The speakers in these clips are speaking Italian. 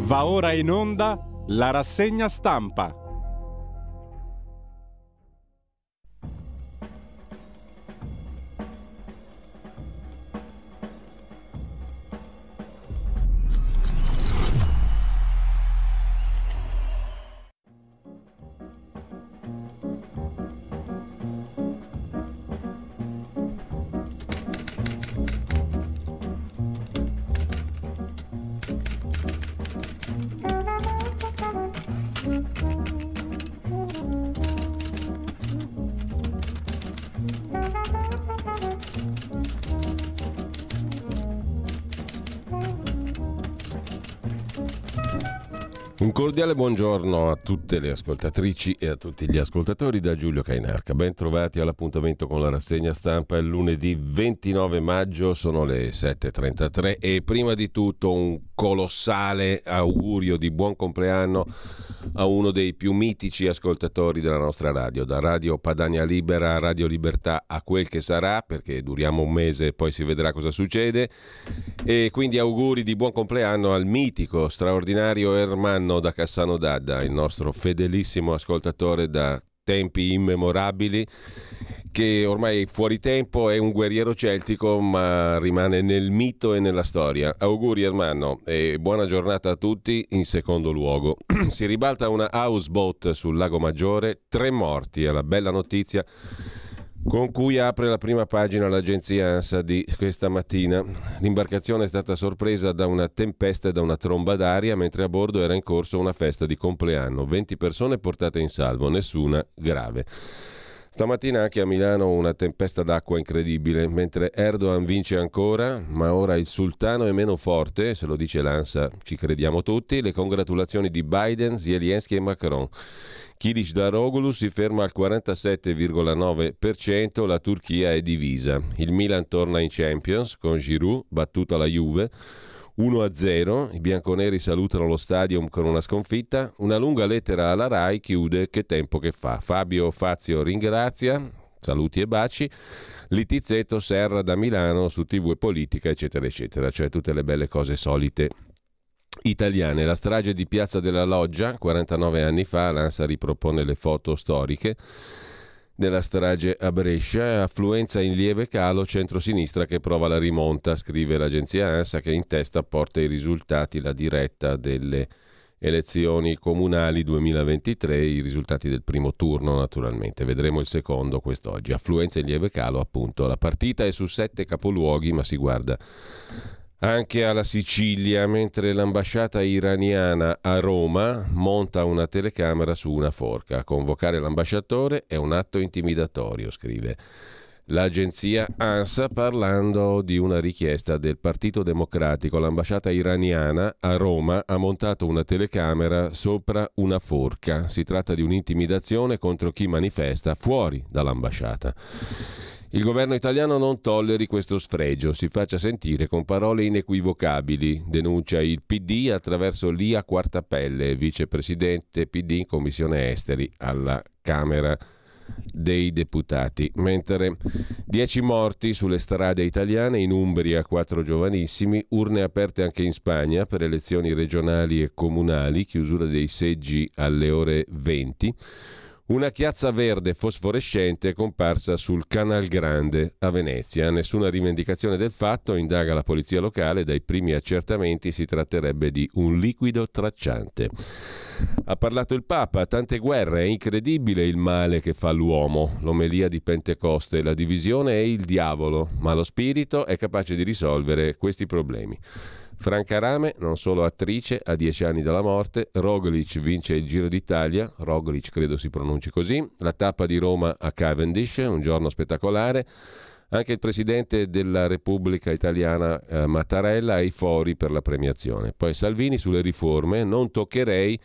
Va ora in onda la rassegna stampa. Un cordiale buongiorno a tutte le ascoltatrici e a tutti gli ascoltatori da Giulio Cainarca. Ben trovati all'appuntamento con la rassegna stampa. È lunedì 29 maggio, sono le 7.33 e prima di tutto un colossale augurio di buon compleanno a uno dei più mitici ascoltatori della nostra radio, da Radio Padania Libera a Radio Libertà a quel che sarà, perché duriamo un mese e poi si vedrà cosa succede, e quindi auguri di buon compleanno al mitico, straordinario Ermanno da Cassano d'Adda, il nostro fedelissimo ascoltatore da tempi immemorabili, che ormai fuori tempo è un guerriero celtico ma rimane nel mito e nella storia. Auguri Ermanno e buona giornata a tutti. In secondo luogo si ribalta una houseboat sul Lago Maggiore, 3 morti, è la bella notizia con cui apre la prima pagina l'agenzia ANSA di questa mattina. L'imbarcazione è stata sorpresa da una tempesta e da una tromba d'aria mentre a bordo era in corso una festa di compleanno. 20 persone portate in salvo, nessuna grave. Stamattina anche a Milano una tempesta d'acqua incredibile, mentre Erdogan vince ancora, ma ora il sultano è meno forte, se lo dice l'ANSA ci crediamo tutti. Le congratulazioni di Biden, Zelensky e Macron. Kılıçdaroğlu si ferma al 47,9%, la Turchia è divisa. Il Milan torna in Champions con Giroud, battuta la Juve, 1-0, i bianconeri salutano lo stadium con una sconfitta, una lunga lettera alla Rai chiude che tempo che fa. Fabio Fazio ringrazia, saluti e baci, Littizzetto serra da Milano su TV e politica, eccetera, eccetera, cioè tutte le belle cose solite italiane. La strage di Piazza della Loggia, 49 anni fa, l'ANSA ripropone le foto storiche della strage a Brescia, affluenza in lieve calo, centrosinistra che prova la rimonta, scrive l'agenzia ANSA che in testa porta i risultati, la diretta delle elezioni comunali 2023, i risultati del primo turno naturalmente, vedremo il secondo quest'oggi. Affluenza in lieve calo, appunto, la partita è su 7 capoluoghi ma si guarda anche alla Sicilia, mentre l'ambasciata iraniana a Roma monta una telecamera su una forca. Convocare l'ambasciatore è un atto intimidatorio, scrive l'agenzia ANSA parlando di una richiesta del Partito Democratico. L'ambasciata iraniana a Roma ha montato una telecamera sopra una forca. Si tratta di un'intimidazione contro chi manifesta fuori dall'ambasciata. Il governo italiano non tolleri questo sfregio, si faccia sentire con parole inequivocabili, denuncia il PD attraverso Lia Quartapelle, vicepresidente PD in Commissione Esteri alla Camera dei Deputati. Mentre 10 morti sulle strade italiane, in Umbria 4 giovanissimi, urne aperte anche in Spagna per elezioni regionali e comunali, chiusura dei seggi alle ore 20. Una chiazza verde fosforescente comparsa sul Canal Grande a Venezia. Nessuna rivendicazione del fatto, indaga la polizia locale. Dai primi accertamenti si tratterebbe di un liquido tracciante. Ha parlato il Papa, tante guerre, è incredibile il male che fa l'uomo. L'omelia di Pentecoste, la divisione è il diavolo, ma lo spirito è capace di risolvere questi problemi. Franca Rame, non solo attrice, a 10 anni dalla morte. Roglic vince il Giro d'Italia, Roglic credo si pronunci così, la tappa di Roma a Cavendish, un giorno spettacolare. Anche il presidente della Repubblica Italiana Mattarella ai fori per la premiazione. Poi Salvini sulle riforme, non toccherei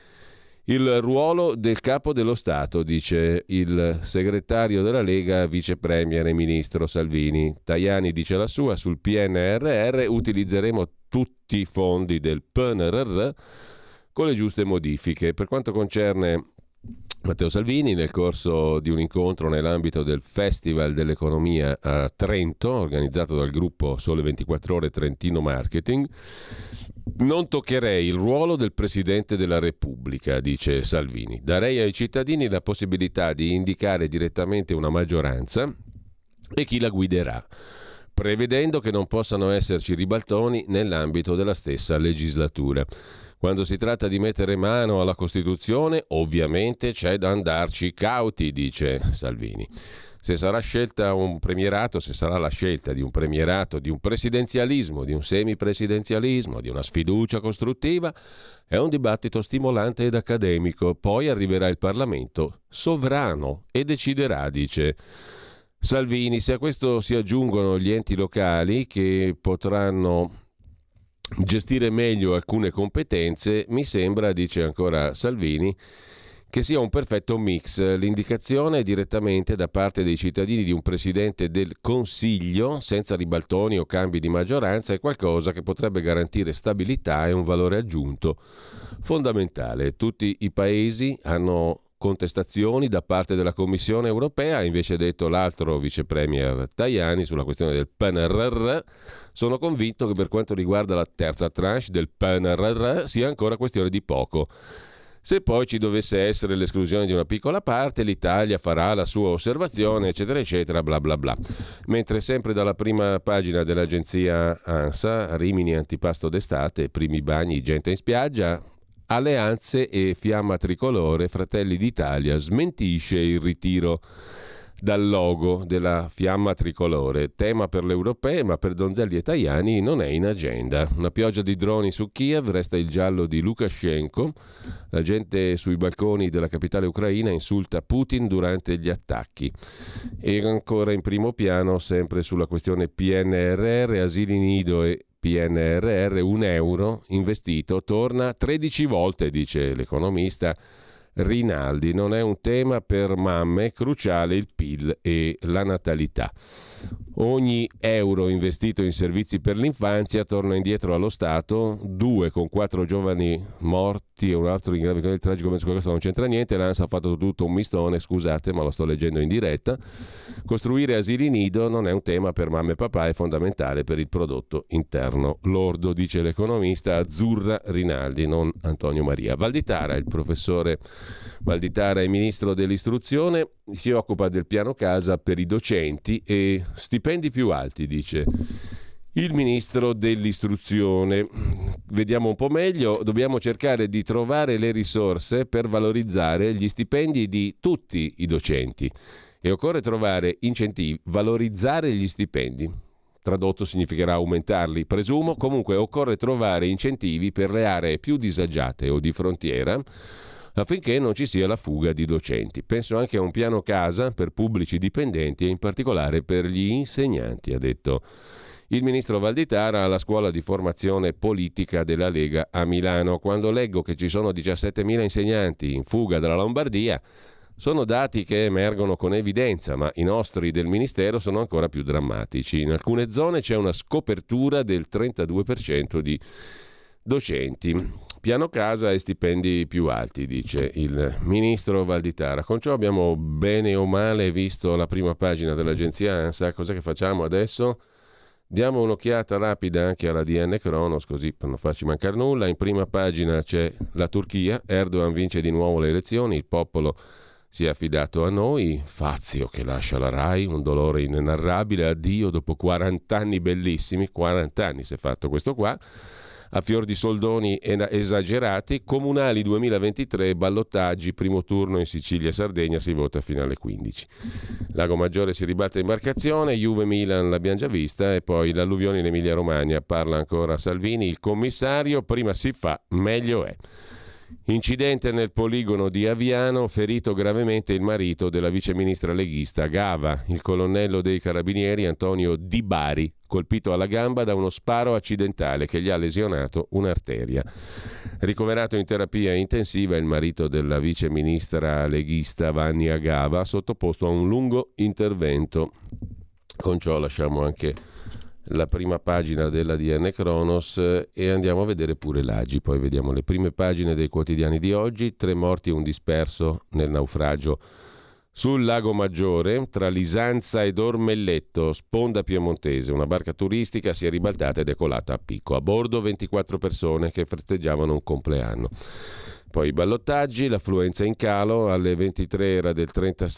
il ruolo del capo dello Stato, dice il segretario della Lega, vice premier e ministro Salvini. Tajani dice la sua, sul PNRR utilizzeremo tutti i fondi del PNRR con le giuste modifiche. Per quanto concerne Matteo Salvini, nel corso di un incontro nell'ambito del Festival dell'Economia a Trento, organizzato dal gruppo Sole 24 Ore Trentino Marketing, Non toccherei il ruolo del Presidente della Repubblica, dice Salvini. Darei ai cittadini la possibilità di indicare direttamente una maggioranza e chi la guiderà, prevedendo che non possano esserci ribaltoni nell'ambito della stessa legislatura. Quando si tratta di mettere mano alla Costituzione, ovviamente c'è da andarci cauti, dice Salvini. Se sarà scelta un premierato, se sarà la scelta di un premierato, di un presidenzialismo, di un semipresidenzialismo, di una sfiducia costruttiva, è un dibattito stimolante ed accademico. Poi arriverà il Parlamento sovrano e deciderà, dice Salvini. Se a questo si aggiungono gli enti locali che potranno gestire meglio alcune competenze, mi sembra, dice ancora Salvini, che sia un perfetto mix. L'indicazione direttamente da parte dei cittadini di un presidente del Consiglio, senza ribaltoni o cambi di maggioranza, è qualcosa che potrebbe garantire stabilità e un valore aggiunto fondamentale. Tutti i paesi hanno contestazioni da parte della Commissione europea, ha invece detto l'altro vice premier Tajani sulla questione del PNRR. Sono convinto che per quanto riguarda la terza tranche del PNRR sia ancora questione di poco. Se poi ci dovesse essere l'esclusione di una piccola parte, l'Italia farà la sua osservazione, eccetera, eccetera, bla bla bla. Mentre sempre dalla prima pagina dell'agenzia ANSA, Rimini antipasto d'estate, primi bagni, gente in spiaggia, alleanze e fiamma tricolore, Fratelli d'Italia smentisce il ritiro dal logo della fiamma tricolore. Tema per le europee, ma per Donzelli e Tajani non è in agenda. Una pioggia di droni su Kiev, resta il giallo di Lukashenko. La gente sui balconi della capitale ucraina insulta Putin durante gli attacchi. E ancora in primo piano, sempre sulla questione PNRR, asili nido e PNRR, €1 investito torna 13 volte, dice l'economista Rinaldi. Non è un tema per mamme, cruciale il PIL e la natalità. Ogni euro investito in servizi per l'infanzia torna indietro allo Stato, 2 con 4 giovani morti e un altro in grave del tragico, questo non c'entra niente, l'ANSA ha fatto tutto un mistone, scusate ma lo sto leggendo in diretta. Costruire asili nido non è un tema per mamma e papà, è fondamentale per il prodotto interno lordo, dice l'economista Azzurra Rinaldi, non Antonio Maria. Valditara, il professore Valditara è ministro dell'istruzione, si occupa del piano casa per i docenti e stipendi più alti, dice il ministro dell'istruzione. Vediamo un po' meglio, dobbiamo cercare di trovare le risorse per valorizzare gli stipendi di tutti i docenti e occorre trovare incentivi, valorizzare gli stipendi. Tradotto significherà aumentarli, presumo. Comunque occorre trovare incentivi per le aree più disagiate o di frontiera affinché non ci sia la fuga di docenti. Penso anche a un piano casa per pubblici dipendenti e in particolare per gli insegnanti, ha detto il ministro Valditara alla scuola di formazione politica della Lega a Milano. Quando leggo che ci sono 17.000 insegnanti in fuga dalla Lombardia, sono dati che emergono con evidenza, ma i nostri del Ministero sono ancora più drammatici. In alcune zone c'è una scopertura del 32% di docenti. Piano casa e stipendi più alti, dice il ministro Valditara. Con ciò abbiamo bene o male visto la prima pagina dell'agenzia ANSA. Cos'è che facciamo adesso? Diamo un'occhiata rapida anche alla DN Kronos, così per non farci mancare nulla. In prima pagina c'è la Turchia, Erdogan vince di nuovo le elezioni, il popolo si è affidato a noi, Fazio che lascia la RAI, un dolore inenarrabile, addio dopo 40 anni bellissimi, 40 anni si è fatto questo qua. A fior di soldoni esagerati, comunali 2023, ballottaggi, primo turno in Sicilia e Sardegna, si vota fino alle 15. Lago Maggiore si ribatte imbarcazione, Juve-Milan l'abbiamo già vista e poi l'alluvione in Emilia-Romagna, parla ancora Salvini, il commissario, prima si fa, meglio è. Incidente nel poligono di Aviano, ferito gravemente il marito della viceministra leghista Gava, il colonnello dei carabinieri Antonio Di Bari, colpito alla gamba da uno sparo accidentale che gli ha lesionato un'arteria. Ricoverato in terapia intensiva il marito della viceministra leghista Vannia Gava, sottoposto a un lungo intervento. Con ciò lasciamo anche la prima pagina della DN Kronos e andiamo a vedere pure l'Agi. Poi vediamo le prime pagine dei quotidiani di oggi. 3 morti e un disperso nel naufragio Sul Lago Maggiore, tra Lisanza ed Ormelletto, sponda piemontese, una barca turistica si è ribaltata ed è colata a picco. A bordo 24 persone che festeggiavano un compleanno. Poi i ballottaggi, l'affluenza in calo, alle 23 era del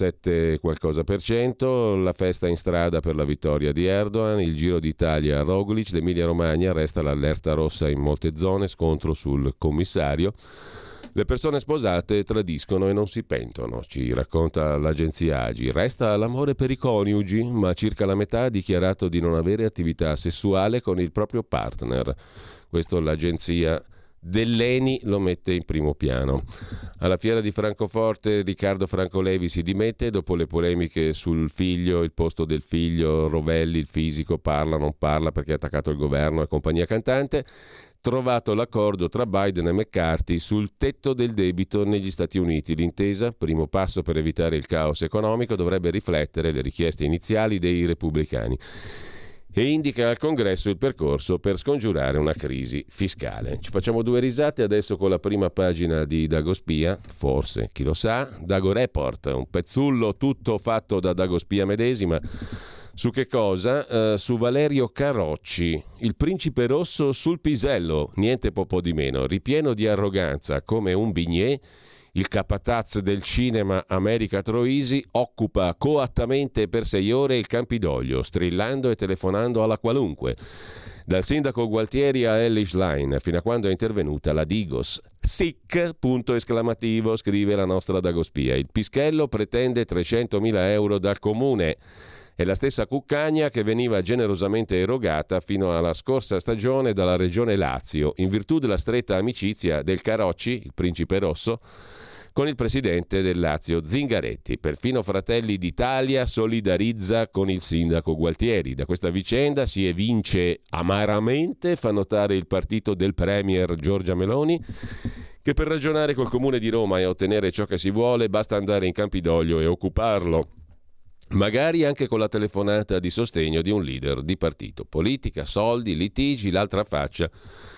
37 qualcosa per cento, la festa in strada per la vittoria di Erdogan, il Giro d'Italia a Roglic, l'Emilia Romagna resta l'allerta rossa in molte zone, scontro sul commissario. Le persone sposate tradiscono e non si pentono, ci racconta l'agenzia AGI. Resta l'amore per i coniugi, ma circa la metà ha dichiarato di non avere attività sessuale con il proprio partner. Questo l'agenzia dell'ENI lo mette in primo piano. Alla fiera di Francoforte Riccardo Francolevi si dimette dopo le polemiche sul figlio, il posto del figlio, Rovelli, il fisico, parla, non parla perché ha attaccato il governo e compagnia cantante. Trovato l'accordo tra Biden e McCarthy sul tetto del debito negli Stati Uniti. L'intesa, primo passo per evitare il caos economico, dovrebbe riflettere le richieste iniziali dei repubblicani e indica al Congresso il percorso per scongiurare una crisi fiscale. Ci facciamo due risate adesso con la prima pagina di Dagospia, forse, chi lo sa, Dago Report, un pezzullo tutto fatto da Dagospia medesima. Su che cosa? Su Valerio Carocci, il principe rosso sul pisello, niente po' di meno, ripieno di arroganza come un bignè. Il capataz del cinema America Troisi occupa coattamente per 6 ore il Campidoglio, strillando e telefonando alla qualunque. Dal sindaco Gualtieri a Elly Schlein, fino a quando è intervenuta la Digos. Sic, punto esclamativo, scrive la nostra Dagospia. Il Pischello pretende 300.000 euro dal comune. È la stessa cuccagna che veniva generosamente erogata fino alla scorsa stagione dalla Regione Lazio, in virtù della stretta amicizia del Carocci, il principe rosso, con il presidente del Lazio Zingaretti. Perfino Fratelli d'Italia solidarizza con il sindaco Gualtieri. Da questa vicenda si evince amaramente, fa notare il partito del premier Giorgia Meloni, che per ragionare col Comune di Roma e ottenere ciò che si vuole basta andare in Campidoglio e occuparlo. Magari anche con la telefonata di sostegno di un leader di partito. Politica, soldi, litigi, l'altra faccia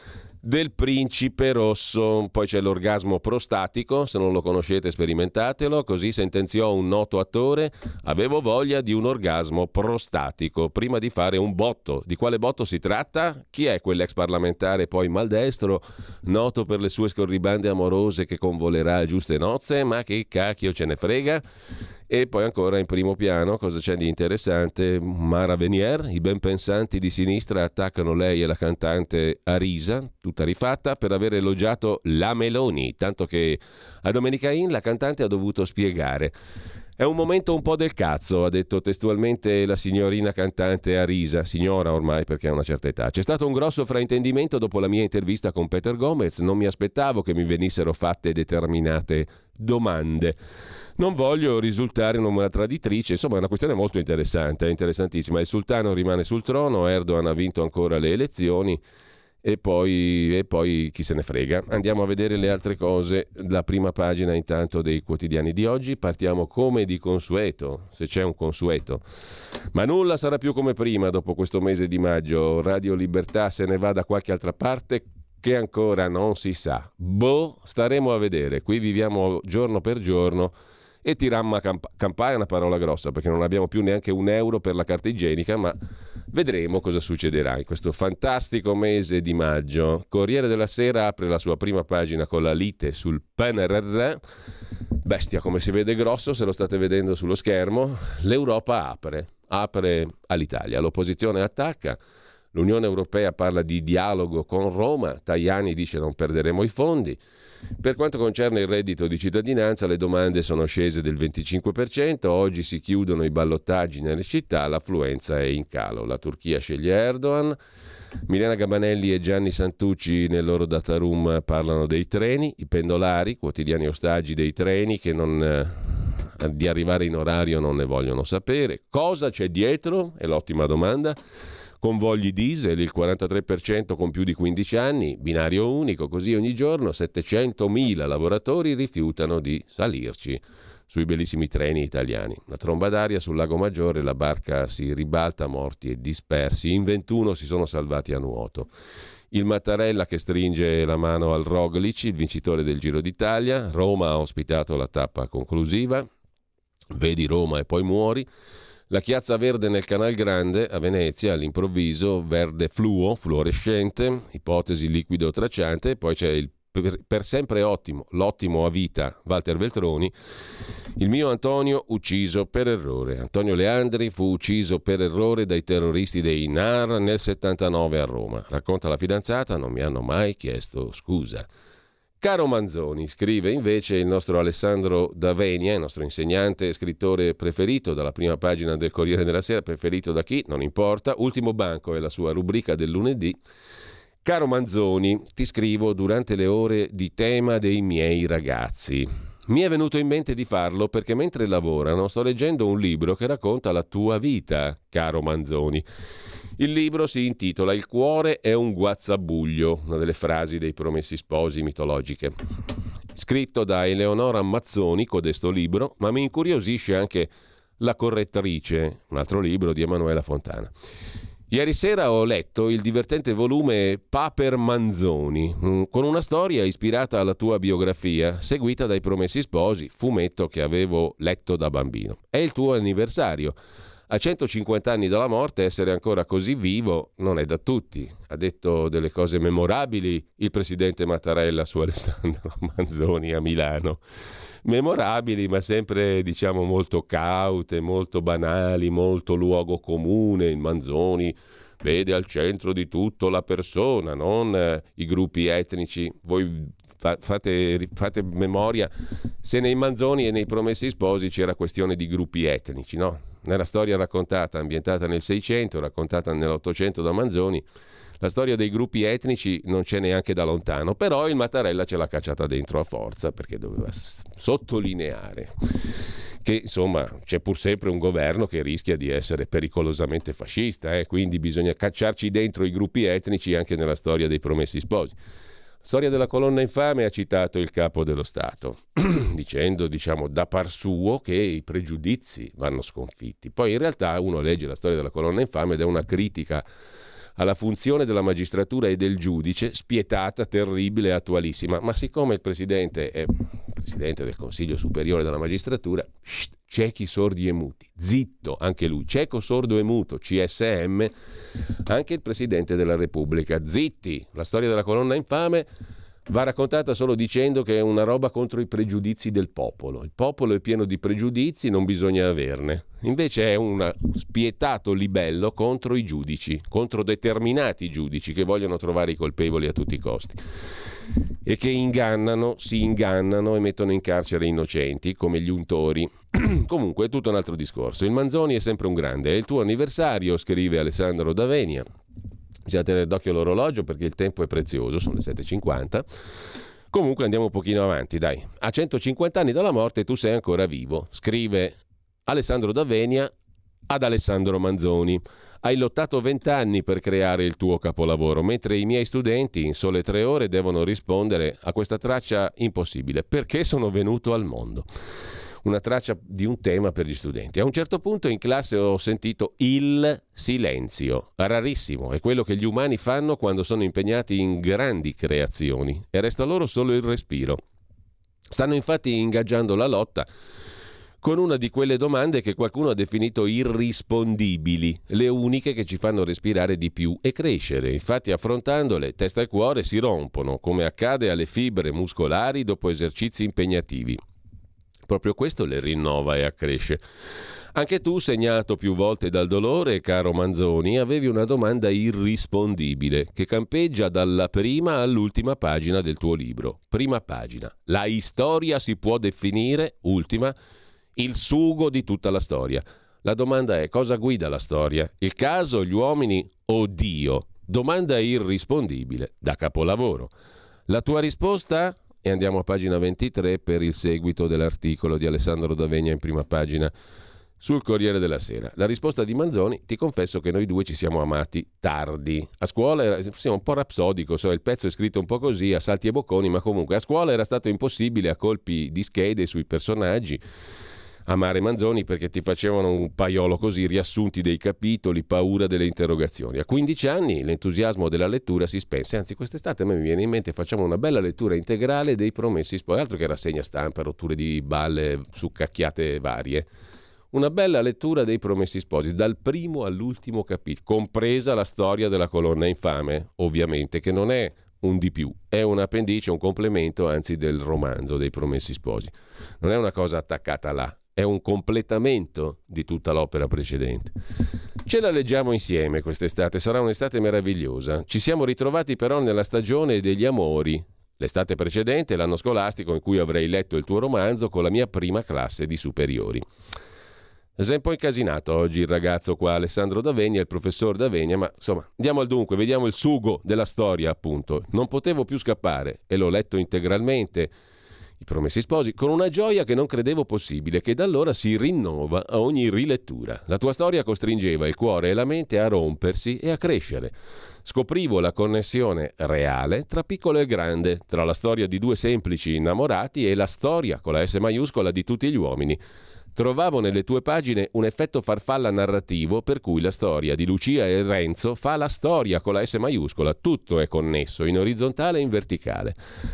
del principe rosso. Poi c'è l'orgasmo prostatico, se non lo conoscete sperimentatelo, così sentenziò un noto attore: avevo voglia di un orgasmo prostatico prima di fare un botto. Di quale botto si tratta? Chi è quell'ex parlamentare poi maldestro, noto per le sue scorribande amorose che convolerà a giuste nozze? Ma che cacchio ce ne frega? E poi ancora in primo piano, cosa c'è di interessante? Mara Venier, i ben pensanti di sinistra attaccano lei e la cantante a risa, tutta rifatta, per aver elogiato la Meloni, tanto che a Domenica In la cantante ha dovuto spiegare. È un momento un po' del cazzo, ha detto testualmente la signorina cantante a risa, signora ormai perché ha una certa età. C'è stato un grosso fraintendimento dopo la mia intervista con Peter Gomez, non mi aspettavo che mi venissero fatte determinate domande. Non voglio risultare una traditrice, insomma è una questione molto interessante, è interessantissima. Il sultano rimane sul trono, Erdogan ha vinto ancora le elezioni e poi chi se ne frega. Andiamo a vedere le altre cose, la prima pagina intanto dei quotidiani di oggi. Partiamo come di consueto, se c'è un consueto. Ma nulla sarà più come prima dopo questo mese di maggio. Radio Libertà se ne va da qualche altra parte che ancora non si sa. Staremo a vedere. Qui viviamo giorno per giorno. E tiramma campà è una parola grossa perché non abbiamo più neanche un euro per la carta igienica, ma vedremo cosa succederà in questo fantastico mese di maggio. Corriere della Sera apre la sua prima pagina con la lite sul PNRR. Bestia, come si vede grosso, se lo state vedendo sullo schermo. L'Europa apre all'Italia, l'opposizione attacca. L'Unione Europea parla di dialogo con Roma, Tajani dice non perderemo i fondi. Per quanto concerne il reddito di cittadinanza, le domande sono scese del 25%, oggi si chiudono i ballottaggi nelle città, l'affluenza è in calo. La Turchia sceglie Erdogan, Milena Gabanelli e Gianni Santucci nel loro data room parlano dei treni, i pendolari, quotidiani ostaggi dei treni che di arrivare in orario non ne vogliono sapere. Cosa c'è dietro? È l'ottima domanda. Convogli diesel, il 43% con più di 15 anni, binario unico, così ogni giorno 700.000 lavoratori rifiutano di salirci sui bellissimi treni italiani. La tromba d'aria sul Lago Maggiore, la barca si ribalta, morti e dispersi, in 21 si sono salvati a nuoto. Il Mattarella che stringe la mano al Roglic, il vincitore del Giro d'Italia. Roma ha ospitato la tappa conclusiva. Vedi Roma e poi muori. La chiazza verde nel Canal Grande a Venezia, all'improvviso verde fluo, fluorescente, ipotesi liquido tracciante, poi c'è il per sempre ottimo, l'ottimo a vita, Walter Veltroni. Il mio Antonio ucciso per errore. Antonio Leandri fu ucciso per errore dai terroristi dei NAR nel 79 a Roma. Racconta la fidanzata, non mi hanno mai chiesto scusa. Caro Manzoni, scrive invece il nostro Alessandro D'Avenia, il nostro insegnante e scrittore preferito dalla prima pagina del Corriere della Sera, preferito da chi? Non importa. Ultimo banco è la sua rubrica del lunedì. Caro Manzoni, ti scrivo durante le ore di tema dei miei ragazzi. Mi è venuto in mente di farlo perché mentre lavorano sto leggendo un libro che racconta la tua vita, caro Manzoni. Il libro si intitola Il cuore è un guazzabuglio, una delle frasi dei Promessi Sposi mitologiche. Scritto da Eleonora Mazzoni, codesto libro, ma mi incuriosisce anche La correttrice, un altro libro di Emanuela Fontana. Ieri sera ho letto il divertente volume Paper Manzoni, con una storia ispirata alla tua biografia, seguita dai Promessi Sposi, fumetto che avevo letto da bambino. È il tuo anniversario. A 150 anni dalla morte essere ancora così vivo non è da tutti. Ha detto delle cose memorabili il presidente Mattarella su Alessandro Manzoni a Milano. Memorabili, ma sempre diciamo molto caute, molto banali, molto luogo comune. Il Manzoni vede al centro di tutto la persona, non i gruppi etnici. Voi fate memoria se nei Manzoni e nei Promessi Sposi c'era questione di gruppi etnici, no? Nella storia raccontata, ambientata nel 600, raccontata nell'800 da Manzoni, la storia dei gruppi etnici non c'è neanche da lontano, però il Mattarella ce l'ha cacciata dentro a forza perché doveva sottolineare che insomma c'è pur sempre un governo che rischia di essere pericolosamente fascista, quindi bisogna cacciarci dentro i gruppi etnici anche nella storia dei Promessi Sposi. Storia della colonna infame ha citato il capo dello Stato, dicendo, da par suo, che i pregiudizi vanno sconfitti. Poi in realtà uno legge la storia della colonna infame ed è una critica alla funzione della magistratura e del giudice, spietata, terribile, attualissima. Ma siccome il presidente è presidente del Consiglio Superiore della Magistratura, ciechi, sordi e muti, zitto anche lui, cieco, sordo e muto, CSM, anche il Presidente della Repubblica, zitti. La storia della colonna infame va raccontata solo dicendo che è una roba contro i pregiudizi del popolo. Il popolo è pieno di pregiudizi, non bisogna averne. Invece è un spietato libello contro i giudici, contro determinati giudici che vogliono trovare i colpevoli a tutti i costi e che si ingannano e mettono in carcere innocenti come gli untori. Comunque è tutto un altro discorso. Il Manzoni è sempre un grande. È il tuo anniversario, scrive Alessandro D'Avenia. Bisogna tenere d'occhio l'orologio perché il tempo è prezioso, sono le 7:50. Comunque andiamo un pochino avanti, dai. A 150 anni dalla morte tu sei ancora vivo, scrive Alessandro D'Avenia ad Alessandro Manzoni. Hai lottato 20 anni per creare il tuo capolavoro, mentre i miei studenti in sole 3 ore devono rispondere a questa traccia impossibile. Perché sono venuto al mondo? Una traccia di un tema per gli studenti. A un certo punto in classe ho sentito il silenzio, rarissimo, è quello che gli umani fanno quando sono impegnati in grandi creazioni e resta loro solo il respiro. Stanno infatti ingaggiando la lotta con una di quelle domande che qualcuno ha definito irrispondibili, le uniche che ci fanno respirare di più e crescere. Infatti affrontandole testa e cuore si rompono, come accade alle fibre muscolari dopo esercizi impegnativi. Proprio questo le rinnova e accresce. Anche tu, segnato più volte dal dolore, caro Manzoni, avevi una domanda irrispondibile che campeggia dalla prima all'ultima pagina del tuo libro. Prima pagina. La storia si può definire, ultima, il sugo di tutta la storia. La domanda è: cosa guida la storia? Il caso, gli uomini o Dio? Domanda irrispondibile da capolavoro. La tua risposta? E andiamo a pagina 23 per il seguito dell'articolo di Alessandro D'Avenia in prima pagina sul Corriere della Sera. La risposta di Manzoni: ti confesso che noi due ci siamo amati tardi. A scuola siamo un po' rapsodico, il pezzo è scritto un po' così, a salti e bocconi, ma comunque a scuola era stato impossibile a colpi di schede sui personaggi amare Manzoni perché ti facevano un paiolo così, riassunti dei capitoli, paura delle interrogazioni. A 15 anni l'entusiasmo della lettura si spense, anzi quest'estate a me mi viene in mente facciamo una bella lettura integrale dei Promessi Sposi, altro che rassegna stampa, rotture di balle su cacchiate varie. Una bella lettura dei Promessi Sposi, dal primo all'ultimo capitolo, compresa la storia della colonna infame, ovviamente, che non è un di più, è un appendice, un complemento, anzi, del romanzo dei Promessi Sposi. Non è una cosa attaccata là, è un completamento di tutta l'opera precedente. Ce la leggiamo insieme quest'estate, sarà un'estate meravigliosa. Ci siamo ritrovati però nella stagione degli amori. L'estate precedente, l'anno scolastico in cui avrei letto il tuo romanzo con la mia prima classe di superiori. Si è un po' incasinato oggi il ragazzo qua, Alessandro D'Avegna, il professor D'Avegna, ma insomma, andiamo al dunque, vediamo il sugo della storia, appunto. Non potevo più scappare e l'ho letto integralmente, I Promessi Sposi, con una gioia che non credevo possibile, che da allora si rinnova a ogni rilettura. La tua storia costringeva il cuore e la mente a rompersi e a crescere. Scoprivo la connessione reale tra piccolo e grande, tra la storia di due semplici innamorati e la storia, con la S maiuscola, di tutti gli uomini. Trovavo nelle tue pagine un effetto farfalla narrativo per cui la storia di Lucia e Renzo fa la storia con la S maiuscola, tutto è connesso, in orizzontale e in verticale.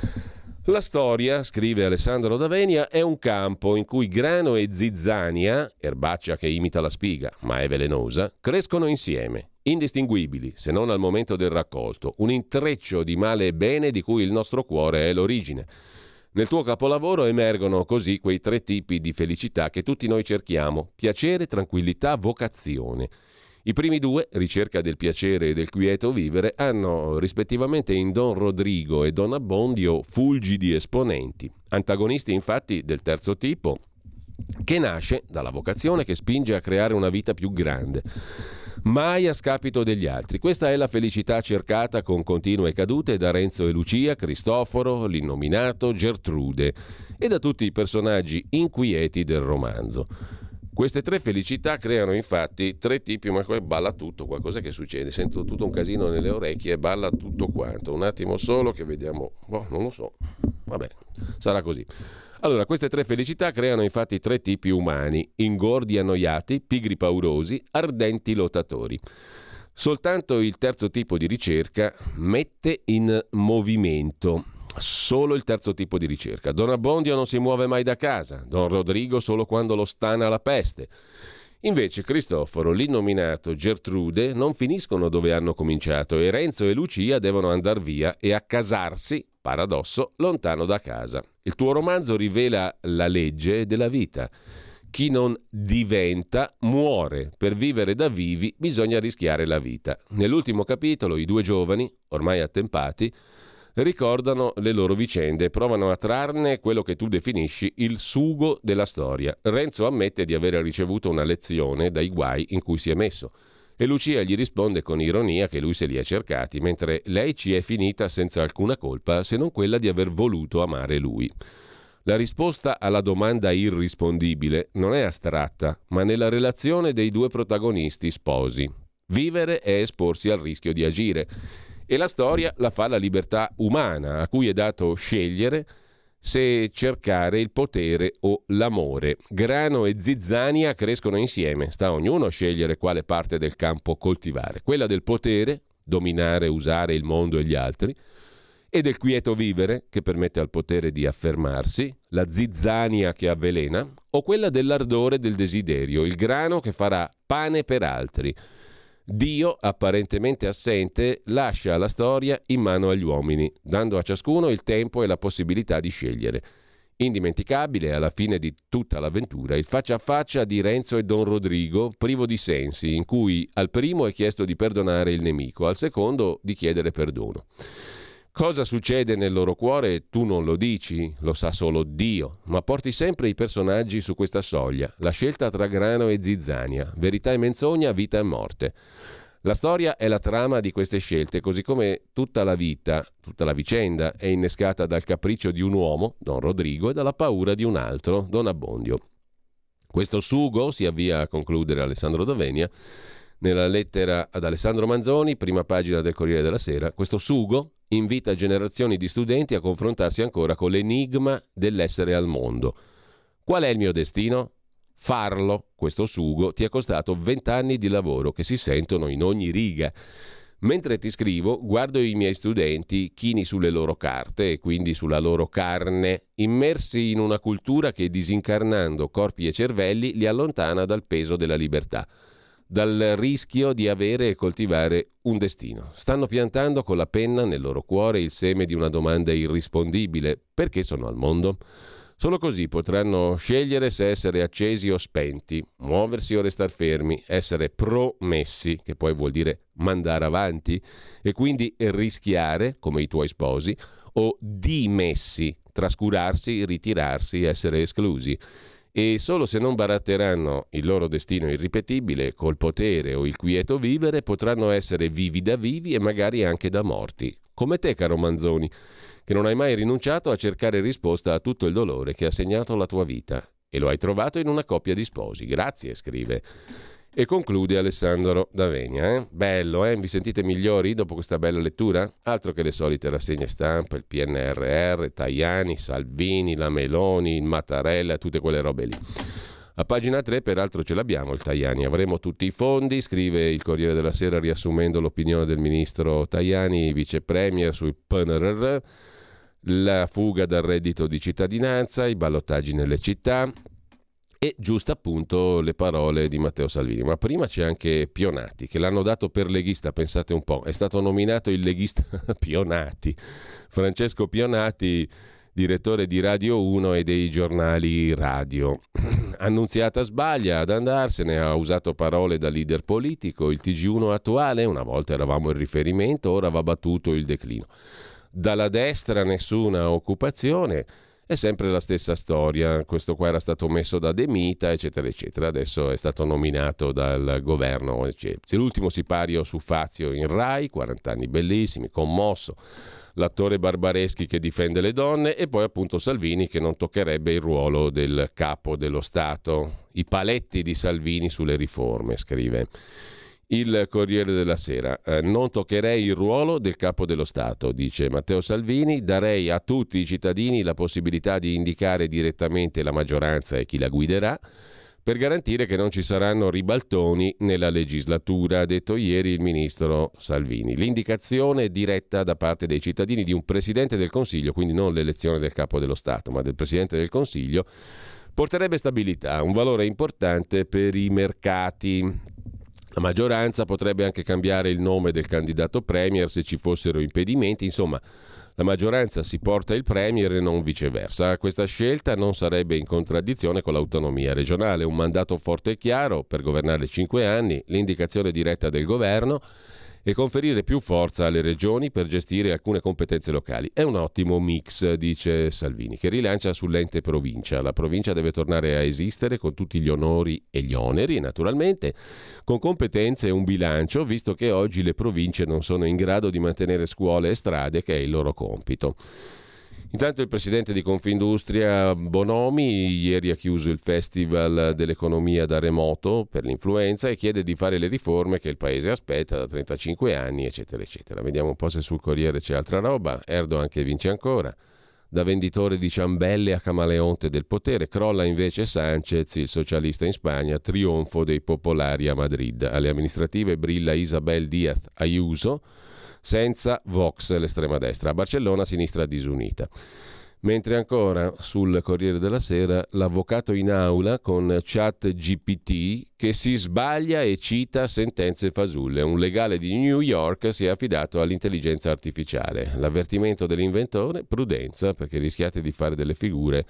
La storia, scrive Alessandro D'Avegna, è un campo in cui grano e zizzania, erbaccia che imita la spiga ma è velenosa, crescono insieme, indistinguibili se non al momento del raccolto, un intreccio di male e bene di cui il nostro cuore è l'origine. Nel tuo capolavoro emergono così quei tre tipi di felicità che tutti noi cerchiamo: piacere, tranquillità, vocazione. I primi due, ricerca del piacere e del quieto vivere, hanno rispettivamente in Don Rodrigo e Don Abbondio fulgidi esponenti, antagonisti infatti del terzo tipo, che nasce dalla vocazione che spinge a creare una vita più grande, mai a scapito degli altri. Questa è la felicità cercata con continue cadute da Renzo e Lucia, Cristoforo, l'innominato, Gertrude e da tutti i personaggi inquieti del romanzo. Queste tre felicità creano infatti tre tipi, ma qua balla tutto, qualcosa che succede, sento tutto un casino nelle orecchie e balla tutto quanto. Un attimo solo che vediamo, non lo so, vabbè, sarà così. Allora, queste tre felicità creano infatti tre tipi umani: ingordi annoiati, pigri paurosi, ardenti lottatori. Soltanto il terzo tipo di ricerca mette in movimento. Solo il terzo tipo di ricerca. Don Abbondio non si muove mai da casa, Don Rodrigo solo quando lo stana la peste. Invece Cristoforo, l'innominato, Gertrude non finiscono dove hanno cominciato e Renzo e Lucia devono andar via e accasarsi, paradosso, lontano da casa. Il tuo romanzo rivela la legge della vita. Chi non diventa muore. Per vivere da vivi bisogna rischiare la vita. Nell'ultimo capitolo i due giovani, ormai attempati, ricordano le loro vicende e provano a trarne quello che tu definisci il sugo della storia. Renzo ammette di aver ricevuto una lezione dai guai in cui si è messo e Lucia gli risponde con ironia che lui se li è cercati, mentre lei ci è finita senza alcuna colpa se non quella di aver voluto amare lui. La risposta alla domanda irrispondibile non è astratta, ma nella relazione dei due protagonisti sposi. Vivere è esporsi al rischio di agire. E la storia la fa la libertà umana, a cui è dato scegliere se cercare il potere o l'amore. Grano e zizzania crescono insieme, sta a ognuno a scegliere quale parte del campo coltivare, quella del potere, dominare, usare il mondo e gli altri, e del quieto vivere, che permette al potere di affermarsi, la zizzania che avvelena, o quella dell'ardore del desiderio, il grano che farà pane per altri. Dio, apparentemente assente, lascia la storia in mano agli uomini, dando a ciascuno il tempo e la possibilità di scegliere. Indimenticabile, alla fine di tutta l'avventura, il faccia a faccia di Renzo e Don Rodrigo, privo di sensi, in cui al primo è chiesto di perdonare il nemico, al secondo di chiedere perdono. Cosa succede nel loro cuore tu non lo dici, lo sa solo Dio, ma porti sempre i personaggi su questa soglia, la scelta tra grano e zizzania, verità e menzogna, vita e morte. La storia è la trama di queste scelte, così come tutta la vita, tutta la vicenda è innescata dal capriccio di un uomo, Don Rodrigo, e dalla paura di un altro, Don Abbondio. Questo sugo, si avvia a concludere Alessandro D'Avegna, nella lettera ad Alessandro Manzoni, prima pagina del Corriere della Sera, questo sugo invita generazioni di studenti a confrontarsi ancora con l'enigma dell'essere al mondo. Qual è il mio destino? Farlo, questo sugo, ti è costato 20 anni di lavoro che si sentono in ogni riga. Mentre ti scrivo, guardo i miei studenti chini sulle loro carte e quindi sulla loro carne, immersi in una cultura che, disincarnando corpi e cervelli, li allontana dal peso della libertà, dal rischio di avere e coltivare un destino. Stanno piantando con la penna nel loro cuore il seme di una domanda irrispondibile: perché sono al mondo? Solo così potranno scegliere se essere accesi o spenti, muoversi o restar fermi, essere promessi, che poi vuol dire mandare avanti, e quindi rischiare, come i tuoi sposi, o dimessi, trascurarsi, ritirarsi, essere esclusi. E solo se non baratteranno il loro destino irripetibile col potere o il quieto vivere, potranno essere vivi da vivi e magari anche da morti. Come te, caro Manzoni, che non hai mai rinunciato a cercare risposta a tutto il dolore che ha segnato la tua vita. E lo hai trovato in una coppia di sposi. Grazie, scrive. E conclude Alessandro D'Avegna. Bello, vi sentite migliori dopo questa bella lettura? Altro che le solite rassegne stampa, il PNRR, Tajani, Salvini, la Meloni, il Mattarella, tutte quelle robe lì. A pagina 3 peraltro ce l'abbiamo il Tajani, avremo tutti i fondi, scrive il Corriere della Sera riassumendo l'opinione del ministro Tajani, vice premier sui PNRR, la fuga dal reddito di cittadinanza, i ballottaggi nelle città e giusto appunto le parole di Matteo Salvini. Ma prima c'è anche Pionati, che l'hanno dato per leghista, pensate un po', è stato nominato il leghista Pionati, Francesco Pionati, direttore di Radio 1 e dei giornali radio. Annunziata sbaglia ad andarsene, ha usato parole da leader politico, il TG1 attuale, una volta eravamo il riferimento, ora va battuto il declino. Dalla destra nessuna occupazione, è sempre la stessa storia, questo qua era stato messo da De Mita, eccetera, eccetera, adesso è stato nominato dal governo, eccetera. L'ultimo sipario su Fazio in Rai, 40 anni bellissimi, commosso, l'attore Barbareschi che difende le donne e poi appunto Salvini che non toccherebbe il ruolo del capo dello Stato. I paletti di Salvini sulle riforme, scrive il Corriere della Sera. Non toccherei il ruolo del capo dello Stato, dice Matteo Salvini, darei a tutti i cittadini la possibilità di indicare direttamente la maggioranza e chi la guiderà per garantire che non ci saranno ribaltoni nella legislatura, ha detto ieri il ministro Salvini. L'indicazione diretta da parte dei cittadini di un Presidente del Consiglio, quindi non l'elezione del capo dello Stato, ma del Presidente del Consiglio, porterebbe stabilità, un valore importante per i mercati. La maggioranza potrebbe anche cambiare il nome del candidato premier se ci fossero impedimenti, insomma la maggioranza si porta il premier e non viceversa. Questa scelta non sarebbe in contraddizione con l'autonomia regionale, un mandato forte e chiaro per governare 5 anni, l'indicazione diretta del governo e conferire più forza alle regioni per gestire alcune competenze locali. È un ottimo mix, dice Salvini, che rilancia sull'ente provincia. La provincia deve tornare a esistere con tutti gli onori e gli oneri, naturalmente, con competenze e un bilancio, visto che oggi le province non sono in grado di mantenere scuole e strade, che è il loro compito. Intanto il presidente di Confindustria Bonomi ieri ha chiuso il Festival dell'economia da remoto per l'influenza e chiede di fare le riforme che il paese aspetta da 35 anni, eccetera, eccetera. Vediamo un po' se sul Corriere c'è altra roba. Erdogan che vince ancora. Da venditore di ciambelle a camaleonte del potere, crolla invece Sánchez, il socialista in Spagna, trionfo dei popolari a Madrid. Alle amministrative brilla Isabel Díaz Ayuso, senza Vox, l'estrema destra. A Barcellona sinistra disunita. Mentre ancora sul Corriere della Sera l'avvocato in aula con ChatGPT che si sbaglia e cita sentenze fasulle. Un legale di New York si è affidato all'intelligenza artificiale. L'avvertimento dell'inventore: prudenza, perché rischiate di fare delle figure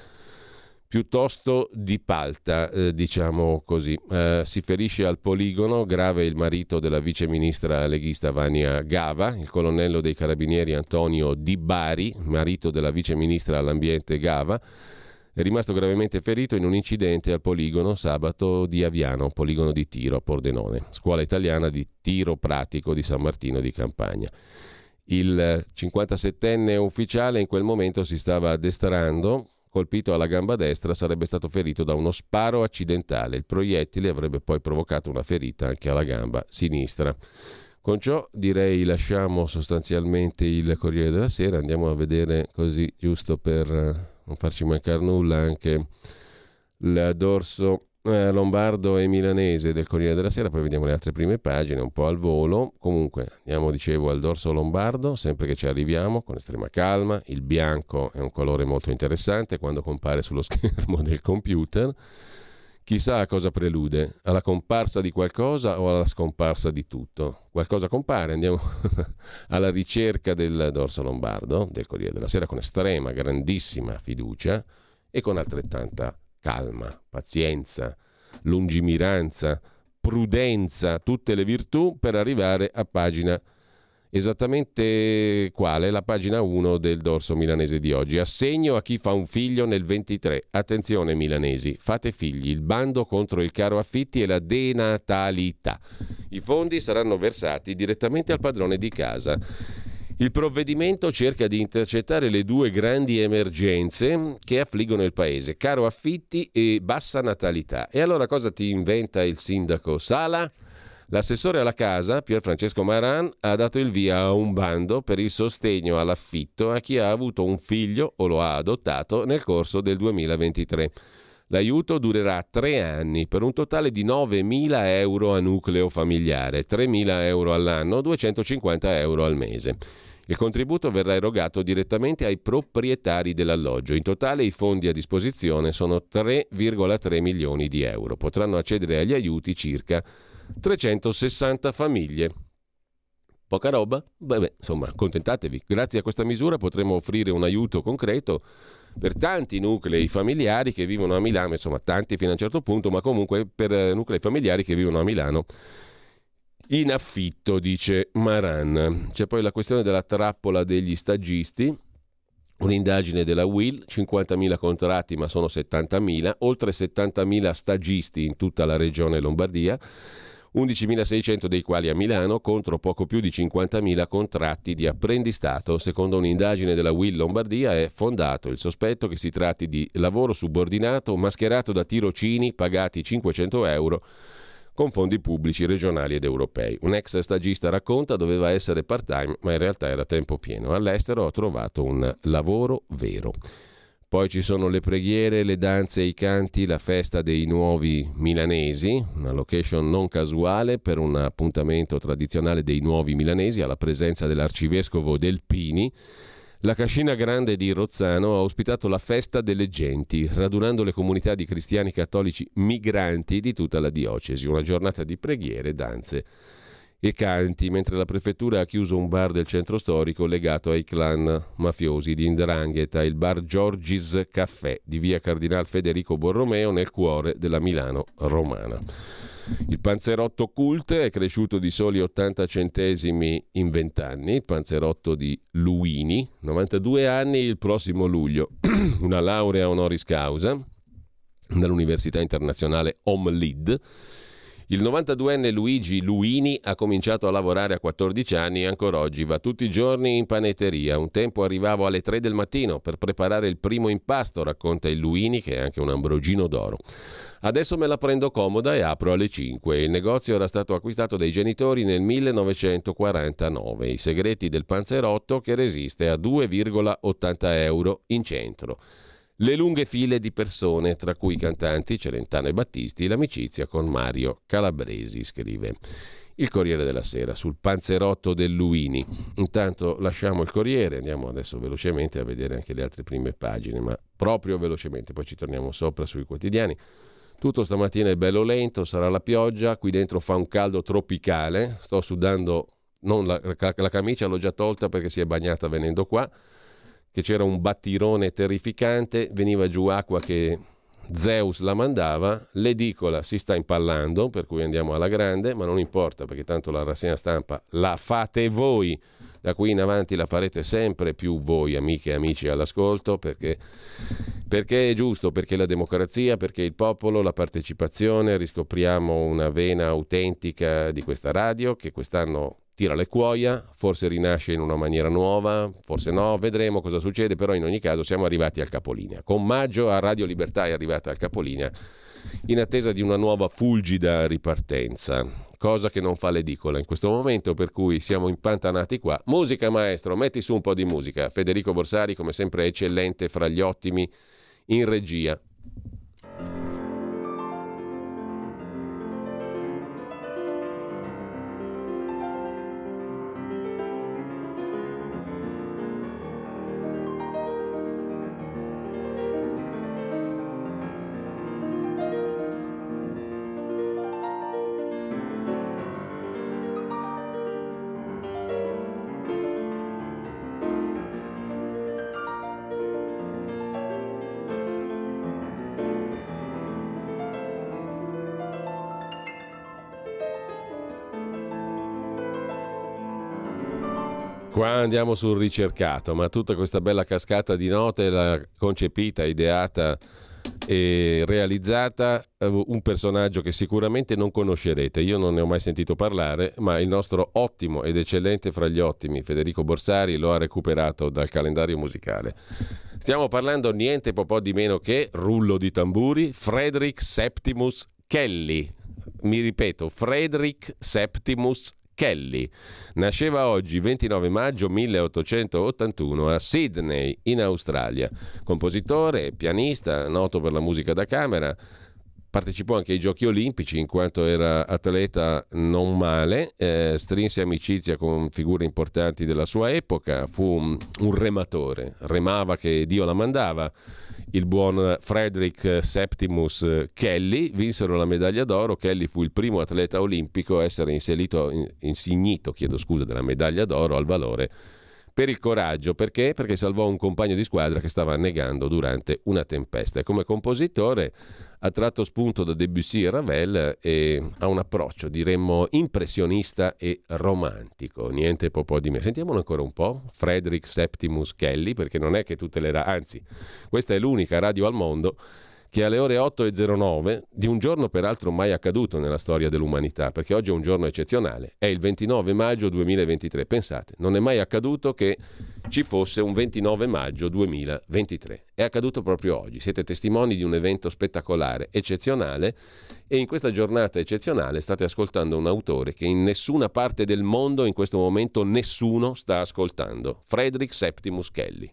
piuttosto di palta, diciamo così. Si ferisce al poligono, grave il marito della viceministra leghista Vania Gava, il colonnello dei carabinieri Antonio Di Bari, marito della viceministra all'ambiente Gava, è rimasto gravemente ferito in un incidente al poligono sabato di Aviano, poligono di tiro a Pordenone, scuola italiana di tiro pratico di San Martino di Campagna. Il 57enne ufficiale in quel momento si stava addestrando. Colpito alla gamba destra, sarebbe stato ferito da uno sparo accidentale. Il proiettile avrebbe poi provocato una ferita anche alla gamba sinistra. Con ciò direi lasciamo sostanzialmente il Corriere della Sera, andiamo a vedere così, giusto per non farci mancare nulla, anche il dorso lombardo e milanese del Corriere della Sera, poi vediamo le altre prime pagine un po' al volo. Comunque andiamo, dicevo, al dorso lombardo, sempre che ci arriviamo, con estrema calma. Il bianco è un colore molto interessante quando compare sullo schermo del computer. Chissà a cosa prelude, alla comparsa di qualcosa o alla scomparsa di tutto. Qualcosa compare, andiamo alla ricerca del dorso lombardo del Corriere della Sera con estrema, grandissima fiducia e con altrettanta calma, pazienza, lungimiranza, prudenza, tutte le virtù per arrivare a pagina esattamente quale? La pagina 1 del dorso milanese di oggi. Assegno a chi fa un figlio nel 23. Attenzione milanesi, fate figli, il bando contro il caro affitti e la denatalità. I fondi saranno versati direttamente al padrone di casa. Il provvedimento cerca di intercettare le due grandi emergenze che affliggono il paese, caro affitti e bassa natalità. E allora cosa ti inventa il sindaco Sala? L'assessore alla casa, Pier Francesco Maran, ha dato il via a un bando per il sostegno all'affitto a chi ha avuto un figlio o lo ha adottato nel corso del 2023. L'aiuto durerà 3 anni per un totale di 9.000 euro a nucleo familiare, 3.000 euro all'anno, 250 euro al mese. Il contributo verrà erogato direttamente ai proprietari dell'alloggio. In totale i fondi a disposizione sono 3,3 milioni di euro. Potranno accedere agli aiuti circa 360 famiglie. Poca roba? Beh, insomma, accontentatevi. Grazie a questa misura potremo offrire un aiuto concreto per tanti nuclei familiari che vivono a Milano, insomma tanti fino a un certo punto, ma comunque per nuclei familiari che vivono a Milano in affitto, dice Maran. C'è poi la questione della trappola degli stagisti. Un'indagine della UIL, 50.000 contratti ma sono 70.000, oltre 70.000 stagisti in tutta la regione Lombardia, 11.600 dei quali a Milano contro poco più di 50.000 contratti di apprendistato. Secondo un'indagine della UIL Lombardia è fondato il sospetto che si tratti di lavoro subordinato mascherato da tirocini pagati 500 euro con fondi pubblici regionali ed europei. Un ex stagista racconta doveva essere part-time, ma in realtà era a tempo pieno. All'estero ho trovato un lavoro vero. Poi ci sono le preghiere, le danze, i canti, la festa dei nuovi milanesi, una location non casuale per un appuntamento tradizionale dei nuovi milanesi alla presenza dell'arcivescovo Delpini. La Cascina Grande di Rozzano ha ospitato la Festa delle Genti, radunando le comunità di cristiani cattolici migranti di tutta la diocesi. Una giornata di preghiere, danze e canti, mentre la prefettura ha chiuso un bar del centro storico legato ai clan mafiosi di 'Ndrangheta, il bar Giorgis Caffè di via Cardinal Federico Borromeo nel cuore della Milano romana. Il panzerotto Cult è cresciuto di soli 80 centesimi in 20 anni, il panzerotto di Luini, 92 anni il prossimo luglio, una laurea honoris causa dall'Università Internazionale OMLID. Il 92enne Luigi Luini ha cominciato a lavorare a 14 anni e ancora oggi va tutti i giorni in panetteria. Un tempo arrivavo alle 3 del mattino per preparare il primo impasto, racconta il Luini, che è anche un ambrogino d'oro. Adesso me la prendo comoda e apro alle 5. Il negozio era stato acquistato dai genitori nel 1949. I segreti del panzerotto che resiste a 2,80 euro in centro. Le lunghe file di persone, tra cui cantanti, Celentano e Battisti, l'amicizia con Mario Calabresi, scrive il Corriere della Sera sul panzerotto del Luini. Intanto lasciamo il Corriere, andiamo adesso velocemente a vedere anche le altre prime pagine, ma proprio velocemente, poi ci torniamo sopra sui quotidiani. Tutto stamattina è bello lento, sarà la pioggia, qui dentro fa un caldo tropicale, sto sudando, non la camicia l'ho già tolta perché si è bagnata venendo qua, che c'era un battirone terrificante, veniva giù acqua che Zeus la mandava, l'edicola si sta impallando, per cui andiamo alla grande, ma non importa perché tanto la rassegna stampa la fate voi, da qui in avanti la farete sempre più voi, amiche e amici all'ascolto, perché è giusto, perché la democrazia, perché il popolo, la partecipazione, riscopriamo una vena autentica di questa radio che quest'anno tira le cuoia, forse rinasce in una maniera nuova, forse no, vedremo cosa succede, però in ogni caso siamo arrivati al capolinea. Con Maggio a Radio Libertà è arrivata al capolinea in attesa di una nuova fulgida ripartenza, cosa che non fa l'edicola in questo momento, per cui siamo impantanati qua. Musica, maestro, metti su un po' di musica. Federico Borsari, come sempre eccellente, fra gli ottimi in regia. Qua andiamo sul ricercato, ma tutta questa bella cascata di note l'ha concepita, ideata e realizzata un personaggio che sicuramente non conoscerete. Io non ne ho mai sentito parlare, ma il nostro ottimo ed eccellente fra gli ottimi Federico Borsari lo ha recuperato dal calendario musicale. Stiamo parlando niente po' di meno che, rullo di tamburi, Frederick Septimus Kelly. Mi ripeto, Frederick Septimus Kelly. Nasceva oggi, 29 maggio 1881, a Sydney, in Australia. Compositore, pianista, noto per la musica da camera. Partecipò anche ai Giochi Olimpici in quanto era atleta non male, strinse amicizia con figure importanti della sua epoca, fu un rematore, remava che Dio la mandava. Il buon Frederick Septimus Kelly vinsero la medaglia d'oro. Kelly fu il primo atleta olimpico a essere insignito della medaglia d'oro al valore per il coraggio. Perché? Perché salvò un compagno di squadra che stava annegando durante una tempesta. E come compositore ha tratto spunto da Debussy e Ravel e ha un approccio, diremmo, impressionista e romantico. Niente po' di me. Sentiamolo ancora un po', Frederick Septimus Kelly, perché non è che tutte le anzi, questa è l'unica radio al mondo che alle ore 8.09, di un giorno peraltro mai accaduto nella storia dell'umanità, perché oggi è un giorno eccezionale, è il 29 maggio 2023. Pensate, non è mai accaduto che ci fosse un 29 maggio 2023. È accaduto proprio oggi. Siete testimoni di un evento spettacolare, eccezionale, e in questa giornata eccezionale state ascoltando un autore che in nessuna parte del mondo in questo momento nessuno sta ascoltando. Frederick Septimus Kelly.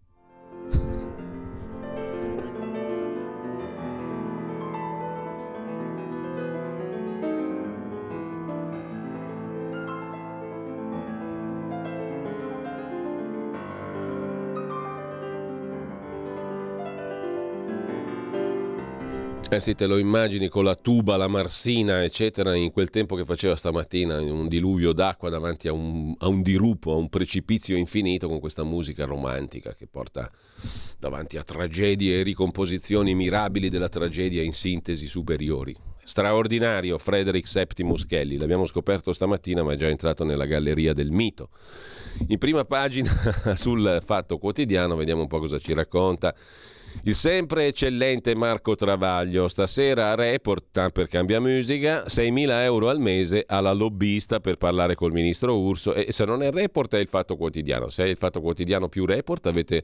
Sì, te lo immagini con la tuba, la marsina, eccetera, in quel tempo che faceva stamattina, in un diluvio d'acqua davanti a un dirupo, a un precipizio infinito, con questa musica romantica che porta davanti a tragedie e ricomposizioni mirabili della tragedia in sintesi superiori. Straordinario Frederick Septimus Kelly, l'abbiamo scoperto stamattina, ma è già entrato nella galleria del mito. In prima pagina sul Fatto Quotidiano vediamo un po' cosa ci racconta il sempre eccellente Marco Travaglio. Stasera a Report, per Cambia Musica, 6.000 euro al mese alla lobbista per parlare col ministro Urso. E se non è Report è il Fatto Quotidiano. Se è il Fatto Quotidiano più Report avete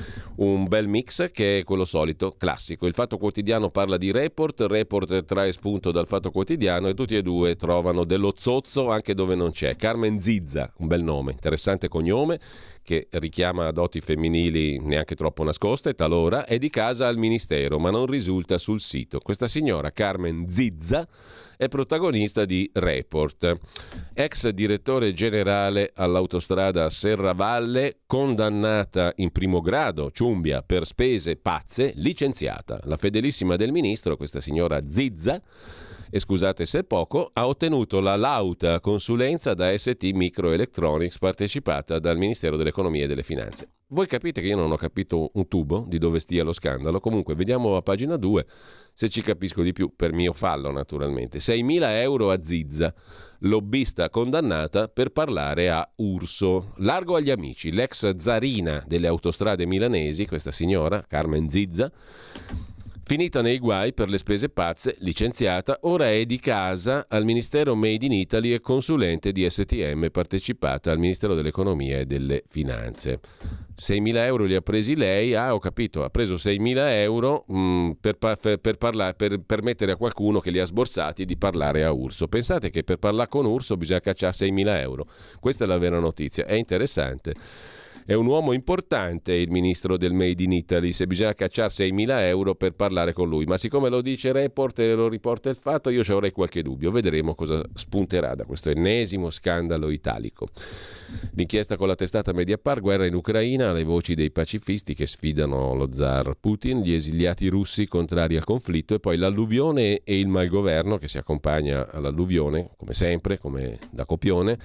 un bel mix che è quello solito, classico. Il Fatto Quotidiano parla di Report trae spunto dal Fatto Quotidiano e tutti e due trovano dello zozzo anche dove non c'è. Carmen Zizza, un bel nome, interessante cognome, che richiama doti femminili neanche troppo nascoste talora, è di casa al ministero, ma non risulta sul sito. Questa signora, Carmen Zizza, è protagonista di Report. Ex direttore generale all'autostrada Serravalle, condannata in primo grado, Ciumbia, per spese pazze, licenziata. La fedelissima del ministro, questa signora Zizza, e scusate se è poco, ha ottenuto la lauta consulenza da ST Microelectronics partecipata dal Ministero dell'Economia e delle Finanze. Voi capite che io non ho capito un tubo di dove stia lo scandalo. Comunque vediamo a pagina 2 se ci capisco di più, per mio fallo naturalmente. 6.000 euro a Zizza, lobbista condannata per parlare a Urso. Largo agli amici, l'ex zarina delle autostrade milanesi, questa signora Carmen Zizza, finita nei guai per le spese pazze, licenziata, ora è di casa al Ministero Made in Italy e consulente di STM partecipata al Ministero dell'Economia e delle Finanze. 6.000 euro li ha presi lei, ho capito, ha preso 6.000 euro per permettere a qualcuno che li ha sborsati di parlare a Urso. Pensate che per parlare con Urso bisogna cacciare 6.000 euro. Questa è la vera notizia, è interessante. È un uomo importante il ministro del Made in Italy, se bisogna cacciare 6.000 euro per parlare con lui. Ma siccome lo dice Report e lo riporta il Fatto, io ci avrei qualche dubbio. Vedremo cosa spunterà da questo ennesimo scandalo italico. L'inchiesta con la testata Mediapart, guerra in Ucraina, le voci dei pacifisti che sfidano lo zar Putin, gli esiliati russi contrari al conflitto e poi l'alluvione e il malgoverno che si accompagna all'alluvione, come sempre, come da copione,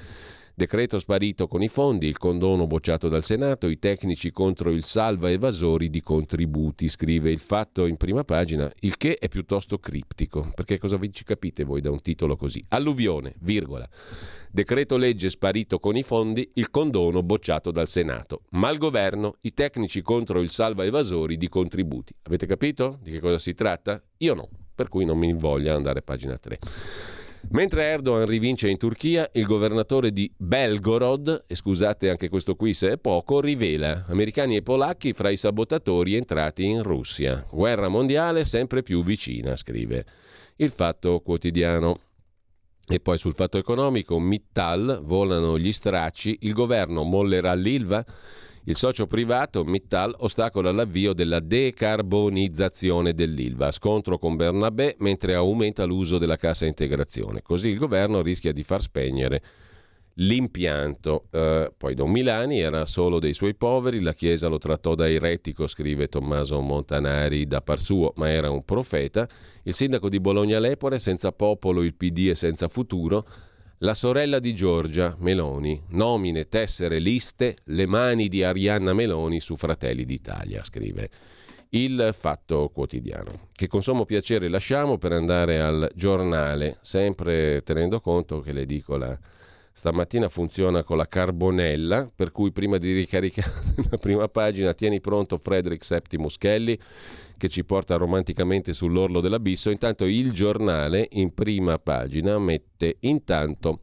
Decreto sparito con i fondi, il condono bocciato dal Senato, i tecnici contro il salva evasori di contributi, scrive Il Fatto in prima pagina, il che è piuttosto criptico, perché cosa vi ci capite voi da un titolo così? Alluvione, virgola. Decreto legge sparito con i fondi, il condono bocciato dal Senato. Malgoverno, i tecnici contro il salva evasori di contributi. Avete capito di che cosa si tratta? Io no, per cui non mi invoglia andare a pagina 3. Mentre Erdogan rivince in Turchia, il governatore di Belgorod, e scusate anche questo qui se è poco, rivela americani e polacchi fra i sabotatori entrati in Russia. Guerra mondiale sempre più vicina, scrive Il Fatto Quotidiano. E poi sul Fatto Economico, Mittal, volano gli stracci, il governo mollerà l'Ilva, il socio privato Mittal ostacola l'avvio della decarbonizzazione dell'Ilva, scontro con Bernabé mentre aumenta l'uso della cassa integrazione, così il governo rischia di far spegnere l'impianto. Poi Don Milani era solo dei suoi poveri, la Chiesa lo trattò da eretico, scrive Tommaso Montanari da par suo, ma era un profeta. Il sindaco di Bologna Lepore, senza popolo il PD è senza futuro. La sorella di Giorgia Meloni, nomine, tessere, liste, le mani di Arianna Meloni su Fratelli d'Italia, scrive Il Fatto Quotidiano, che con sommo piacere lasciamo per andare al Giornale, sempre tenendo conto che l'edicola stamattina funziona con la carbonella, per cui prima di ricaricare la prima pagina tieni pronto Frederick Septimus Kelly che ci porta romanticamente sull'orlo dell'abisso. Intanto il Giornale in prima pagina mette intanto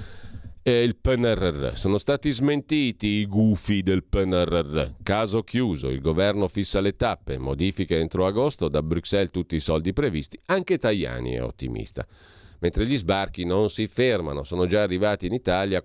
il PNRR. Sono stati smentiti i gufi del PNRR. Caso chiuso, il governo fissa le tappe, modifiche entro agosto, da Bruxelles tutti i soldi previsti, anche Tajani è ottimista. Mentre gli sbarchi non si fermano, sono già arrivati in Italia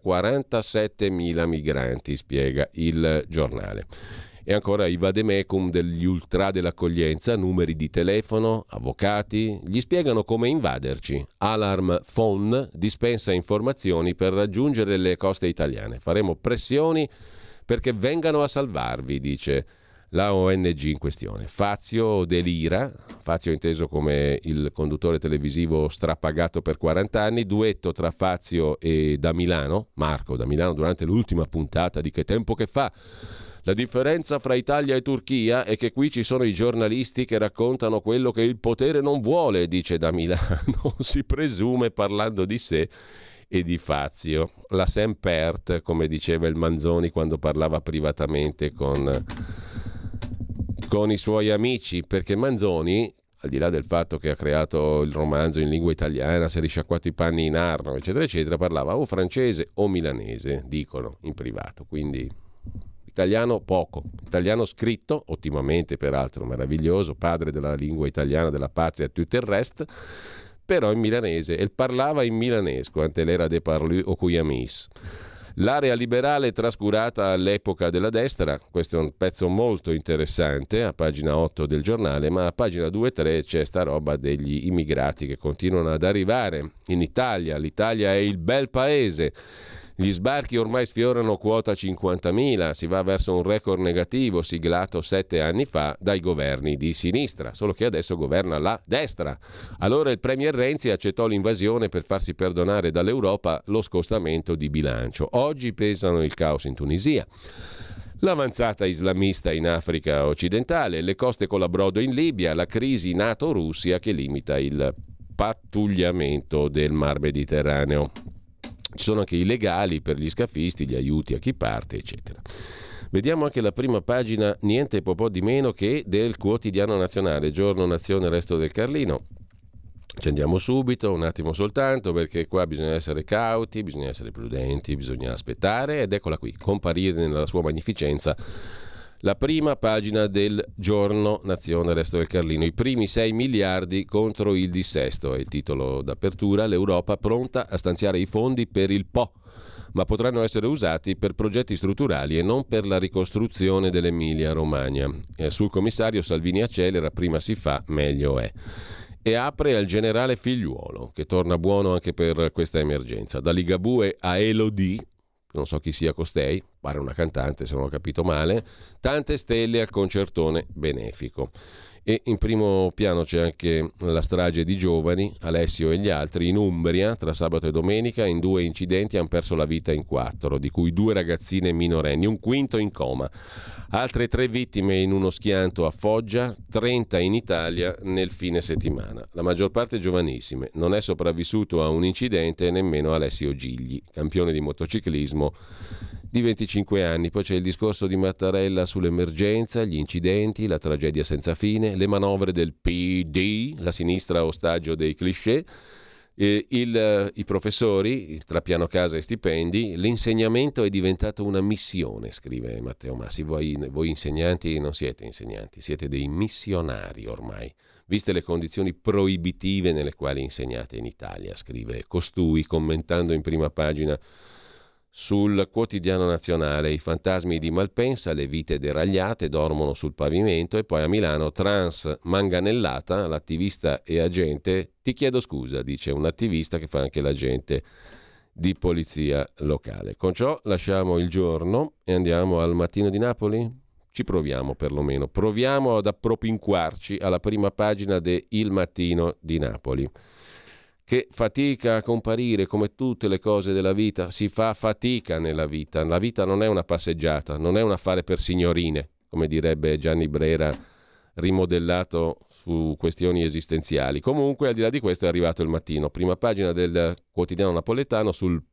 47.000 migranti, spiega il Giornale. E ancora i vademecum degli ultra dell'accoglienza, numeri di telefono, avvocati, gli spiegano come invaderci. Alarm Phone dispensa informazioni per raggiungere le coste italiane. Faremo pressioni perché vengano a salvarvi, dice la ONG in questione. Fazio delira, Fazio inteso come il conduttore televisivo strapagato per 40 anni, duetto tra Fazio e Da Milano, Marco Da Milano durante l'ultima puntata di Che tempo che fa. La differenza fra Italia e Turchia è che qui ci sono i giornalisti che raccontano quello che il potere non vuole, dice Da Milano, si presume parlando di sé e di Fazio. La Sempert, come diceva il Manzoni quando parlava privatamente con i suoi amici, perché Manzoni, al di là del fatto che ha creato il romanzo in lingua italiana, si è risciacquato i panni in Arno, eccetera, eccetera, parlava o francese o milanese, dicono in privato, quindi italiano poco, italiano scritto, ottimamente peraltro, meraviglioso, padre della lingua italiana, della patria, tutto il resto, però in milanese, e parlava in milanesco, ante l'era de parlu o cui amis. L'area liberale trascurata all'epoca della destra, questo è un pezzo molto interessante, a pagina 8 del Giornale, ma a pagina 2 e 3 c'è sta roba degli immigrati che continuano ad arrivare in Italia. L'Italia è il bel paese. Gli sbarchi ormai sfiorano quota 50.000, si va verso un record negativo siglato 7 anni fa dai governi di sinistra, solo che adesso governa la destra. Allora il premier Renzi accettò l'invasione per farsi perdonare dall'Europa lo scostamento di bilancio. Oggi pesano il caos in Tunisia, l'avanzata islamista in Africa occidentale, le coste con l'abrodo in Libia, la crisi NATO-Russia che limita il pattugliamento del Mar Mediterraneo. Ci sono anche i legali per gli scafisti, gli aiuti a chi parte, eccetera. Vediamo anche la prima pagina, niente po' di meno che del Quotidiano Nazionale, Giorno, Nazione, Resto del Carlino. Ci andiamo subito, un attimo soltanto, perché qua bisogna essere cauti, bisogna essere prudenti, bisogna aspettare, ed eccola qui, comparire nella sua magnificenza la prima pagina del Giorno, Nazione, Resto del Carlino. I primi 6 miliardi contro il dissesto è il titolo d'apertura. L'Europa pronta a stanziare i fondi per il Po, ma potranno essere usati per progetti strutturali e non per la ricostruzione dell'Emilia-Romagna. Sul commissario Salvini accelera, prima si fa, meglio è. E apre al generale Figliuolo, che torna buono anche per questa emergenza. Da Ligabue a Elodie, non so chi sia costei, pare una cantante se non ho capito male, tante stelle al concertone benefico. E in primo piano c'è anche la strage di giovani, Alessio e gli altri, in Umbria, tra sabato e domenica, in 2 incidenti hanno perso la vita in 4, di cui 2 ragazzine minorenni, un quinto in coma. Altre 3 vittime in uno schianto a Foggia, 30 in Italia nel fine settimana. La maggior parte giovanissime. Non è sopravvissuto a un incidente nemmeno Alessio Gigli, campione di motociclismo di 25 anni. Poi c'è il discorso di Mattarella sull'emergenza, gli incidenti, la tragedia senza fine, le manovre del PD, la sinistra ostaggio dei cliché, i professori, tra piano casa e stipendi. L'insegnamento è diventato una missione, scrive Matteo Massi. Voi insegnanti non siete insegnanti, siete dei missionari ormai, viste le condizioni proibitive nelle quali insegnate in Italia, scrive costui commentando in prima pagina sul Quotidiano Nazionale. I fantasmi di Malpensa, le vite deragliate, dormono sul pavimento. E poi a Milano, trans manganellata, l'attivista e agente. Ti chiedo scusa, dice un attivista che fa anche l'agente di polizia locale. Con ciò lasciamo Il Giorno e andiamo al Mattino di Napoli. Ci proviamo perlomeno, proviamo ad appropinquarci alla prima pagina de Il Mattino di Napoli, che fatica a comparire. Come tutte le cose della vita, si fa fatica nella vita. La vita non è una passeggiata, non è un affare per signorine, come direbbe Gianni Brera, rimodellato su questioni esistenziali. Comunque, al di là di questo, è arrivato Il Mattino, prima pagina del quotidiano napoletano, sul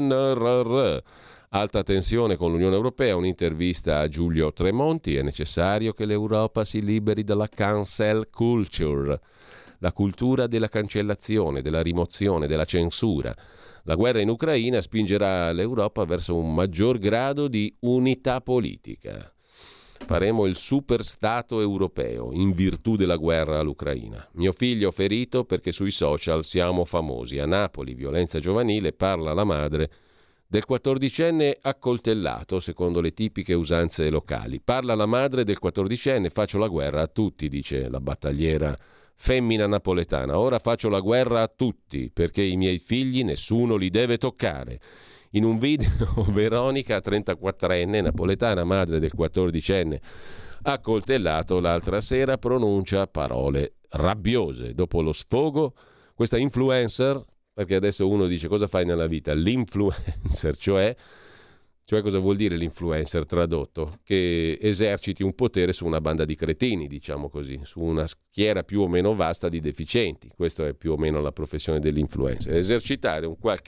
PNRR. Alta tensione con l'Unione Europea, un'intervista a Giulio Tremonti. È necessario che l'Europa si liberi dalla cancel culture, la cultura della cancellazione, della rimozione, della censura. La guerra in Ucraina spingerà l'Europa verso un maggior grado di unità politica. Faremo il superstato europeo in virtù della guerra all'Ucraina. Mio figlio ferito perché sui social siamo famosi. A Napoli, violenza giovanile, parla la madre del 14enne accoltellato secondo le tipiche usanze locali. Parla la madre del 14enne, faccio la guerra a tutti, dice la battagliera femmina napoletana. Ora faccio la guerra a tutti perché i miei figli nessuno li deve toccare. In un video Veronica, 34enne napoletana, madre del 14enne accoltellato l'altra sera, pronuncia parole rabbiose. Dopo lo sfogo, questa influencer, perché adesso uno dice cosa fai nella vita? L'influencer, cioè cosa vuol dire l'influencer tradotto? Che eserciti un potere su una banda di cretini, diciamo così, su una schiera più o meno vasta di deficienti. Questa è più o meno la professione dell'influencer, esercitare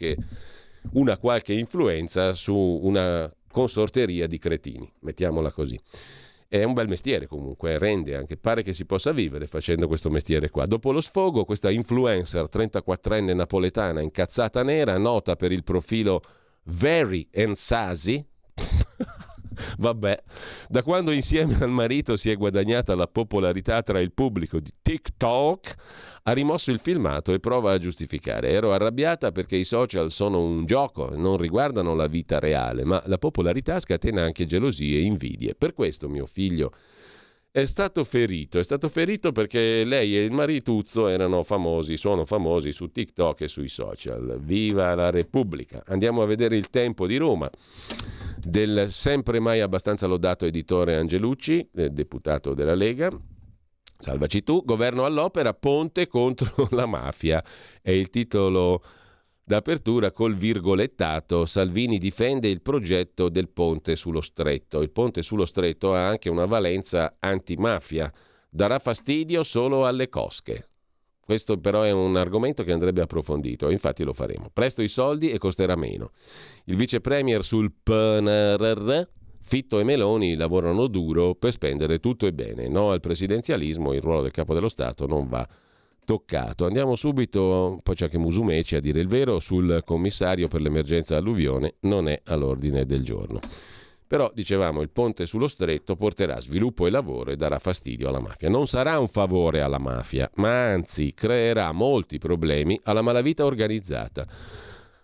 una qualche influenza su una consorteria di cretini, mettiamola così. È un bel mestiere comunque, rende anche, pare che si possa vivere facendo questo mestiere qua. Dopo lo sfogo, questa influencer 34enne napoletana incazzata nera, nota per il profilo Very and Sassy, vabbè, da quando insieme al marito si è guadagnata la popolarità tra il pubblico di TikTok, ha rimosso il filmato e prova a giustificare. Ero arrabbiata perché i social sono un gioco, non riguardano la vita reale, ma la popolarità scatena anche gelosie e invidie. Per questo mio figlio è stato ferito perché lei e il marituzzo sono famosi su TikTok e sui social. Viva la Repubblica! Andiamo a vedere Il Tempo di Roma, del sempre mai abbastanza lodato editore Angelucci, deputato della Lega. Salvaci tu, governo all'opera, ponte contro la mafia. È il titolo d'apertura col virgolettato: Salvini difende il progetto del ponte sullo Stretto. Il ponte sullo Stretto ha anche una valenza antimafia, darà fastidio solo alle cosche. Questo però è un argomento che andrebbe approfondito, e infatti lo faremo. Presto i soldi e costerà meno. Il vice premier sul PNRR: Fitto e Meloni lavorano duro per spendere tutto e bene. No al presidenzialismo, il ruolo del capo dello Stato non va toccato. Andiamo subito, poi c'è anche Musumeci a dire il vero, sul commissario per l'emergenza alluvione, non è all'ordine del giorno. Però, dicevamo, il ponte sullo Stretto porterà sviluppo e lavoro e darà fastidio alla mafia. Non sarà un favore alla mafia, ma anzi creerà molti problemi alla malavita organizzata.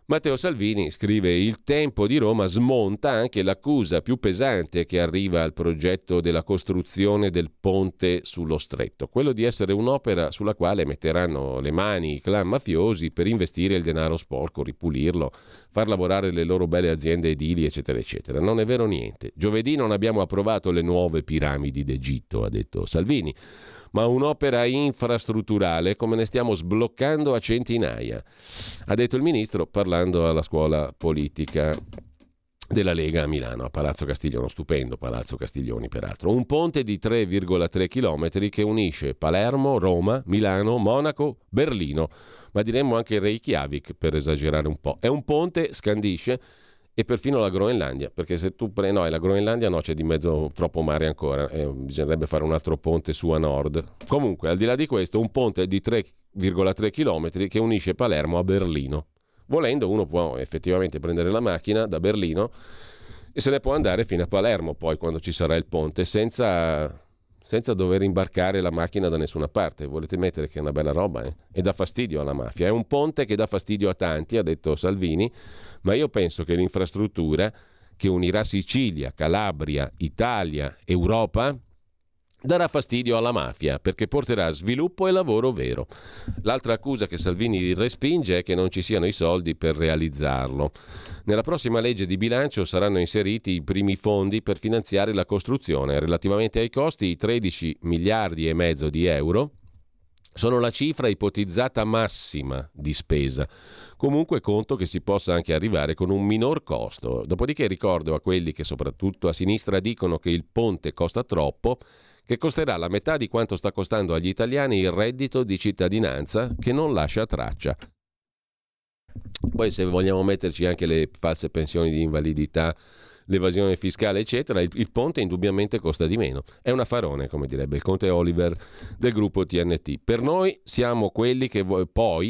Matteo Salvini, scrive Il Tempo di Roma, smonta anche l'accusa più pesante che arriva al progetto della costruzione del ponte sullo Stretto, quello di essere un'opera sulla quale metteranno le mani i clan mafiosi per investire il denaro sporco, ripulirlo, far lavorare le loro belle aziende edili, eccetera, eccetera. Non è vero niente. Giovedì non abbiamo approvato le nuove piramidi d'Egitto, ha detto Salvini, ma un'opera infrastrutturale come ne stiamo sbloccando a centinaia, ha detto il ministro parlando alla scuola politica della Lega a Milano, a Palazzo Castiglione, stupendo Palazzo Castiglioni peraltro. Un ponte di 3,3 km che unisce Palermo, Roma, Milano, Monaco, Berlino, ma diremmo anche Reykjavik per esagerare un po'. È un ponte, scandisce, e perfino la Groenlandia, perché se tu prendi... No, la Groenlandia no, c'è di mezzo troppo mare ancora, bisognerebbe fare un altro ponte su a nord. Comunque, al di là di questo, un ponte di 3,3 km che unisce Palermo a Berlino. Volendo, uno può effettivamente prendere la macchina da Berlino e se ne può andare fino a Palermo, poi quando ci sarà il ponte, senza dover imbarcare la macchina da nessuna parte. Volete mettere che è una bella roba, E dà fastidio alla mafia. È un ponte che dà fastidio a tanti, ha detto Salvini, ma io penso che l'infrastruttura che unirà Sicilia, Calabria, Italia, Europa darà fastidio alla mafia perché porterà sviluppo e lavoro vero. L'altra accusa che Salvini respinge è che non ci siano i soldi per realizzarlo. Nella prossima legge di bilancio saranno inseriti i primi fondi per finanziare la costruzione. Relativamente ai costi, i 13 miliardi e mezzo di euro sono la cifra ipotizzata massima di spesa. Comunque conto che si possa anche arrivare con un minor costo. Dopodiché ricordo a quelli che soprattutto a sinistra dicono che il ponte costa troppo, che costerà la metà di quanto sta costando agli italiani il reddito di cittadinanza che non lascia traccia. Poi se vogliamo metterci anche le false pensioni di invalidità, l'evasione fiscale eccetera, il ponte indubbiamente costa di meno. È un affarone, come direbbe il conte Oliver del gruppo TNT. Per noi siamo quelli che poi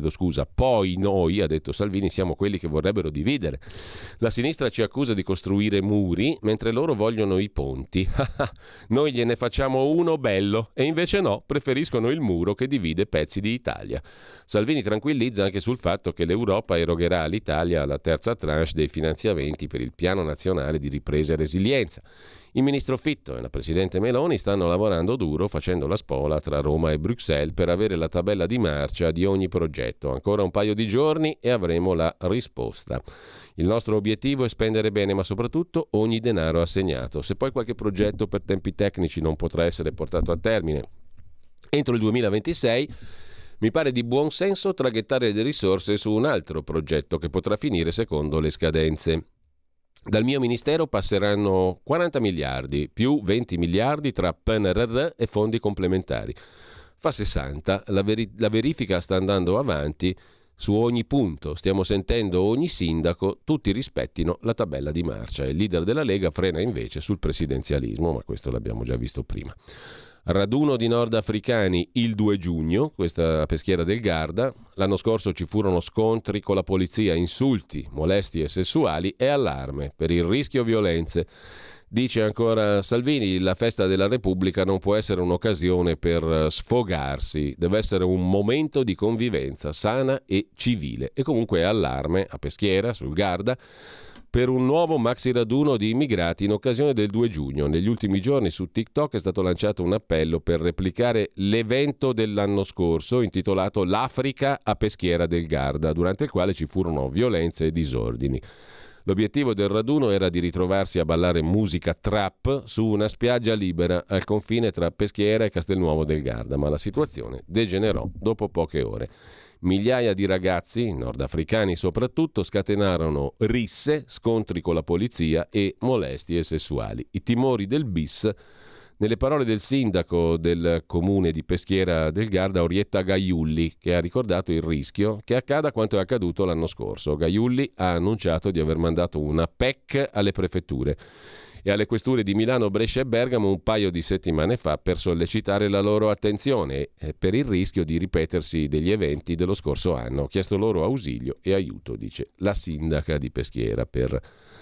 noi, ha detto Salvini, siamo quelli che vorrebbero dividere. La sinistra ci accusa di costruire muri mentre loro vogliono i ponti. Noi gliene facciamo uno bello e invece no, preferiscono il muro che divide pezzi di Italia. Salvini tranquillizza anche sul fatto che l'Europa erogherà all'Italia la terza tranche dei finanziamenti per il piano nazionale di ripresa e resilienza. Il ministro Fitto e la presidente Meloni stanno lavorando duro facendo la spola tra Roma e Bruxelles per avere la tabella di marcia di ogni progetto. Ancora un paio di giorni e avremo la risposta. Il nostro obiettivo è spendere bene, ma soprattutto ogni denaro assegnato. Se poi qualche progetto per tempi tecnici non potrà essere portato a termine entro il 2026, mi pare di buon senso traghettare le risorse su un altro progetto che potrà finire secondo le scadenze. Dal mio ministero passeranno 40 miliardi più 20 miliardi tra PNRR e fondi complementari. Fa 60, la verifica sta andando avanti su ogni punto. Stiamo sentendo ogni sindaco, tutti rispettino la tabella di marcia. Il leader della Lega frena invece sul presidenzialismo, ma questo l'abbiamo già visto prima. Raduno di nordafricani il 2 giugno, questa Peschiera del Garda. L'anno scorso ci furono scontri con la polizia, insulti, molestie sessuali e allarme per il rischio violenze. Dice ancora Salvini, la festa della Repubblica non può essere un'occasione per sfogarsi, deve essere un momento di convivenza sana e civile. E comunque allarme a Peschiera, sul Garda, per un nuovo maxi raduno di immigrati in occasione del 2 giugno. Negli ultimi giorni su TikTok è stato lanciato un appello per replicare l'evento dell'anno scorso intitolato L'Africa a Peschiera del Garda, durante il quale ci furono violenze e disordini. L'obiettivo del raduno era di ritrovarsi a ballare musica trap su una spiaggia libera al confine tra Peschiera e Castelnuovo del Garda, ma la situazione degenerò dopo poche ore. Migliaia di ragazzi, nordafricani soprattutto, scatenarono risse, scontri con la polizia e molestie sessuali. I timori del bis, nelle parole del sindaco del comune di Peschiera del Garda, Orietta Gaiulli, che ha ricordato il rischio che accada quanto è accaduto l'anno scorso. Gaiulli ha annunciato di aver mandato una PEC alle prefetture e alle questure di Milano, Brescia e Bergamo un paio di settimane fa per sollecitare la loro attenzione per il rischio di ripetersi degli eventi dello scorso anno. Ho chiesto loro ausilio e aiuto, dice la sindaca di Peschiera, per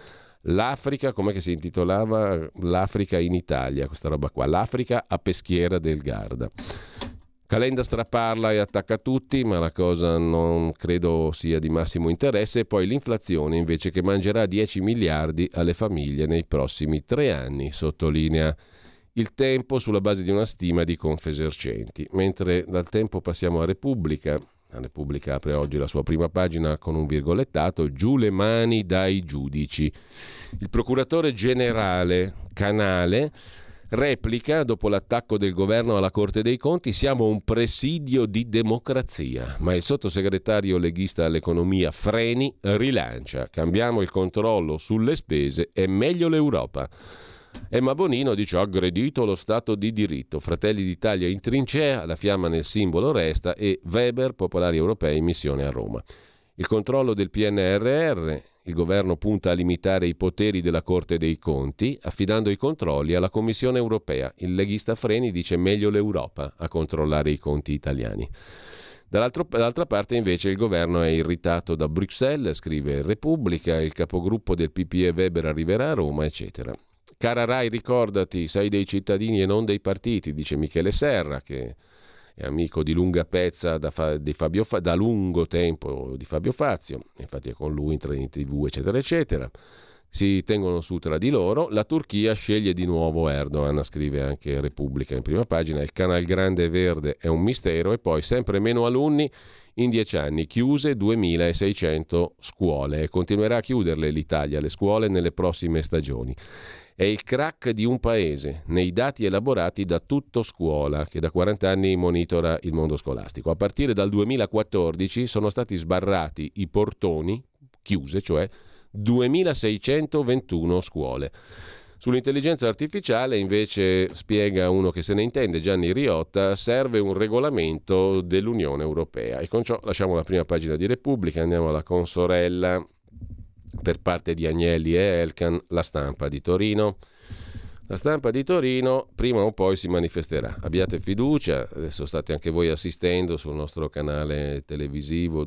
l'Africa, com'è che si intitolava? L'Africa in Italia, questa roba qua, l'Africa a Peschiera del Garda. Calenda strapparla e attacca tutti, ma la cosa non credo sia di massimo interesse. E poi l'inflazione invece, che mangerà 10 miliardi alle famiglie nei prossimi 3 anni, sottolinea Il Tempo sulla base di una stima di Confesercenti. Mentre dal Tempo passiamo a Repubblica. La Repubblica apre oggi la sua prima pagina con un virgolettato: giù le mani dai giudici. Il procuratore generale Canale replica dopo l'attacco del governo alla Corte dei Conti: siamo un presidio di democrazia. Ma il sottosegretario leghista all'economia Freni rilancia: cambiamo il controllo sulle spese, è meglio l'Europa. Emma Bonino dice: aggredito lo Stato di diritto. Fratelli d'Italia in trincea, la fiamma nel simbolo resta, e Weber, Popolari Europei, missione a Roma. Il controllo del PNRR. Il governo punta a limitare i poteri della Corte dei Conti, affidando i controlli alla Commissione europea. Il leghista Freni dice: meglio l'Europa a controllare i conti italiani. Dall'altra parte invece il governo è irritato da Bruxelles, scrive Repubblica, il capogruppo del PPE Weber arriverà a Roma, eccetera. Cara Rai, ricordati, sei dei cittadini e non dei partiti, dice Michele Serra, che è amico di lunga pezza da lungo tempo di Fabio Fazio, infatti è con lui in Treni TV, eccetera, eccetera. Si tengono su tra di loro. La Turchia sceglie di nuovo Erdogan, scrive anche Repubblica in prima pagina. Il Canal Grande Verde è un mistero. E poi sempre meno alunni in 10 anni, chiuse 2600 scuole, e continuerà a chiuderle l'Italia, le scuole, nelle prossime stagioni. È il crack di un paese nei dati elaborati da Tutto Scuola, che da 40 anni monitora il mondo scolastico. A partire dal 2014 sono stati sbarrati i portoni, chiuse, cioè 2621 scuole. Sull'intelligenza artificiale invece spiega uno che se ne intende, Gianni Riotta: serve un regolamento dell'Unione Europea. E con ciò lasciamo la prima pagina di Repubblica, andiamo alla consorella per parte di Agnelli e Elkann, La Stampa di Torino. La Stampa di Torino prima o poi si manifesterà, abbiate fiducia. Adesso state anche voi assistendo sul nostro canale televisivo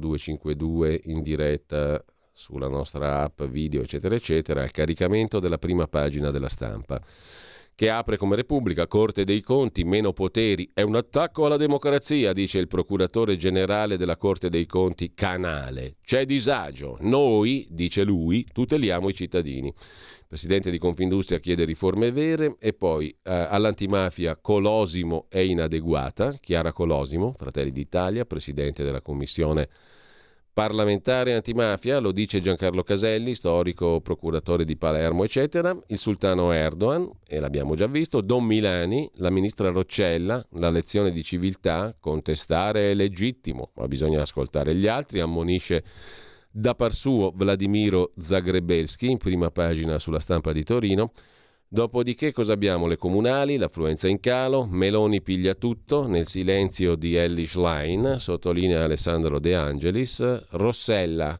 252 in diretta sulla nostra app, video, eccetera, eccetera, al caricamento della prima pagina della Stampa, che apre come Repubblica: Corte dei Conti, meno poteri, è un attacco alla democrazia, dice il procuratore generale della Corte dei Conti Canale. C'è disagio, noi, dice lui, tuteliamo i cittadini. Il presidente di Confindustria chiede riforme vere. E poi all'antimafia Colosimo è inadeguata. Chiara Colosimo, Fratelli d'Italia, presidente della commissione parlamentare antimafia, lo dice Giancarlo Caselli, storico procuratore di Palermo, eccetera. Il sultano Erdogan, e l'abbiamo già visto, Don Milani, la ministra Roccella, la lezione di civiltà: contestare è legittimo, ma bisogna ascoltare gli altri, ammonisce da par suo Vladimiro Zagrebelski in prima pagina sulla Stampa di Torino. Dopodiché cosa abbiamo? Le comunali, l'affluenza in calo, Meloni piglia tutto nel silenzio di Elly Schlein, sottolinea Alessandro De Angelis. Rossella,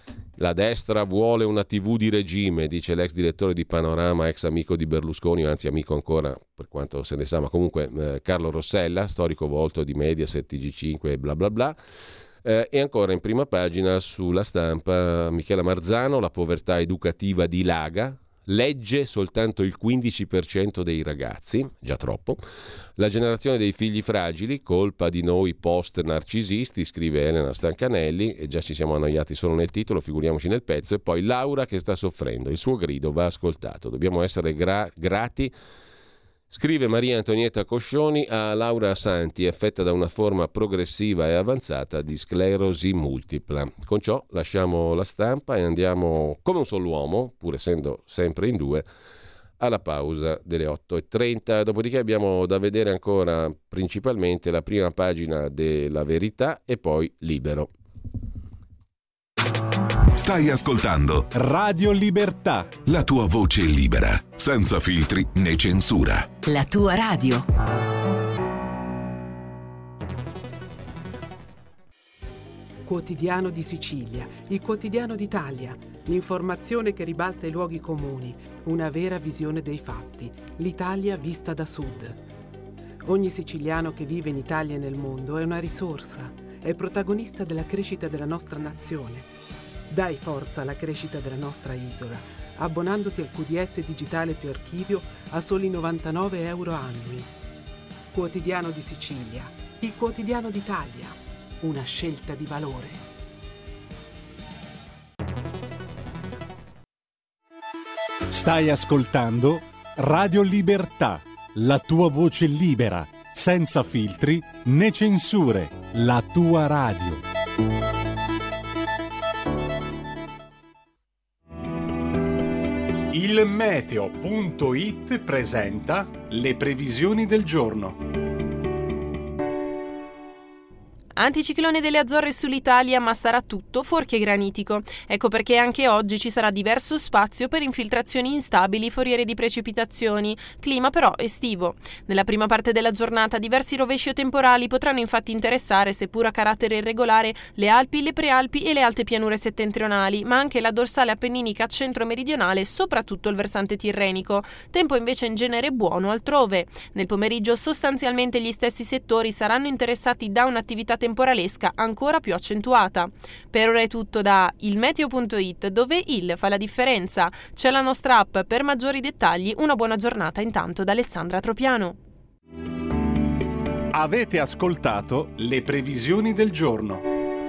la destra vuole una TV di regime, dice l'ex direttore di Panorama, ex amico di Berlusconi, anzi amico ancora per quanto se ne sa, ma comunque Carlo Rossella, storico volto di Mediaset, TG5 e bla bla bla. E ancora in prima pagina sulla Stampa Michela Marzano, la povertà educativa dilaga. Legge soltanto il 15% dei ragazzi, già troppo. La generazione dei figli fragili, colpa di noi post-narcisisti, scrive Elena Stancanelli, e già ci siamo annoiati solo nel titolo, figuriamoci nel pezzo. E poi Laura che sta soffrendo, il suo grido va ascoltato, dobbiamo essere grati, scrive Maria Antonietta Coscioni, a Laura Santi, affetta da una forma progressiva e avanzata di sclerosi multipla. Con ciò lasciamo la Stampa e andiamo come un solo uomo, pur essendo sempre in due, alla pausa delle 8:30. Dopodiché abbiamo da vedere ancora principalmente la prima pagina della Verità e poi Libero. Stai ascoltando Radio Libertà, la tua voce libera, senza filtri né censura. La tua radio. Quotidiano di Sicilia, il quotidiano d'Italia, l'informazione che ribalta i luoghi comuni, una vera visione dei fatti, l'Italia vista da sud. Ogni siciliano che vive in Italia e nel mondo è una risorsa, è protagonista della crescita della nostra nazione. Dai forza alla crescita della nostra isola, abbonandoti al QDS digitale più archivio a soli 99 euro annui. Quotidiano di Sicilia, Il Quotidiano d'Italia, una scelta di valore. Stai ascoltando Radio Libertà, la tua voce libera, senza filtri né censure, la tua radio. Il meteo.it presenta le previsioni del giorno. Anticiclone delle Azzorre sull'Italia, ma sarà tutto fuorché granitico. Ecco perché anche oggi ci sarà diverso spazio per infiltrazioni instabili foriere di precipitazioni. Clima però estivo. Nella prima parte della giornata diversi rovesci o temporali potranno infatti interessare, seppur a carattere irregolare, le Alpi, le Prealpi e le alte pianure settentrionali, ma anche la dorsale appenninica centro-meridionale, soprattutto il versante tirrenico. Tempo invece in genere buono altrove. Nel pomeriggio sostanzialmente gli stessi settori saranno interessati da un'attività temporalesca ancora più accentuata. Per ora è tutto da ilmeteo.it, dove il fa la differenza. C'è la nostra app per maggiori dettagli. Una buona giornata intanto da Alessandra Tropiano. Avete ascoltato le previsioni del giorno.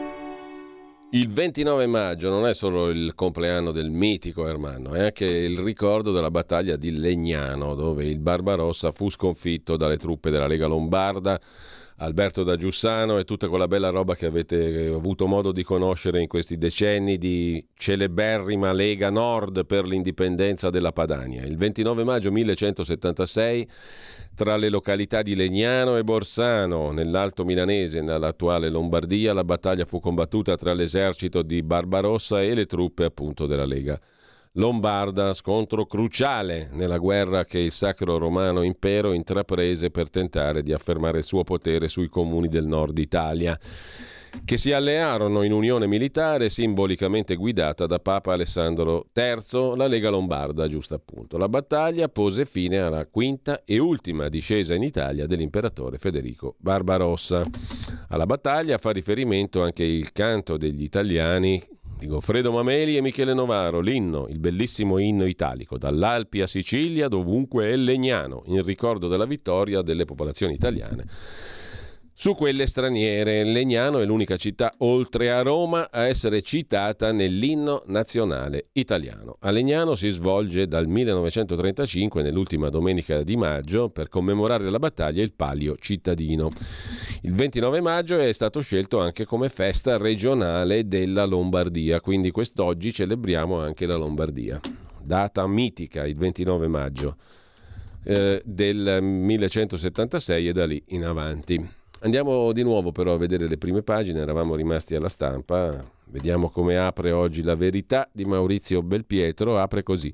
Il 29 maggio non è solo il compleanno del mitico Ermanno, è anche il ricordo della battaglia di Legnano, dove il Barbarossa fu sconfitto dalle truppe della Lega Lombarda. Alberto da Giussano e tutta quella bella roba che avete avuto modo di conoscere in questi decenni di celeberrima Lega Nord per l'indipendenza della Padania. Il 29 maggio 1176, tra le località di Legnano e Borsano, nell'Alto Milanese, nell'attuale Lombardia, la battaglia fu combattuta tra l'esercito di Barbarossa e le truppe appunto della Lega Lombarda, scontro cruciale nella guerra che il Sacro Romano Impero intraprese per tentare di affermare il suo potere sui comuni del nord Italia, che si allearono in unione militare simbolicamente guidata da Papa Alessandro III, la Lega Lombarda, giusto appunto. La battaglia pose fine alla quinta e ultima discesa in Italia dell'imperatore Federico Barbarossa. Alla battaglia fa riferimento anche il canto degli italiani di Goffredo Mameli e Michele Novaro, l'inno, il bellissimo inno italico, dall'Alpi a Sicilia, dovunque è Legnano, in ricordo della vittoria delle popolazioni italiane su quelle straniere. Legnano è l'unica città oltre a Roma a essere citata nell'inno nazionale italiano. A Legnano si svolge dal 1935, nell'ultima domenica di maggio, per commemorare la battaglia, il Palio cittadino. Il 29 maggio è stato scelto anche come festa regionale della Lombardia, quindi quest'oggi celebriamo anche la Lombardia. Data mitica, il 29 maggio del 1176 e da lì in avanti. Andiamo di nuovo però a vedere le prime pagine, eravamo rimasti alla Stampa, vediamo come apre oggi La Verità di Maurizio Belpietro, apre così: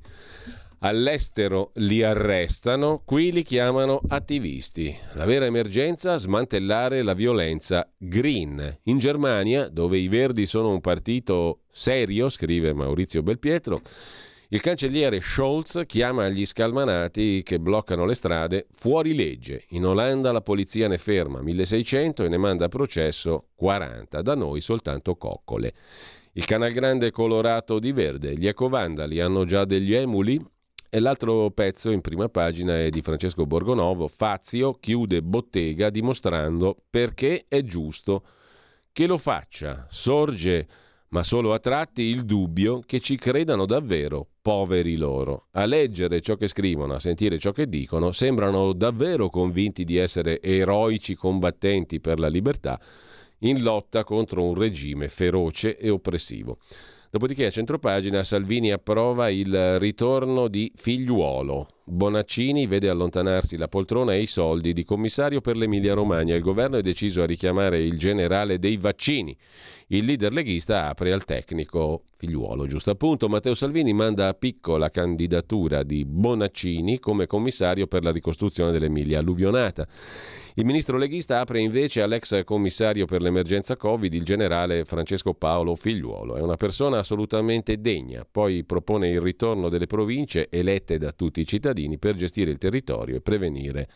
all'estero li arrestano, qui li chiamano attivisti. La vera emergenza, smantellare la violenza green. In Germania, dove i Verdi sono un partito serio, scrive Maurizio Belpietro, il cancelliere Scholz chiama gli scalmanati che bloccano le strade fuori legge. In Olanda la polizia ne ferma 1600 e ne manda a processo 40. Da noi soltanto coccole. Il Canal Grande colorato di verde. Gli ecovandali hanno già degli emuli? E l'altro pezzo in prima pagina è di Francesco Borgonovo. Fazio chiude bottega dimostrando perché è giusto che lo faccia. Sorge, ma solo a tratti, il dubbio che ci credano davvero, poveri loro. A leggere ciò che scrivono, a sentire ciò che dicono, sembrano davvero convinti di essere eroici combattenti per la libertà in lotta contro un regime feroce e oppressivo. Dopodiché a centropagina Salvini approva il ritorno di Figliuolo. Bonaccini vede allontanarsi la poltrona e i soldi di commissario per l'Emilia-Romagna. Il governo è deciso a richiamare il generale dei vaccini. Il leader leghista apre al tecnico Figliuolo, giusto appunto. Matteo Salvini manda a picco la candidatura di Bonaccini come commissario per la ricostruzione dell'Emilia alluvionata. Il ministro leghista apre invece all'ex commissario per l'emergenza Covid, il generale Francesco Paolo Figliuolo. È una persona assolutamente degna. Poi propone il ritorno delle province elette da tutti i cittadini per gestire il territorio e prevenire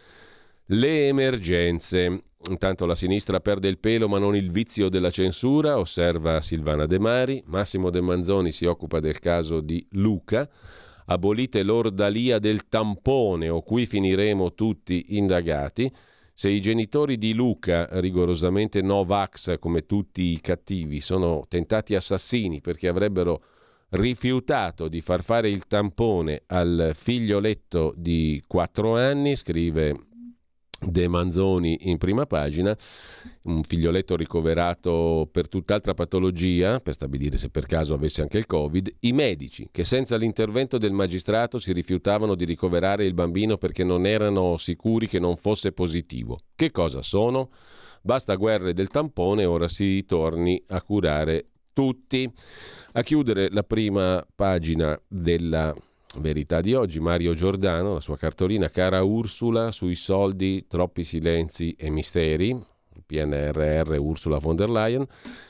le emergenze. Intanto la sinistra perde il pelo ma non il vizio della censura, osserva Silvana De Mari. Massimo De Manzoni si occupa del caso di Luca. Abolite l'ordalia del tampone o qui finiremo tutti indagati. Se i genitori di Luca, rigorosamente no-vax come tutti i cattivi, sono tentati assassini perché avrebbero rifiutato di far fare il tampone al figlioletto di 4 anni, scrive De Manzoni in prima pagina, un figlioletto ricoverato per tutt'altra patologia, per stabilire se per caso avesse anche il Covid, i medici che senza l'intervento del magistrato si rifiutavano di ricoverare il bambino perché non erano sicuri che non fosse positivo. Che cosa sono? Basta guerre del tampone, ora si torni a curare tutti. A chiudere la prima pagina della Verità di oggi, Mario Giordano, la sua cartolina Cara Ursula, sui soldi, troppi silenzi e misteri, il PNRR, Ursula von der Leyen,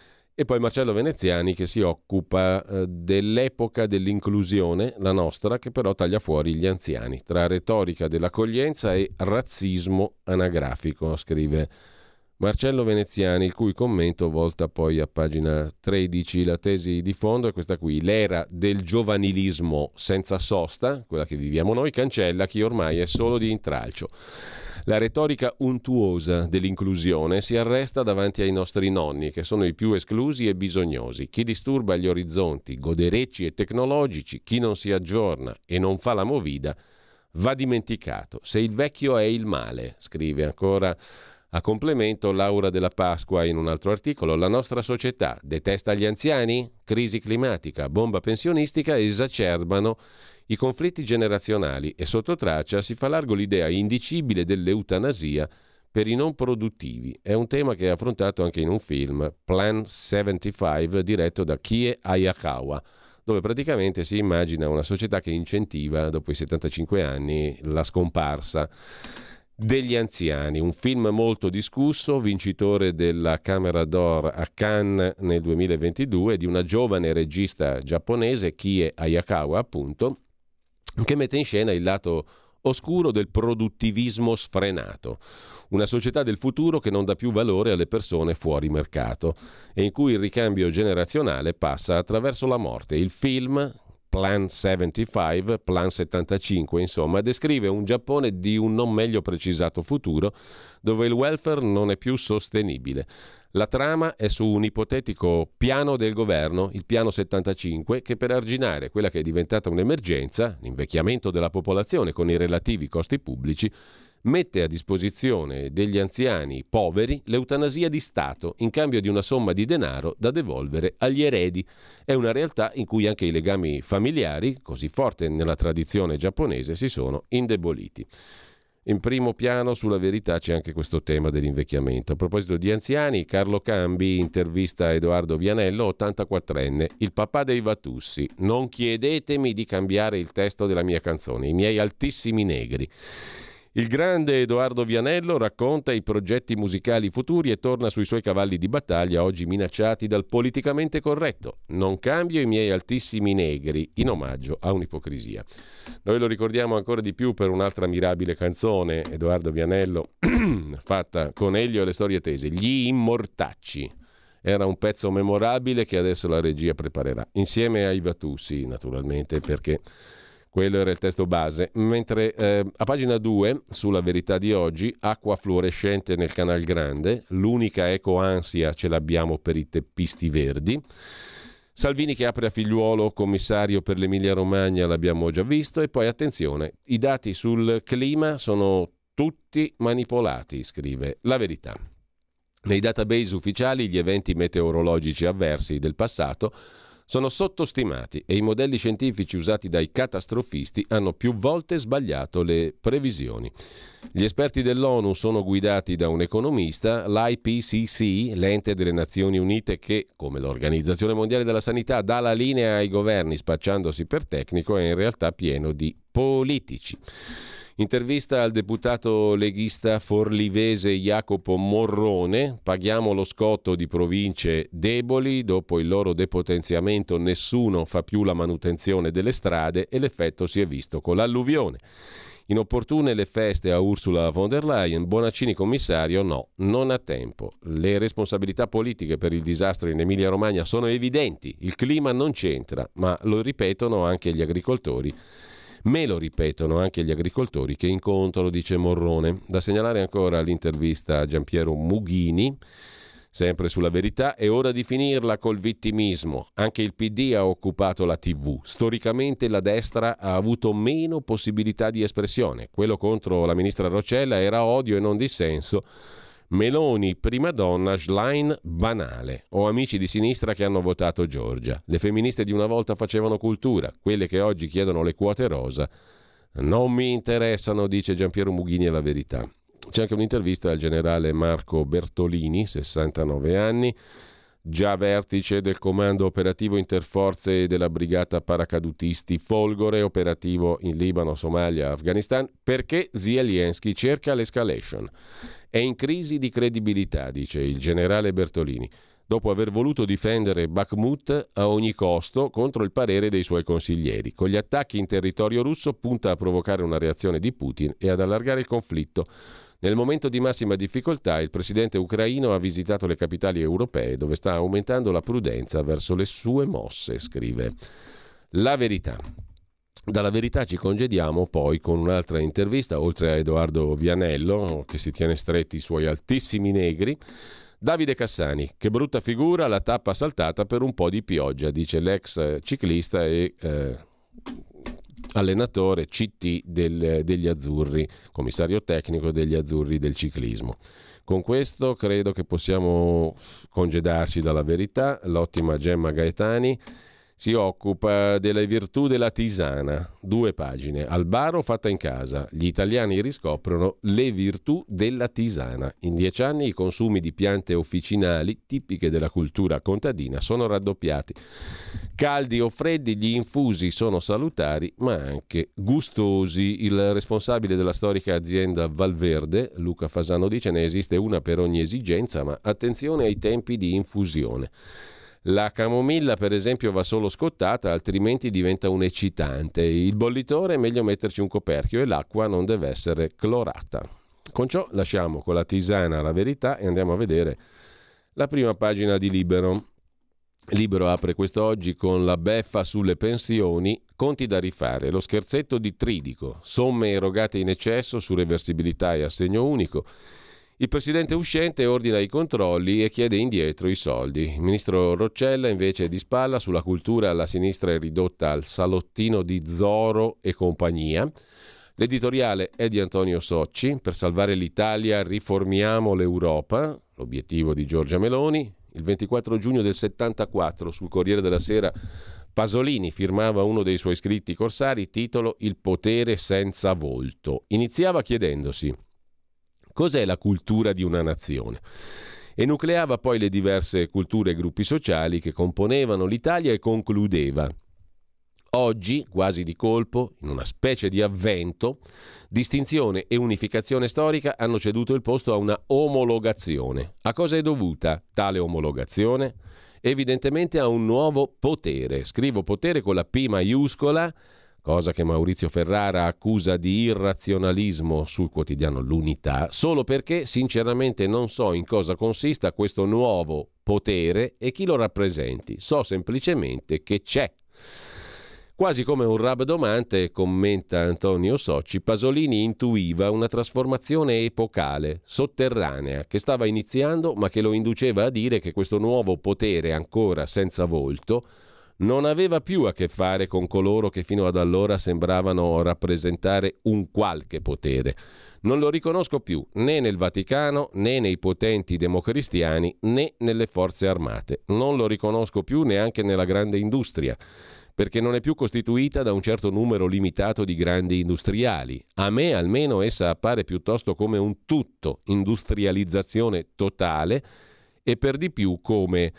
e poi Marcello Veneziani che si occupa dell'epoca dell'inclusione, la nostra, che però taglia fuori gli anziani, tra retorica dell'accoglienza e razzismo anagrafico, scrive Marcello Veneziani, il cui commento volta poi a pagina 13. La tesi di fondo è questa qui: l'era del giovanilismo senza sosta, quella che viviamo noi, cancella chi ormai è solo di intralcio. La retorica untuosa dell'inclusione si arresta davanti ai nostri nonni, che sono i più esclusi e bisognosi. Chi disturba gli orizzonti goderecci e tecnologici, chi non si aggiorna e non fa la movida, va dimenticato. Se il vecchio è il male, scrive ancora a complemento Laura Della Pasqua in un altro articolo. La nostra società detesta gli anziani? Crisi climatica, bomba pensionistica esacerbano i conflitti generazionali e sotto traccia si fa largo l'idea indicibile dell'eutanasia per i non produttivi. È un tema che è affrontato anche in un film, Plan 75, diretto da Kie Hayakawa, dove praticamente si immagina una società che incentiva dopo i 75 anni la scomparsa degli anziani. Un film molto discusso, vincitore della Camera d'Or a Cannes nel 2022, di una giovane regista giapponese, Kie Hayakawa appunto, che mette in scena il lato oscuro del produttivismo sfrenato, una società del futuro che non dà più valore alle persone fuori mercato e in cui il ricambio generazionale passa attraverso la morte. Il film Plan 75, Plan 75, insomma, descrive un Giappone di un non meglio precisato futuro dove il welfare non è più sostenibile. La trama è su un ipotetico piano del governo, il piano 75, che per arginare quella che è diventata un'emergenza, l'invecchiamento della popolazione con i relativi costi pubblici, mette a disposizione degli anziani poveri l'eutanasia di Stato in cambio di una somma di denaro da devolvere agli eredi. È una realtà in cui anche i legami familiari, così forti nella tradizione giapponese, si sono indeboliti. In primo piano sulla Verità c'è anche questo tema dell'invecchiamento. A proposito di anziani, Carlo Cambi intervista Edoardo Vianello, 84enne, il papà dei Vatussi. Non chiedetemi di cambiare il testo della mia canzone, i miei altissimi negri. Il grande Edoardo Vianello racconta i progetti musicali futuri e torna sui suoi cavalli di battaglia, oggi minacciati dal politicamente corretto. Non cambio i miei altissimi negri, in omaggio a un'ipocrisia. Noi lo ricordiamo ancora di più per un'altra mirabile canzone, Edoardo Vianello, fatta con Elio e le storie tese, Gli Immortacci. Era un pezzo memorabile che adesso la regia preparerà, insieme ai Vatussi, naturalmente, perché quello era il testo base. Mentre a pagina 2, sulla Verità di oggi, acqua fluorescente nel Canal Grande, l'unica ecoansia ce l'abbiamo per i teppisti verdi. Salvini che apre a Figliuolo commissario per l'Emilia Romagna, l'abbiamo già visto. E poi attenzione, i dati sul clima sono tutti manipolati, scrive La Verità. Nei database ufficiali gli eventi meteorologici avversi del passato sono sottostimati e i modelli scientifici usati dai catastrofisti hanno più volte sbagliato le previsioni. Gli esperti dell'ONU sono guidati da un economista, l'IPCC, l'ente delle Nazioni Unite che, come l'Organizzazione Mondiale della Sanità, dà la linea ai governi spacciandosi per tecnico, è in realtà pieno di politici. Intervista al deputato leghista forlivese Jacopo Morrone. Paghiamo lo scotto di province deboli, dopo il loro depotenziamento nessuno fa più la manutenzione delle strade e l'effetto si è visto con l'alluvione. Inopportune le feste a Ursula von der Leyen, Bonaccini commissario no, non ha tempo. Le responsabilità politiche per il disastro in Emilia-Romagna sono evidenti, il clima non c'entra, ma lo ripetono anche gli agricoltori Me lo ripetono anche gli agricoltori che incontro, dice Morrone. Da segnalare ancora l'intervista a Giampiero Mughini, sempre sulla Verità. È ora di finirla col vittimismo. Anche il PD ha occupato la TV. Storicamente la destra ha avuto meno possibilità di espressione. Quello contro la ministra Roccella era odio e non dissenso. Meloni, prima donna, Schlein, banale. Ho amici di sinistra che hanno votato Giorgia. Le femministe di una volta facevano cultura. Quelle che oggi chiedono le quote rosa non mi interessano, dice Giampiero Mughini alla Verità. C'è anche un'intervista al generale Marco Bertolini, 69 anni, già vertice del comando operativo interforze della brigata paracadutisti Folgore, operativo in Libano, Somalia, Afghanistan, perché Zelensky cerca l'escalation. È in crisi di credibilità, dice il generale Bertolini, dopo aver voluto difendere Bakhmut a ogni costo contro il parere dei suoi consiglieri. Con gli attacchi in territorio russo punta a provocare una reazione di Putin e ad allargare il conflitto. Nel momento di massima difficoltà il presidente ucraino ha visitato le capitali europee dove sta aumentando la prudenza verso le sue mosse, scrive La Verità. Dalla Verità ci congediamo poi con un'altra intervista, oltre a Edoardo Vianello, che si tiene stretti i suoi altissimi negri, Davide Cassani. Che brutta figura, la tappa saltata per un po' di pioggia, dice l'ex ciclista e allenatore CT degli azzurri, commissario tecnico degli azzurri del ciclismo. Con questo credo che possiamo congedarci dalla Verità. L'ottima Gemma Gaetani si occupa delle virtù della tisana, 2 pagine. Al Baro fatta in casa, gli italiani riscoprono le virtù della tisana. In 10 anni i consumi di piante officinali, tipiche della cultura contadina, sono raddoppiati. Caldi o freddi, gli infusi sono salutari, ma anche gustosi. Il responsabile della storica azienda Valverde, Luca Fasano, dice: ne esiste una per ogni esigenza, ma attenzione ai tempi di infusione. La camomilla, per esempio, va solo scottata, altrimenti diventa un eccitante. Il bollitore è meglio metterci un coperchio e l'acqua non deve essere clorata. Con ciò lasciamo con la tisana La Verità e andiamo a vedere la prima pagina di Libero. Libero apre quest'oggi con la beffa sulle pensioni, conti da rifare, lo scherzetto di Tridico, somme erogate in eccesso su reversibilità e assegno unico. Il presidente uscente ordina i controlli e chiede indietro i soldi. Il ministro Roccella invece è di spalla. Sulla cultura la sinistra è ridotta al salottino di Zoro e compagnia. L'editoriale è di Antonio Socci. Per salvare l'Italia riformiamo l'Europa, l'obiettivo di Giorgia Meloni. Il 24 giugno del 74 sul Corriere della Sera Pasolini firmava uno dei suoi scritti corsari, titolo Il potere senza volto. Iniziava chiedendosi: cos'è la cultura di una nazione? E nucleava poi le diverse culture e gruppi sociali che componevano l'Italia e concludeva: oggi, quasi di colpo, in una specie di avvento, distinzione e unificazione storica hanno ceduto il posto a una omologazione. A cosa è dovuta tale omologazione? Evidentemente a un nuovo potere. Scrivo potere con la P maiuscola, cosa che Maurizio Ferrara accusa di irrazionalismo sul quotidiano L'Unità, solo perché sinceramente non so in cosa consista questo nuovo potere e chi lo rappresenti. So semplicemente che c'è. Quasi come un rabdomante, commenta Antonio Socci, Pasolini intuiva una trasformazione epocale, sotterranea, che stava iniziando ma che lo induceva a dire che questo nuovo potere ancora senza volto non aveva più a che fare con coloro che fino ad allora sembravano rappresentare un qualche potere. Non lo riconosco più né nel Vaticano, né nei potenti democristiani, né nelle forze armate. Non lo riconosco più neanche nella grande industria, perché non è più costituita da un certo numero limitato di grandi industriali. A me almeno essa appare piuttosto come un tutto, industrializzazione totale, e per di più come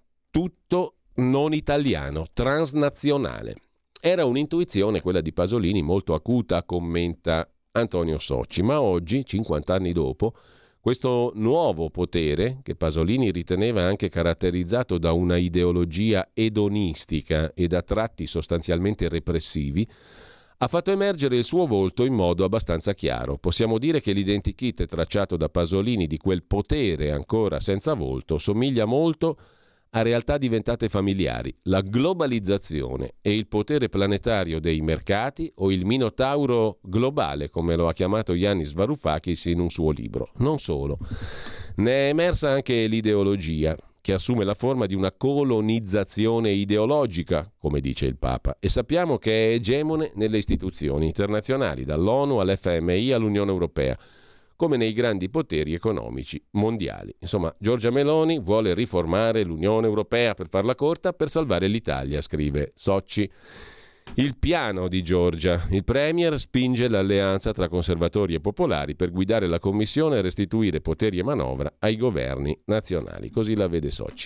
tutto non italiano, transnazionale. Era un'intuizione, quella di Pasolini, molto acuta, commenta Antonio Socci, ma oggi, 50 anni dopo, questo nuovo potere, che Pasolini riteneva anche caratterizzato da una ideologia edonistica e da tratti sostanzialmente repressivi, ha fatto emergere il suo volto in modo abbastanza chiaro. Possiamo dire che l'identikit tracciato da Pasolini di quel potere ancora senza volto somiglia molto a realtà diventate familiari, la globalizzazione e il potere planetario dei mercati o il minotauro globale, come lo ha chiamato Yanis Varoufakis in un suo libro. Non solo, ne è emersa anche l'ideologia, che assume la forma di una colonizzazione ideologica, come dice il Papa, e sappiamo che è egemone nelle istituzioni internazionali, dall'ONU all'FMI all'Unione Europea, come nei grandi poteri economici mondiali. Insomma, Giorgia Meloni vuole riformare l'Unione Europea, per farla corta, per salvare l'Italia, scrive Socci. Il piano di Giorgia. Il Premier spinge l'alleanza tra conservatori e popolari per guidare la Commissione e restituire poteri e manovra ai governi nazionali. Così la vede Socci.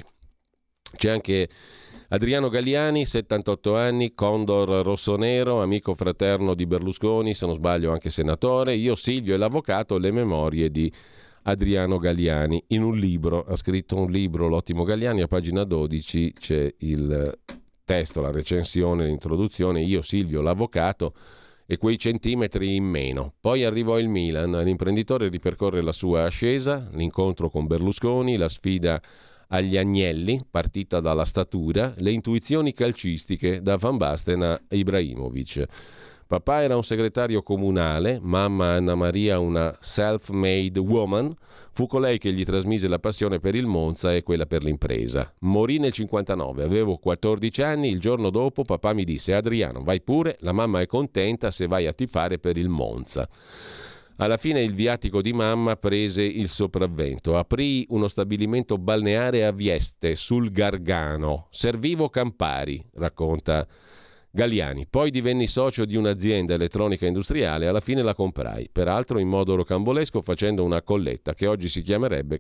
C'è anche Adriano Galliani, 78 anni, condor rossonero, amico fraterno di Berlusconi, se non sbaglio anche senatore. Io, Silvio e l'avvocato, le memorie di Adriano Galliani. In un libro, ha scritto un libro, l'ottimo Galliani, a pagina 12 c'è il testo, la recensione, l'introduzione, io, Silvio, l'avvocato e quei centimetri in meno. Poi arrivò il Milan, l'imprenditore ripercorre la sua ascesa, l'incontro con Berlusconi, la sfida agli agnelli, partita dalla statura, le intuizioni calcistiche da Van Basten a Ibrahimovic. Papà era un segretario comunale, mamma Anna Maria una self-made woman. Fu colei che gli trasmise la passione per il Monza e quella per l'impresa. Morì nel 59, avevo 14 anni, il giorno dopo papà mi disse: Adriano, vai pure, la mamma è contenta se vai a tifare per il Monza. Alla fine il viatico di mamma prese il sopravvento. Aprì uno stabilimento balneare a Vieste, sul Gargano. Servivo Campari, racconta Galliani. Poi divenni socio di un'azienda elettronica industriale, alla fine la comprai, peraltro in modo rocambolesco facendo una colletta che oggi si chiamerebbe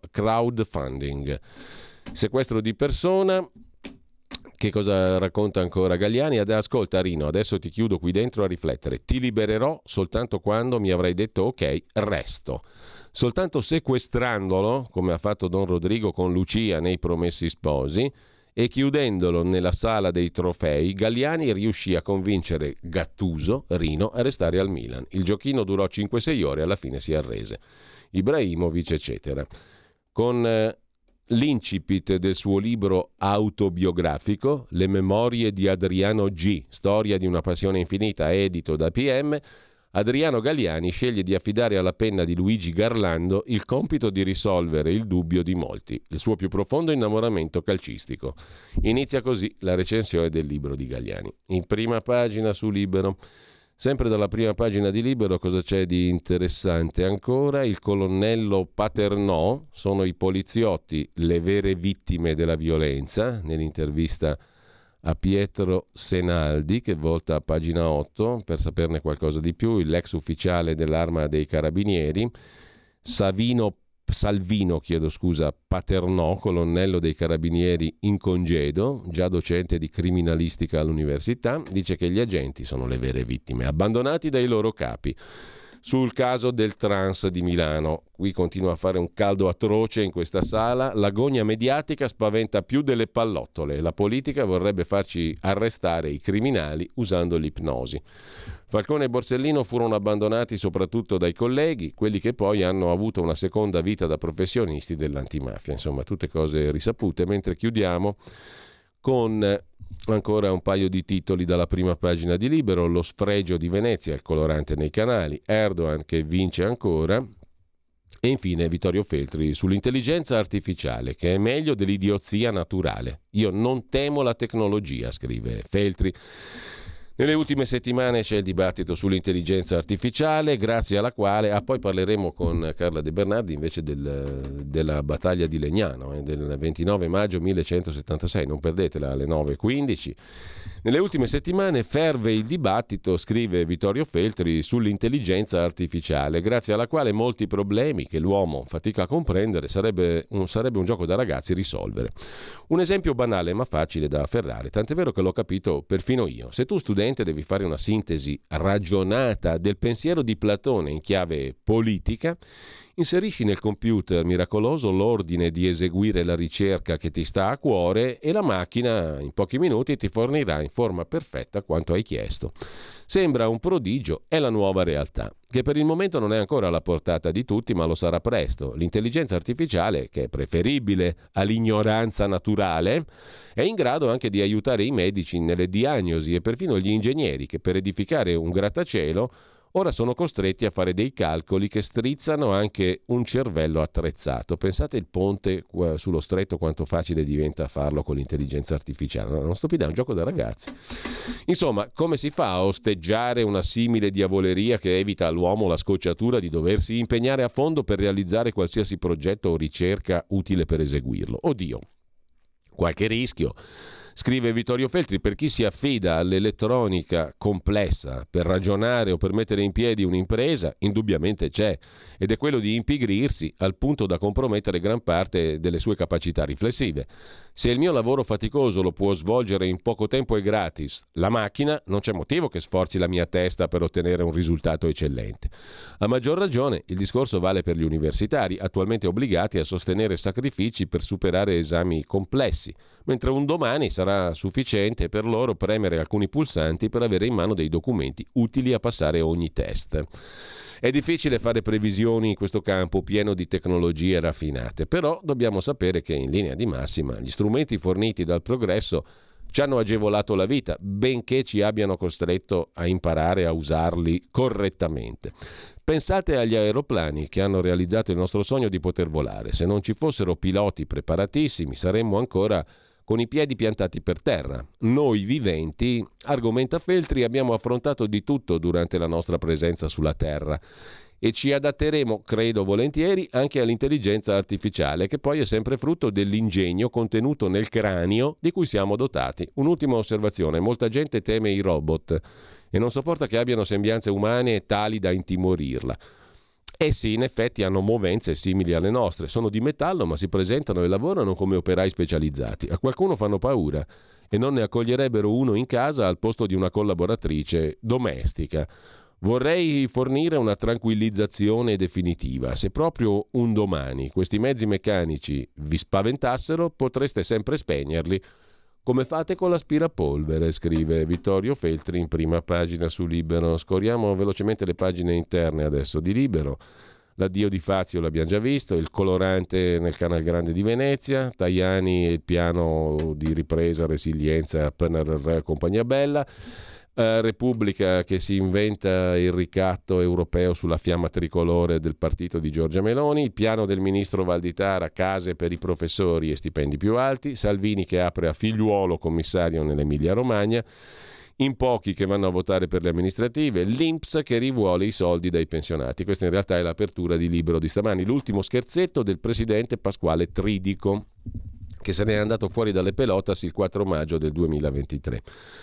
crowdfunding. Sequestro di persona. Che cosa racconta ancora Galliani? Ascolta Rino, adesso ti chiudo qui dentro a riflettere. Ti libererò soltanto quando mi avrai detto ok, resto. Soltanto sequestrandolo, come ha fatto Don Rodrigo con Lucia nei Promessi Sposi, e chiudendolo nella sala dei trofei, Galliani riuscì a convincere Gattuso, Rino, a restare al Milan. Il giochino durò 5-6 ore, alla fine si arrese. Ibrahimovic, eccetera. Con l'incipit del suo libro autobiografico, Le memorie di Adriano G, storia di una passione infinita, edito da PM, Adriano Galliani sceglie di affidare alla penna di Luigi Garlando il compito di risolvere il dubbio di molti, il suo più profondo innamoramento calcistico. Inizia così la recensione del libro di Galliani. In prima pagina su Libero. Sempre dalla prima pagina di Libero cosa c'è di interessante ancora? Il colonnello Paternò, sono i poliziotti le vere vittime della violenza, nell'intervista a Pietro Senaldi, che volta a pagina 8 per saperne qualcosa di più, l'ex ufficiale dell'Arma dei Carabinieri, Salvino Paternò, colonnello dei Carabinieri in congedo, già docente di criminalistica all'università, dice che gli agenti sono le vere vittime, abbandonati dai loro capi. Sul caso del trans di Milano, qui continua a fare un caldo atroce in questa sala, l'agonia mediatica spaventa più delle pallottole, la politica vorrebbe farci arrestare i criminali usando l'ipnosi. Falcone e Borsellino furono abbandonati soprattutto dai colleghi, quelli che poi hanno avuto una seconda vita da professionisti dell'antimafia, insomma tutte cose risapute, mentre chiudiamo con ancora un paio di titoli dalla prima pagina di Libero: lo sfregio di Venezia, il colorante nei canali, Erdogan che vince ancora, e infine Vittorio Feltri sull'intelligenza artificiale che è meglio dell'idiozia naturale. Io non temo la tecnologia, scrive Feltri. Nelle ultime settimane c'è il dibattito sull'intelligenza artificiale, grazie alla quale poi parleremo con Carla De Bernardi invece della battaglia di Legnano, del 29 maggio 1176, non perdetela, alle 9:15. Nelle ultime settimane ferve il dibattito, scrive Vittorio Feltri, sull'intelligenza artificiale, grazie alla quale molti problemi che l'uomo fatica a comprendere sarebbe un gioco da ragazzi risolvere. Un esempio banale ma facile da afferrare, tant'è vero che l'ho capito perfino io. Se tu studente devi fare una sintesi ragionata del pensiero di Platone in chiave politica, Inserisci nel computer miracoloso l'ordine di eseguire la ricerca che ti sta a cuore e la macchina in pochi minuti ti fornirà in forma perfetta quanto hai chiesto. Sembra un prodigio, è la nuova realtà, che per il momento non è ancora alla portata di tutti, ma lo sarà presto. L'intelligenza artificiale, che è preferibile all'ignoranza naturale, è in grado anche di aiutare i medici nelle diagnosi e perfino gli ingegneri che per edificare un grattacielo ora sono costretti a fare dei calcoli che strizzano anche un cervello attrezzato. Pensate il ponte sullo stretto, quanto facile diventa a farlo con l'intelligenza artificiale. No, non stupida, è un gioco da ragazzi. Insomma, come si fa a osteggiare una simile diavoleria che evita all'uomo la scocciatura di doversi impegnare a fondo per realizzare qualsiasi progetto o ricerca utile per eseguirlo? Oddio, qualche rischio. Scrive Vittorio Feltri, per chi si affida all'elettronica complessa per ragionare o per mettere in piedi un'impresa, indubbiamente c'è, ed è quello di impigrirsi al punto da compromettere gran parte delle sue capacità riflessive. Se il mio lavoro faticoso lo può svolgere in poco tempo e gratis la macchina, non c'è motivo che sforzi la mia testa per ottenere un risultato eccellente. A maggior ragione il discorso vale per gli universitari, attualmente obbligati a sostenere sacrifici per superare esami complessi, mentre un domani sarà sufficiente per loro premere alcuni pulsanti per avere in mano dei documenti utili a passare ogni test. È difficile fare previsioni in questo campo pieno di tecnologie raffinate, però dobbiamo sapere che in linea di massima gli strumenti forniti dal progresso ci hanno agevolato la vita, benché ci abbiano costretto a imparare a usarli correttamente. Pensate agli aeroplani che hanno realizzato il nostro sogno di poter volare. Se non ci fossero piloti preparatissimi, saremmo ancora con i piedi piantati per terra. Noi viventi, argomenta Feltri, abbiamo affrontato di tutto durante la nostra presenza sulla Terra e ci adatteremo, credo volentieri, anche all'intelligenza artificiale, che poi è sempre frutto dell'ingegno contenuto nel cranio di cui siamo dotati. Un'ultima osservazione: molta gente teme i robot e non sopporta che abbiano sembianze umane tali da intimorirla. Essi in effetti hanno movenze simili alle nostre, sono di metallo ma si presentano e lavorano come operai specializzati. A qualcuno fanno paura e non ne accoglierebbero uno in casa al posto di una collaboratrice domestica. Vorrei fornire una tranquillizzazione definitiva. Se proprio un domani questi mezzi meccanici vi spaventassero, potreste sempre spegnerli, come fate con l'aspirapolvere, scrive Vittorio Feltri in prima pagina su Libero. Scorriamo velocemente le pagine interne adesso di Libero. L'addio di Fazio l'abbiamo già visto, il colorante nel Canal Grande di Venezia, Tajani e il piano di ripresa, resilienza, PNRR e compagnia bella. Repubblica che si inventa il ricatto europeo sulla fiamma tricolore del partito di Giorgia Meloni, il piano del ministro Valditara, case per i professori e stipendi più alti, Salvini che apre a Figliuolo commissario nell'Emilia Romagna, in pochi che vanno a votare per le amministrative, l'INPS che rivuole i soldi dai pensionati. Questa in realtà è l'apertura di Libero di stamani, l'ultimo scherzetto del presidente Pasquale Tridico, che se n'è andato fuori dalle pelotas il 4 maggio del 2023.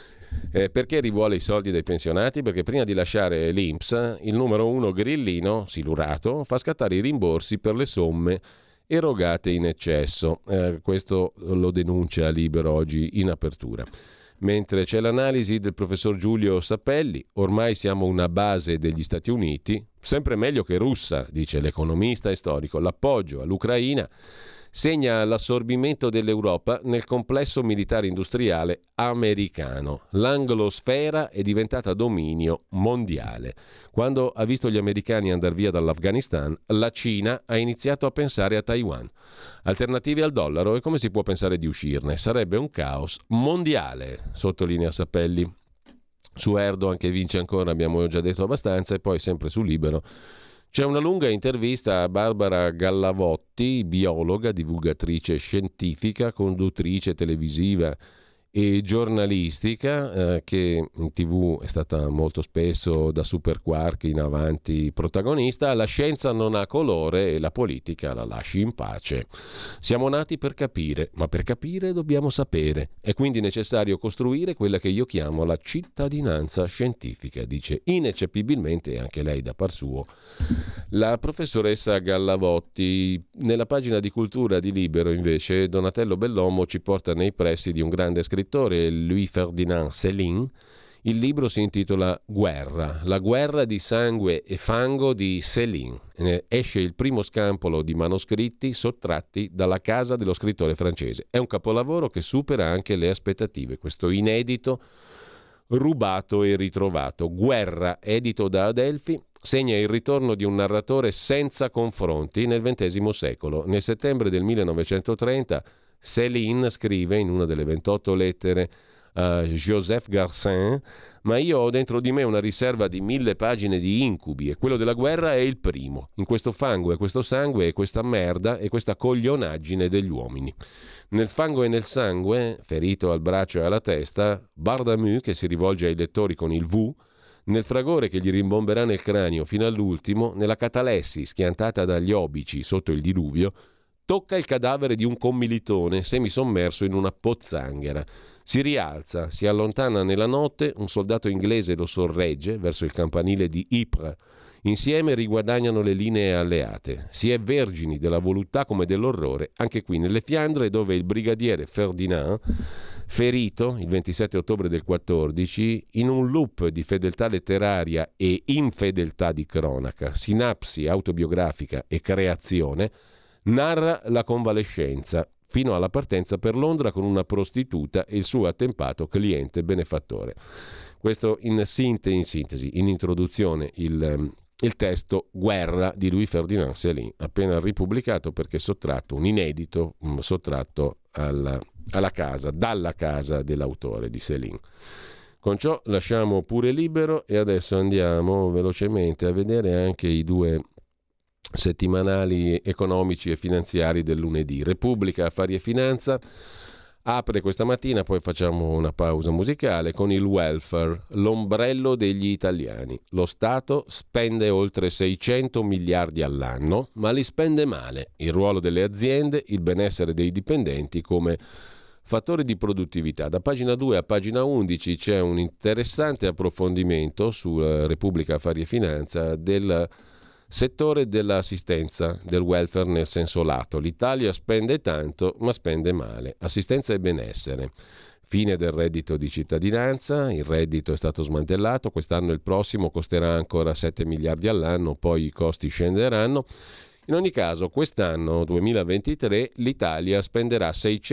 Perché rivuole i soldi dai pensionati? Perché prima di lasciare l'INPS il numero 1 grillino, silurato, fa scattare i rimborsi per le somme erogate in eccesso. Questo lo denuncia Libero oggi in apertura. Mentre c'è l'analisi del professor Giulio Sapelli, ormai siamo una base degli Stati Uniti, sempre meglio che russa, dice l'economista e storico. L'appoggio all'Ucraina segna l'assorbimento dell'Europa nel complesso militare industriale americano. L'anglosfera è diventata dominio mondiale. Quando ha visto gli americani andar via dall'Afghanistan, la Cina ha iniziato a pensare a Taiwan. Alternative al dollaro, e come si può pensare di uscirne? Sarebbe un caos mondiale, sottolinea Sapelli. Su Erdogan che vince ancora abbiamo già detto abbastanza, e poi sempre su Libero c'è una lunga intervista a Barbara Gallavotti, biologa, divulgatrice scientifica, conduttrice televisiva e giornalistica, che in TV è stata molto spesso da Super Quark in avanti protagonista. La scienza non ha colore e la politica la lasci in pace. Siamo nati per capire, ma per capire dobbiamo sapere. È quindi necessario costruire quella che io chiamo la cittadinanza scientifica, dice ineccepibilmente anche lei da par suo la professoressa Gallavotti. Nella pagina di cultura di Libero invece Donatello Bellomo ci porta nei pressi di un grande scrittore, Louis Ferdinand Céline, Il libro si intitola Guerra, la guerra di sangue e fango di Céline. Esce il primo scampolo di manoscritti sottratti dalla casa dello scrittore francese. È un capolavoro che supera anche le aspettative, questo inedito rubato e ritrovato. Guerra, edito da Adelphi, segna il ritorno di un narratore senza confronti nel XX secolo. Nel settembre del 1930 Céline scrive in una delle 28 lettere a Joseph Garcin: ma io ho dentro di me una riserva di 1000 pagine di incubi e quello della guerra è il primo. In questo fango e questo sangue e questa merda e questa coglionaggine degli uomini. Nel fango e nel sangue, ferito al braccio e alla testa, Bardamu, che si rivolge ai lettori con il V, nel fragore che gli rimbomberà nel cranio fino all'ultimo, nella catalessi schiantata dagli obici sotto il diluvio, tocca il cadavere di un commilitone semisommerso in una pozzanghera. Si rialza, si allontana nella notte, un soldato inglese lo sorregge verso il campanile di Ypres. Insieme riguadagnano le linee alleate. Si è vergini della voluttà come dell'orrore, anche qui nelle Fiandre, dove il brigadiere Ferdinand, ferito il 27 ottobre del 14, in un loop di fedeltà letteraria e infedeltà di cronaca, sinapsi autobiografica e creazione, narra la convalescenza fino alla partenza per Londra con una prostituta e il suo attempato cliente benefattore. Questo in sintesi, in introduzione, il testo Guerra di Louis Ferdinand Céline, appena ripubblicato perché sottratto, un inedito sottratto dalla casa dell'autore di Céline. Con ciò lasciamo pure libero e adesso andiamo velocemente a vedere anche i due settimanali economici e finanziari del lunedì. Repubblica, Affari e Finanza apre questa mattina, poi facciamo una pausa musicale con il welfare, l'ombrello degli italiani. Lo Stato spende oltre 600 miliardi all'anno, ma li spende male. Il ruolo delle aziende, il benessere dei dipendenti come fattore di produttività. Da pagina 2 a pagina 11 c'è un interessante approfondimento su Repubblica, Affari e Finanza del settore dell'assistenza, del welfare nel senso lato. L'Italia spende tanto, ma spende male. Assistenza e benessere. Fine del reddito di cittadinanza, il reddito è stato smantellato, quest'anno e il prossimo costerà ancora 7 miliardi all'anno, poi i costi scenderanno. In ogni caso, quest'anno 2023 l'Italia spenderà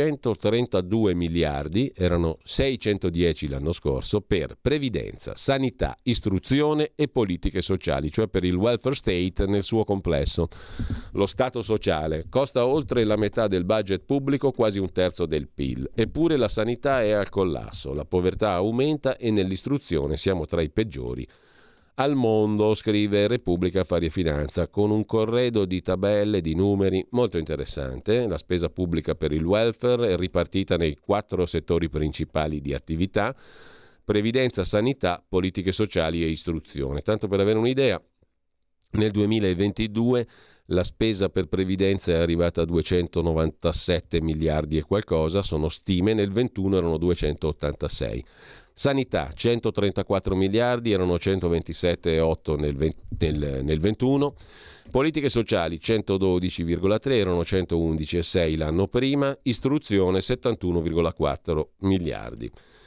632 miliardi, erano 610 l'anno scorso, per previdenza, sanità, istruzione e politiche sociali, cioè per il welfare state nel suo complesso. Lo Stato sociale costa oltre la metà del budget pubblico, quasi un terzo del PIL. Eppure la sanità è al collasso, la povertà aumenta e nell'istruzione siamo tra i peggiori al mondo, scrive Repubblica, Affari e Finanza, con un corredo di tabelle, di numeri molto interessante. La spesa pubblica per il welfare è ripartita nei 4 settori principali di attività: previdenza, sanità, politiche sociali e istruzione. Tanto per avere un'idea, nel 2022 la spesa per previdenza è arrivata a 297 miliardi e qualcosa, sono stime, nel 21 erano 286. Sanità 134 miliardi, erano 127,8 nel 21. Politiche sociali 112,3, erano 111,6 l'anno prima. Istruzione 71,4 miliardi.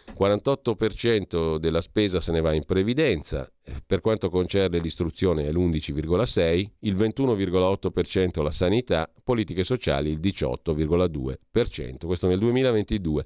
48% della spesa se ne va in previdenza, per quanto concerne l'istruzione è l'11,6, il 21,8% la sanità, politiche sociali il 18,2%, questo nel 2022.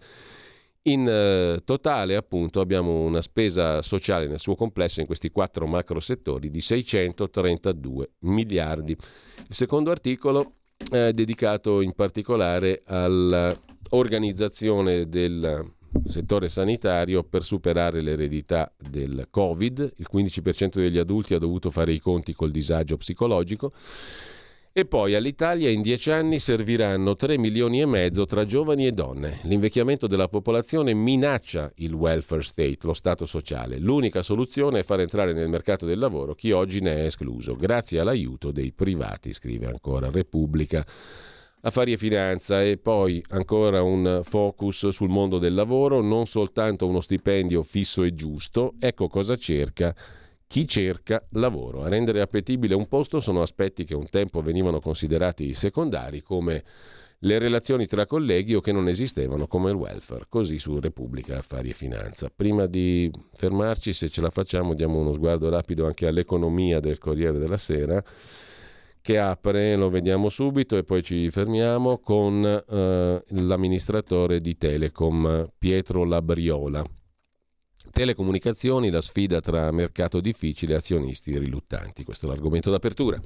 In totale, appunto, abbiamo una spesa sociale nel suo complesso in questi 4 macro settori di 632 miliardi. Il secondo articolo è dedicato in particolare all'organizzazione del settore sanitario per superare l'eredità del Covid. Il 15% degli adulti ha dovuto fare i conti col disagio psicologico. E poi all'Italia in 10 anni serviranno 3 milioni e mezzo tra giovani e donne. L'invecchiamento della popolazione minaccia il welfare state, lo Stato sociale. L'unica soluzione è far entrare nel mercato del lavoro chi oggi ne è escluso, grazie all'aiuto dei privati, scrive ancora Repubblica, Affari e Finanza. E poi ancora un focus sul mondo del lavoro, non soltanto uno stipendio fisso e giusto. Ecco cosa cerca chi cerca lavoro. A rendere appetibile un posto sono aspetti che un tempo venivano considerati secondari, come le relazioni tra colleghi o che non esistevano, come il welfare. Così su Repubblica Affari e Finanza. Prima di fermarci, se ce la facciamo, diamo uno sguardo rapido anche all'economia del Corriere della Sera, che apre, lo vediamo subito, e poi ci fermiamo con l'amministratore di Telecom, Pietro Labriola. Telecomunicazioni, la sfida tra mercato difficile e azionisti riluttanti. Questo è l'argomento d'apertura.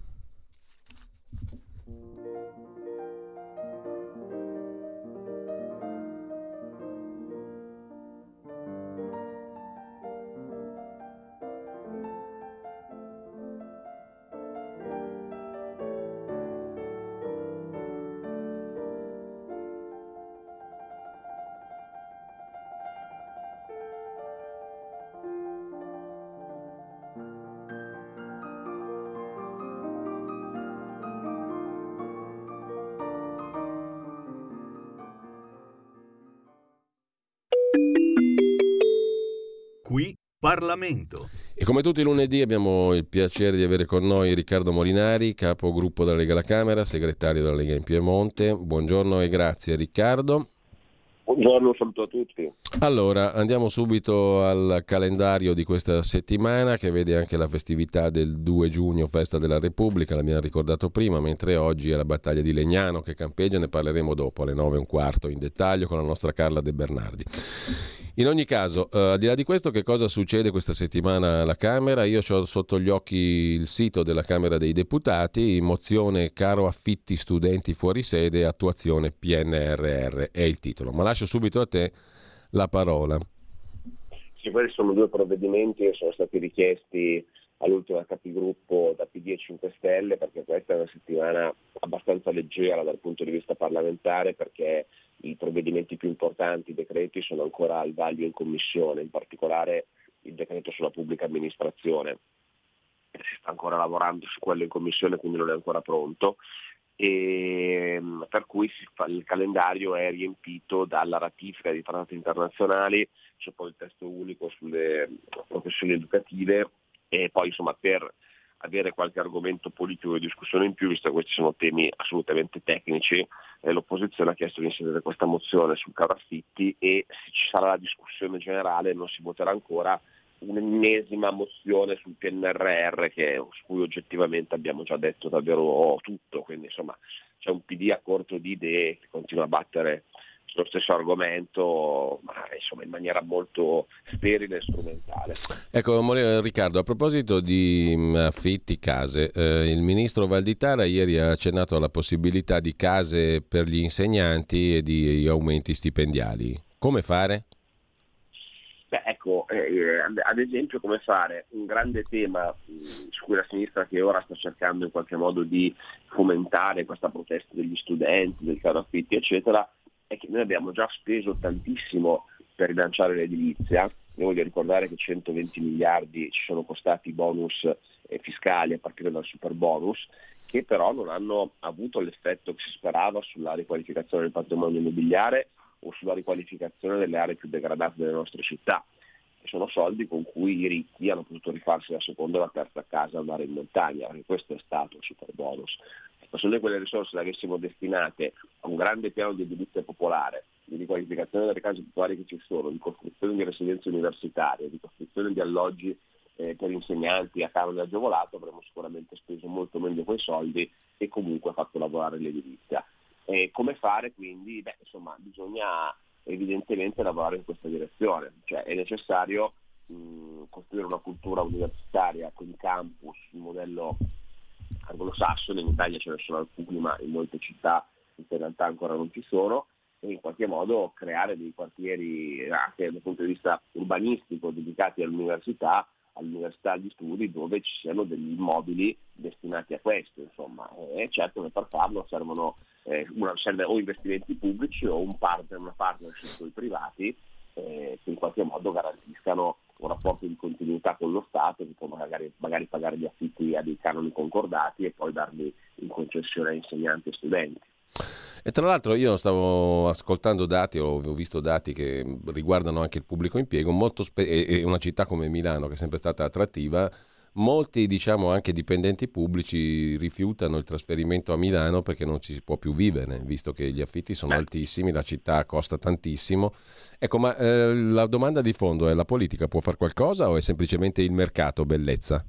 Qui Parlamento. E come tutti i lunedì abbiamo il piacere di avere con noi Riccardo Molinari, capogruppo della Lega alla Camera, segretario della Lega in Piemonte. Buongiorno e grazie Riccardo. Buongiorno, saluto a tutti. Allora, andiamo subito al calendario di questa settimana, che vede anche la festività del 2 giugno, festa della Repubblica, l'abbiamo ricordato prima, mentre oggi è la battaglia di Legnano che campeggia, ne parleremo dopo alle 9:15 in dettaglio con la nostra Carla De Bernardi. In ogni caso, al di là di questo, che cosa succede questa settimana alla Camera? Io ho sotto gli occhi il sito della Camera dei Deputati, mozione caro affitti studenti fuori sede, attuazione PNRR, è il titolo. Ma lascio subito a te la parola. Sì, questi sono due provvedimenti che sono stati richiesti all'ultima capigruppo da PD e 5 Stelle, perché questa è una settimana abbastanza leggera dal punto di vista parlamentare, perché i provvedimenti più importanti, i decreti, sono ancora al vaglio in commissione, in particolare il decreto sulla pubblica amministrazione. Si sta ancora lavorando su quello in commissione, quindi non è ancora pronto, e per cui il calendario è riempito dalla ratifica di trattati internazionali, c'è poi il testo unico sulle professioni educative, e poi insomma per avere qualche argomento politico di discussione in più, visto che questi sono temi assolutamente tecnici, l'opposizione ha chiesto di inserire questa mozione sul caro affitti, e se ci sarà la discussione generale non si voterà ancora un'ennesima mozione sul PNRR, su cui oggettivamente abbiamo già detto davvero tutto, quindi insomma c'è un PD a corto di idee che continua a battere sullo stesso argomento, ma insomma in maniera molto sterile e strumentale. Ecco, Riccardo, a proposito di affitti, case, il ministro Valditara ieri ha accennato alla possibilità di case per gli insegnanti e di aumenti stipendiali. Come fare? Ad esempio, come fare? Un grande tema su cui la sinistra, che ora sta cercando in qualche modo di fomentare questa protesta degli studenti, del caro affitti eccetera, è che noi abbiamo già speso tantissimo per rilanciare l'edilizia. Io voglio ricordare che 120 miliardi ci sono costati i bonus fiscali a partire dal super bonus, che però non hanno avuto l'effetto che si sperava sulla riqualificazione del patrimonio immobiliare o sulla riqualificazione delle aree più degradate delle nostre città. E sono soldi con cui i ricchi hanno potuto rifarsi la seconda e la terza casa, andare in montagna, perché questo è stato il super bonus. Ma se noi quelle risorse le avessimo destinate a un grande piano di edilizia popolare, di riqualificazione delle case popolari che ci sono, di costruzione di residenze universitarie, di costruzione di alloggi per insegnanti a canone agevolato, avremmo sicuramente speso molto meglio quei soldi e comunque fatto lavorare l'edilizia. Come fare quindi? Bisogna evidentemente lavorare in questa direzione, cioè è necessario costruire una cultura universitaria con campus, il modello anglosassone. In Italia ce ne sono alcuni, ma in molte città in realtà ancora non ci sono, e in qualche modo creare dei quartieri anche dal punto di vista urbanistico dedicati all'università di studi, dove ci siano degli immobili destinati a questo, insomma. E certo che per farlo serve o investimenti pubblici o una partnership con i privati che in qualche modo garantiscano un rapporto di continuità con lo Stato, che può magari pagare gli affitti a dei canoni concordati e poi darli in concessione a insegnanti e studenti. E tra l'altro io stavo ascoltando dati, ho visto dati che riguardano anche il pubblico impiego, e una città come Milano, che è sempre stata attrattiva, molti, diciamo, anche dipendenti pubblici rifiutano il trasferimento a Milano perché non ci si può più vivere, visto che gli affitti sono altissimi, la città costa tantissimo. Ecco, ma la domanda di fondo è: la politica può fare qualcosa o è semplicemente il mercato bellezza?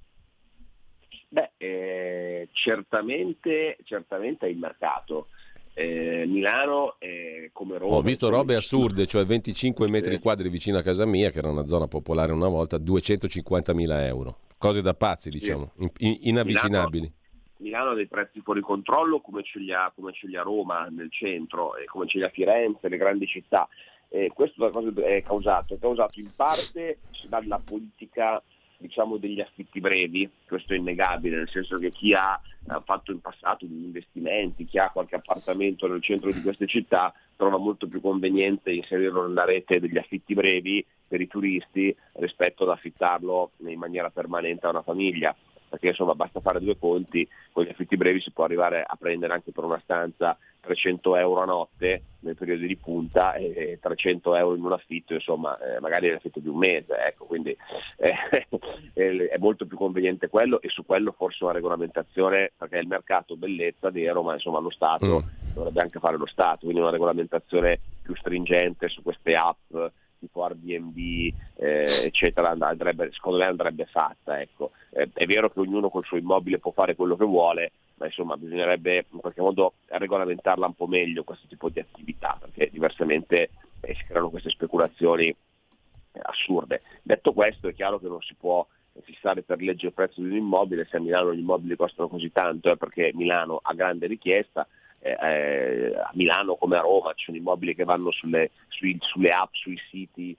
Certamente è il mercato. Milano, come Roma... Ho visto robe assurde, cioè 25 metri quadri vicino a casa mia, che era una zona popolare una volta, 250.000 euro. Cose da pazzi, diciamo, inavvicinabili. Milano ha dei prezzi fuori controllo come ce li ha Roma nel centro e come ce li ha Firenze, le grandi città. Questo da cosa è causato? È causato in parte dalla politica, diciamo, degli affitti brevi. Questo è innegabile, nel senso che chi ha fatto in passato degli investimenti, chi ha qualche appartamento nel centro di queste città, trova molto più conveniente inserirlo nella rete degli affitti brevi per i turisti rispetto ad affittarlo in maniera permanente a una famiglia, perché insomma basta fare due conti: con gli affitti brevi si può arrivare a prendere anche per una stanza 300 euro a notte nel periodo di punta e 300 euro in un affitto, insomma, magari l'affitto di un mese, ecco, quindi è molto più conveniente quello, e su quello forse una regolamentazione, perché è il mercato bellezza vero, ma insomma lo Stato dovrebbe anche fare lo Stato, quindi una regolamentazione più stringente su queste app tipo Airbnb, eccetera, secondo me andrebbe fatta, ecco. È vero che ognuno col suo immobile può fare quello che vuole, ma insomma bisognerebbe in qualche modo regolamentarla un po' meglio questo tipo di attività, perché diversamente si creano queste speculazioni assurde. Detto questo, è chiaro che non si può fissare per legge il prezzo di un immobile. Se a Milano gli immobili costano così tanto è perché Milano ha grande richiesta. A Milano come a Roma ci sono immobili che vanno sulle app, sui siti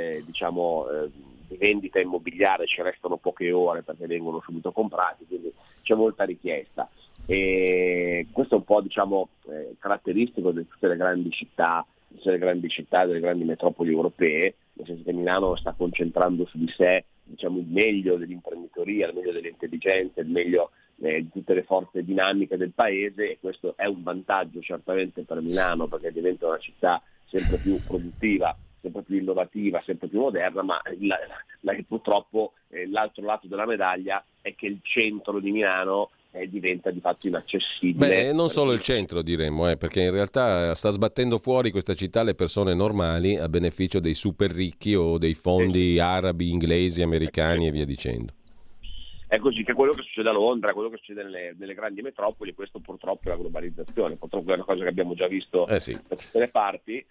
di vendita immobiliare, ci restano poche ore perché vengono subito comprati, quindi c'è molta richiesta. E questo è un po' caratteristico di tutte le grandi città, delle grandi metropoli europee, nel senso che Milano sta concentrando su di sé il meglio dell'imprenditoria, il meglio delle intelligenze, il meglio di tutte le forze dinamiche del paese, e questo è un vantaggio certamente per Milano, perché diventa una città sempre più produttiva, sempre più innovativa, sempre più moderna, ma purtroppo l'altro lato della medaglia è che il centro di Milano diventa di fatto inaccessibile. Non solo il centro, diremmo, perché in realtà sta sbattendo fuori questa città le persone normali a beneficio dei super ricchi o dei fondi arabi, inglesi, americani e via dicendo. È così, che è quello che succede a Londra, quello che succede nelle grandi metropoli. Questo purtroppo è la globalizzazione, purtroppo è una cosa che abbiamo già visto da tutte le parti.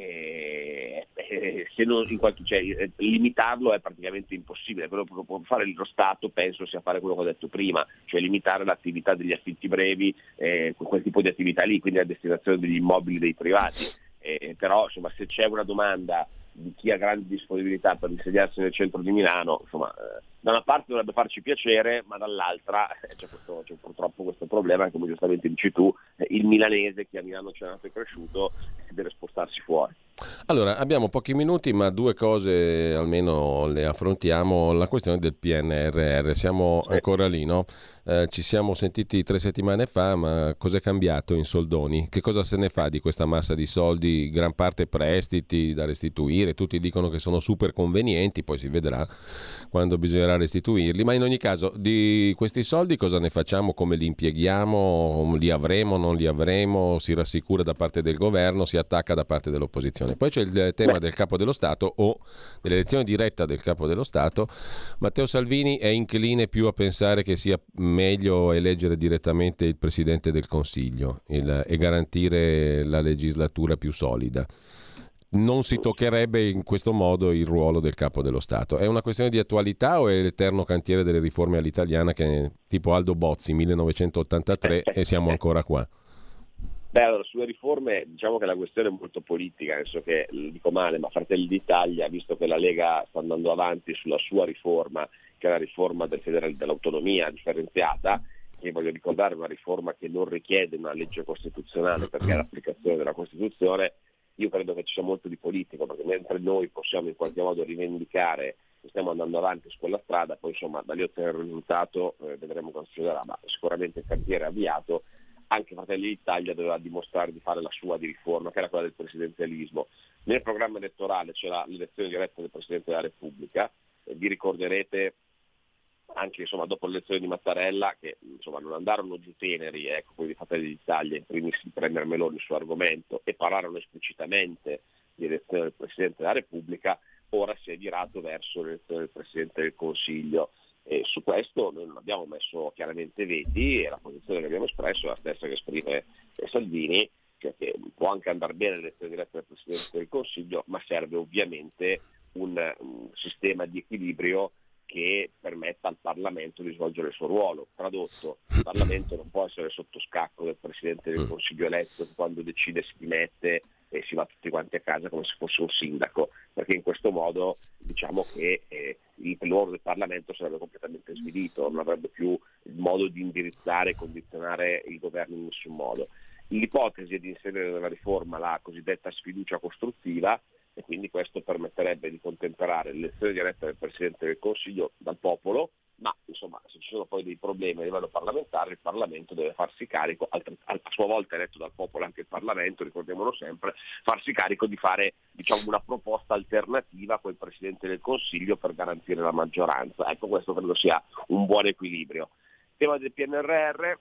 Se non limitarlo è praticamente impossibile. Quello che può fare lo Stato, penso, sia fare quello che ho detto prima, cioè limitare l'attività degli affitti brevi, quel tipo di attività lì, quindi la destinazione degli immobili dei privati. Però insomma, se c'è una domanda di chi ha grande disponibilità per insediarsi nel centro di Milano, insomma, da una parte dovrebbe farci piacere, ma dall'altra c'è purtroppo questo problema, come giustamente dici tu, il milanese che a Milano c'è nato e cresciuto deve spostarsi fuori. Allora, abbiamo pochi minuti, ma due cose almeno le affrontiamo. La questione del PNRR, siamo ancora lì, no? Ci siamo sentiti 3 settimane fa, ma cos'è cambiato in soldoni? Che cosa se ne fa di questa massa di soldi, gran parte prestiti da restituire? Tutti dicono che sono super convenienti, poi si vedrà quando bisognerà restituirli, ma in ogni caso di questi soldi cosa ne facciamo, come li impieghiamo, li avremo, non li avremo, si rassicura da parte del governo, si attacca da parte dell'opposizione. Poi c'è il tema del capo dello Stato o dell'elezione diretta del capo dello Stato. Matteo Salvini è incline più a pensare che sia meglio eleggere direttamente il Presidente del Consiglio e garantire la legislatura più solida. Non si toccherebbe in questo modo il ruolo del capo dello Stato. È una questione di attualità o è l'eterno cantiere delle riforme all'italiana, che è tipo Aldo Bozzi 1983 e siamo ancora qua? Allora, sulle riforme diciamo che la questione è molto politica, nel senso che, lo dico male, ma Fratelli d'Italia, visto che la Lega sta andando avanti sulla sua riforma, che è la riforma dell'autonomia differenziata, che voglio ricordare è una riforma che non richiede una legge costituzionale perché è l'applicazione della Costituzione. Io credo che ci sia molto di politico, perché mentre noi possiamo in qualche modo rivendicare che stiamo andando avanti su quella strada, poi insomma da lì ottenere il risultato vedremo cosa succederà, ma sicuramente il cantiere è avviato. Anche Fratelli d'Italia doveva dimostrare di fare la sua di riforma, che era quella del presidenzialismo. Nel programma elettorale c'era l'elezione diretta del Presidente della Repubblica. Vi ricorderete anche insomma dopo l'elezione di Mattarella, che insomma non andarono giù teneri, ecco, quelli di Fratelli d'Italia, in primis il premier Meloni su argomento, e parlarono esplicitamente di elezione del Presidente della Repubblica, ora si è virato verso l'elezione del Presidente del Consiglio. E su questo noi non abbiamo messo chiaramente veti, e la posizione che abbiamo espresso è la stessa che esprime Salvini, cioè che può anche andare bene l'elezione diretta del Presidente del Consiglio, ma serve ovviamente un sistema di equilibrio che permetta al Parlamento di svolgere il suo ruolo. Tradotto, il Parlamento non può essere sotto scacco del Presidente del Consiglio eletto, che quando decide si dimette e si va tutti quanti a casa come se fosse un sindaco, perché in questo modo diciamo che il ruolo del Parlamento sarebbe completamente svilito, non avrebbe più il modo di indirizzare e condizionare il governo in nessun modo. L'ipotesi è di inserire nella riforma la cosiddetta sfiducia costruttiva, e quindi questo permetterebbe di contemperare l'elezione diretta del Presidente del Consiglio dal popolo, ma insomma se ci sono poi dei problemi a livello parlamentare il Parlamento deve farsi carico, a sua volta eletto dal popolo anche il Parlamento, ricordiamolo sempre, farsi carico di fare diciamo una proposta alternativa a quel Presidente del Consiglio per garantire la maggioranza. Ecco, questo credo sia un buon equilibrio. Tema del PNRR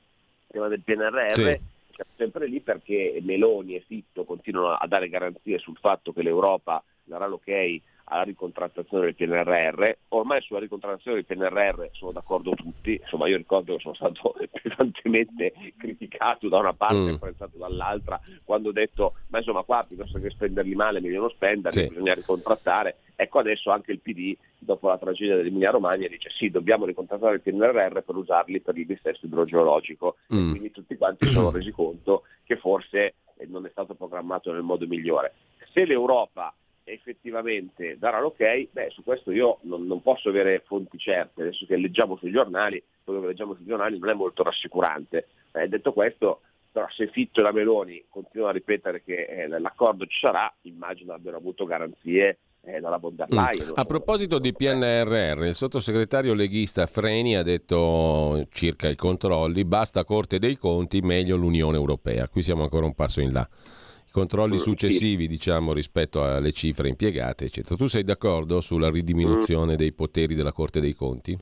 Sì. sempre lì, perché Meloni e Fitto continuano a dare garanzie sul fatto che l'Europa darà l'ok alla ricontrattazione del PNRR. Ormai sulla ricontrattazione del PNRR sono d'accordo tutti, insomma io ricordo che sono stato pesantemente criticato da una parte e apprezzato dall'altra quando ho detto ma insomma qua piuttosto che spenderli male meglio spenderli, bisogna ricontrattare. Ecco, adesso anche il PD dopo la tragedia dell'Emilia Romagna dice sì, dobbiamo ricontrattare il PNRR per usarli per il dissesto idrogeologico, e quindi tutti quanti si sono resi conto che forse non è stato programmato nel modo migliore. Se l'Europa effettivamente darà l'ok, su questo io non posso avere fonti certe, adesso che leggiamo sui giornali, quello che leggiamo sui giornali non è molto rassicurante. Detto questo, però se Fitto e la Meloni continuano a ripetere che l'accordo ci sarà, immagino abbiano avuto garanzie dalla von der Leyen. A proposito di PNRR, il sottosegretario leghista Freni ha detto circa i controlli: basta Corte dei Conti, meglio l'Unione Europea. Qui siamo ancora un passo in là. Controlli successivi, diciamo, rispetto alle cifre impiegate, eccetera. Tu sei d'accordo sulla ridiminuzione dei poteri della Corte dei Conti?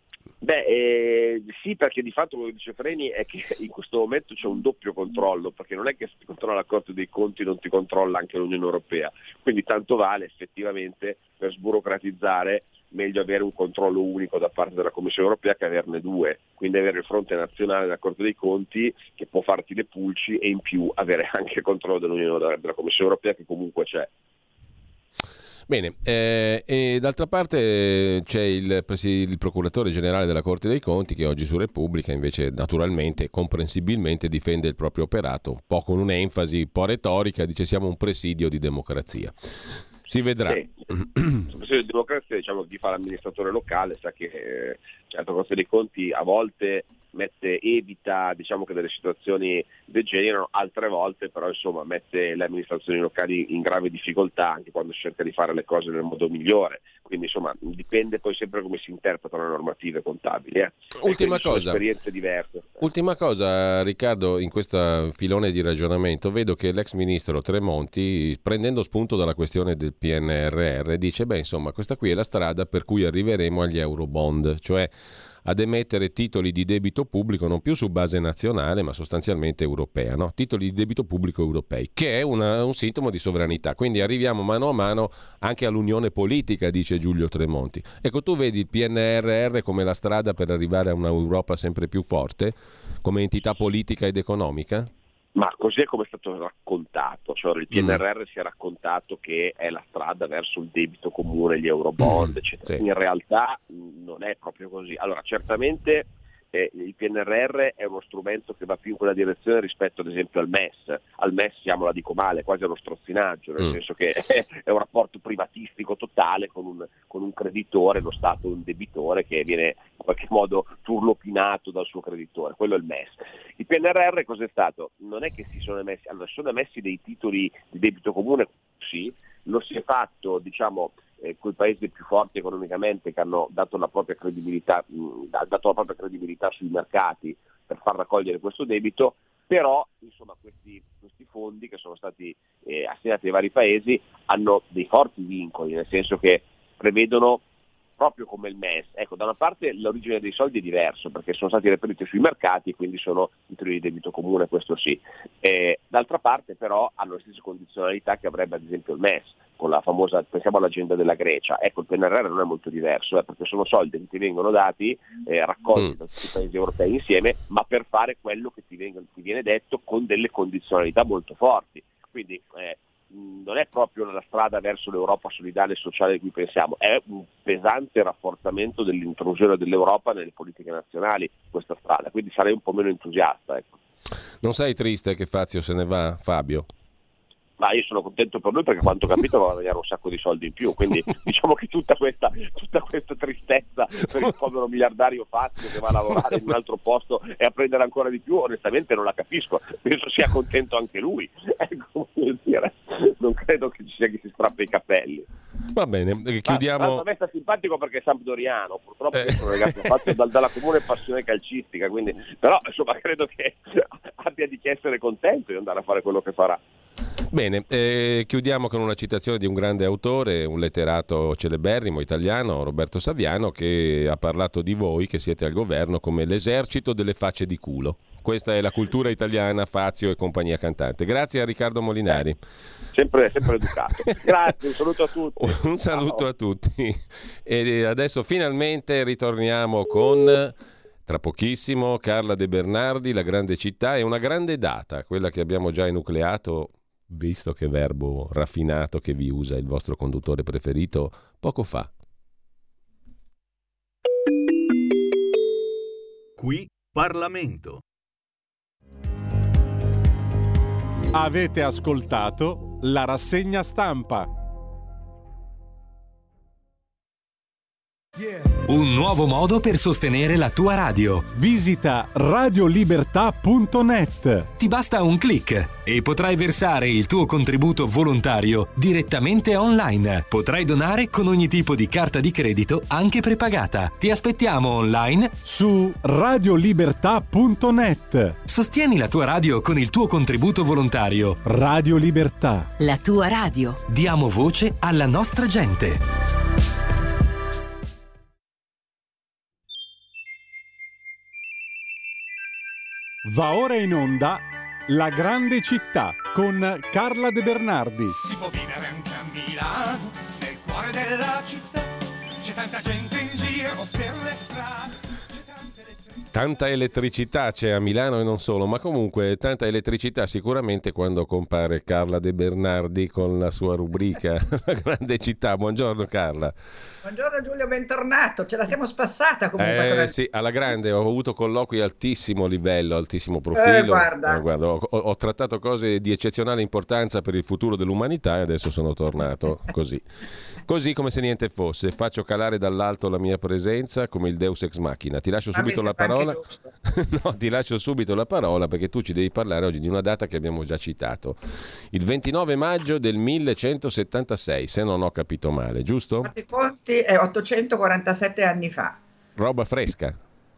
Sì, perché di fatto quello che dice Freni è che in questo momento c'è un doppio controllo, perché non è che se ti controlla la Corte dei Conti non ti controlla anche l'Unione Europea, quindi tanto vale effettivamente per sburocratizzare meglio avere un controllo unico da parte della Commissione Europea che averne due, quindi avere il fronte nazionale della Corte dei Conti che può farti le pulci e in più avere anche il controllo della Commissione Europea che comunque c'è. Bene, e d'altra parte c'è il procuratore generale della Corte dei Conti che oggi su Repubblica invece naturalmente, comprensibilmente difende il proprio operato, un po' con un'enfasi un po' retorica, dice siamo un presidio di democrazia. Si vedrà. Sul presidio di democrazia, diciamo, chi fa l'amministratore locale sa che la Corte dei Conti a volte evita diciamo che delle situazioni degenerano, altre volte però insomma mette le amministrazioni locali in grave difficoltà anche quando si cerca di fare le cose nel modo migliore, quindi insomma dipende poi sempre come si interpretano le normative contabili. Ultima cosa, sono esperienze diverse. Ultima cosa, Riccardo, in questo filone di ragionamento vedo che l'ex ministro Tremonti, prendendo spunto dalla questione del PNRR, dice insomma questa qui è la strada per cui arriveremo agli Eurobond, cioè ad emettere titoli di debito pubblico non più su base nazionale ma sostanzialmente europea, no? Titoli di debito pubblico europei, che è un sintomo di sovranità, quindi arriviamo mano a mano anche all'unione politica, dice Giulio Tremonti. Ecco, tu vedi il PNRR come la strada per arrivare a un'Europa sempre più forte come entità politica ed economica? Ma così è come è stato raccontato, cioè il PNRR si è raccontato che è la strada verso il debito comune, gli eurobond, eccetera. Sì. In realtà non è proprio così. Allora, certamente il PNRR è uno strumento che va più in quella direzione rispetto ad esempio al MES. Al MES siamo, la dico male, quasi allo strozzinaggio, nel senso che è un rapporto privatistico totale con un creditore, lo Stato un debitore che viene in qualche modo turlupinato dal suo creditore, quello è il MES. Il PNRR cos'è stato? Non è che si sono emessi dei titoli di debito comune, sì, lo si è fatto diciamo quei paesi più forti economicamente che hanno dato la propria credibilità, sui mercati per far raccogliere questo debito, però insomma questi fondi che sono stati assegnati ai vari paesi hanno dei forti vincoli, nel senso che prevedono proprio come il MES. Ecco, da una parte l'origine dei soldi è diverso, perché sono stati reperiti sui mercati e quindi sono titoli di debito comune, questo sì. D'altra parte però hanno le stesse condizionalità che avrebbe ad esempio il MES, con la famosa, pensiamo all'agenda della Grecia. Ecco, il PNRR non è molto diverso, perché sono soldi che ti vengono dati, raccolti da tutti i paesi europei insieme, ma per fare quello che ti viene detto con delle condizionalità molto forti. Quindi non è proprio la strada verso l'Europa solidale e sociale di cui pensiamo, è un pesante rafforzamento dell'intrusione dell'Europa nelle politiche nazionali questa strada, quindi sarei un po' meno entusiasta. Ecco. Non sei triste che Fazio se ne va, Fabio? Ma io sono contento per lui, perché quanto ho capito va a guadagnare un sacco di soldi in più, quindi diciamo che tutta questa tristezza per il povero miliardario Fazio che va a lavorare in un altro posto e a prendere ancora di più, onestamente non la capisco, penso sia contento anche lui, ecco, non credo che ci sia chi si strappa i capelli. Va bene, chiudiamo. A me sta simpatico perché è sampdoriano, purtroppo sono legato a Fazio dalla comune passione calcistica, quindi, però insomma credo che abbia di che essere contento di andare a fare quello che farà. Bene, chiudiamo con una citazione di un grande autore, un letterato celeberrimo italiano, Roberto Saviano, che ha parlato di voi che siete al governo come l'esercito delle facce di culo. Questa è la cultura italiana, Fazio e compagnia cantante. Grazie a Riccardo Molinari. Sempre educato. Grazie, un saluto a tutti. Un saluto a tutti. E adesso finalmente ritorniamo con, tra pochissimo, Carla De Bernardi, La grande città, e una grande data, quella che abbiamo già enucleato, visto che verbo raffinato che vi usa il vostro conduttore preferito poco fa. Qui Parlamento. Avete ascoltato la rassegna stampa. Un nuovo modo per sostenere la tua radio. Visita radiolibertà.net. Ti basta un click e potrai versare il tuo contributo volontario direttamente online. Potrai donare con ogni tipo di carta di credito, anche prepagata. Ti aspettiamo online su radiolibertà.net. Sostieni la tua radio con il tuo contributo volontario. Radio Libertà. La tua radio. Diamo voce alla nostra gente. Va ora in onda La grande città con Carla De Bernardi. Si può vivere anche a Milano, nel cuore della città. C'è tanta gente in giro per le strade. Tanta elettricità c'è a Milano e non solo, ma comunque tanta elettricità sicuramente quando compare Carla De Bernardi con la sua rubrica La grande città. Buongiorno Carla. Buongiorno Giulio, bentornato. Ce la siamo spassata comunque. Sì, alla grande, ho avuto colloqui altissimo livello, altissimo profilo. Guarda, ho trattato cose di eccezionale importanza per il futuro dell'umanità e adesso sono tornato così come se niente fosse. Faccio calare dall'alto la mia presenza come il Deus ex machina. Ti lascio subito la parola. No, ti lascio subito la parola perché tu ci devi parlare oggi di una data che abbiamo già citato. Il 29 maggio del 1176, se non ho capito male, giusto? Fate conti, è 847 anni fa. Roba fresca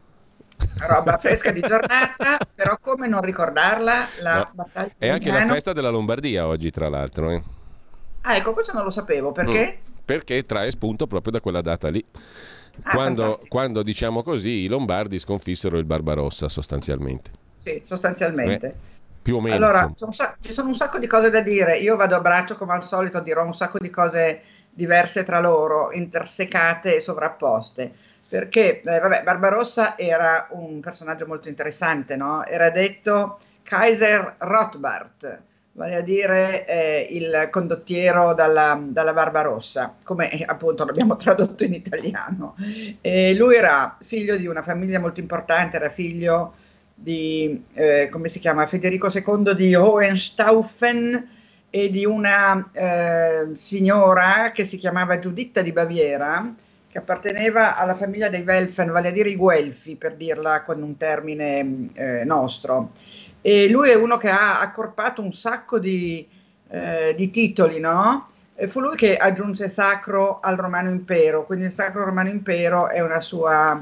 di giornata, però come non ricordarla, la battaglia di È anche la festa della Lombardia oggi, tra l'altro. Ah, ecco, questo non lo sapevo, perché? Perché trae spunto proprio da quella data lì. Quando diciamo così, i Lombardi sconfissero il Barbarossa sostanzialmente. Sì, sostanzialmente. Più o meno. Allora, ci sono un sacco di cose da dire. Io vado a braccio come al solito, dirò un sacco di cose diverse tra loro, intersecate e sovrapposte. Perché, Barbarossa era un personaggio molto interessante, no? Era detto Kaiser Rothbard, vale a dire il condottiero dalla Barbarossa, come appunto l'abbiamo tradotto in italiano. E lui era figlio di una famiglia molto importante, era figlio di, come si chiama, Federico II di Hohenstaufen e di una signora che si chiamava Giuditta di Baviera, che apparteneva alla famiglia dei Welfen, vale a dire i Guelfi, per dirla con un termine nostro. E lui è uno che ha accorpato un sacco di titoli, no? E fu lui che aggiunse sacro al Romano Impero, quindi il Sacro Romano Impero è una sua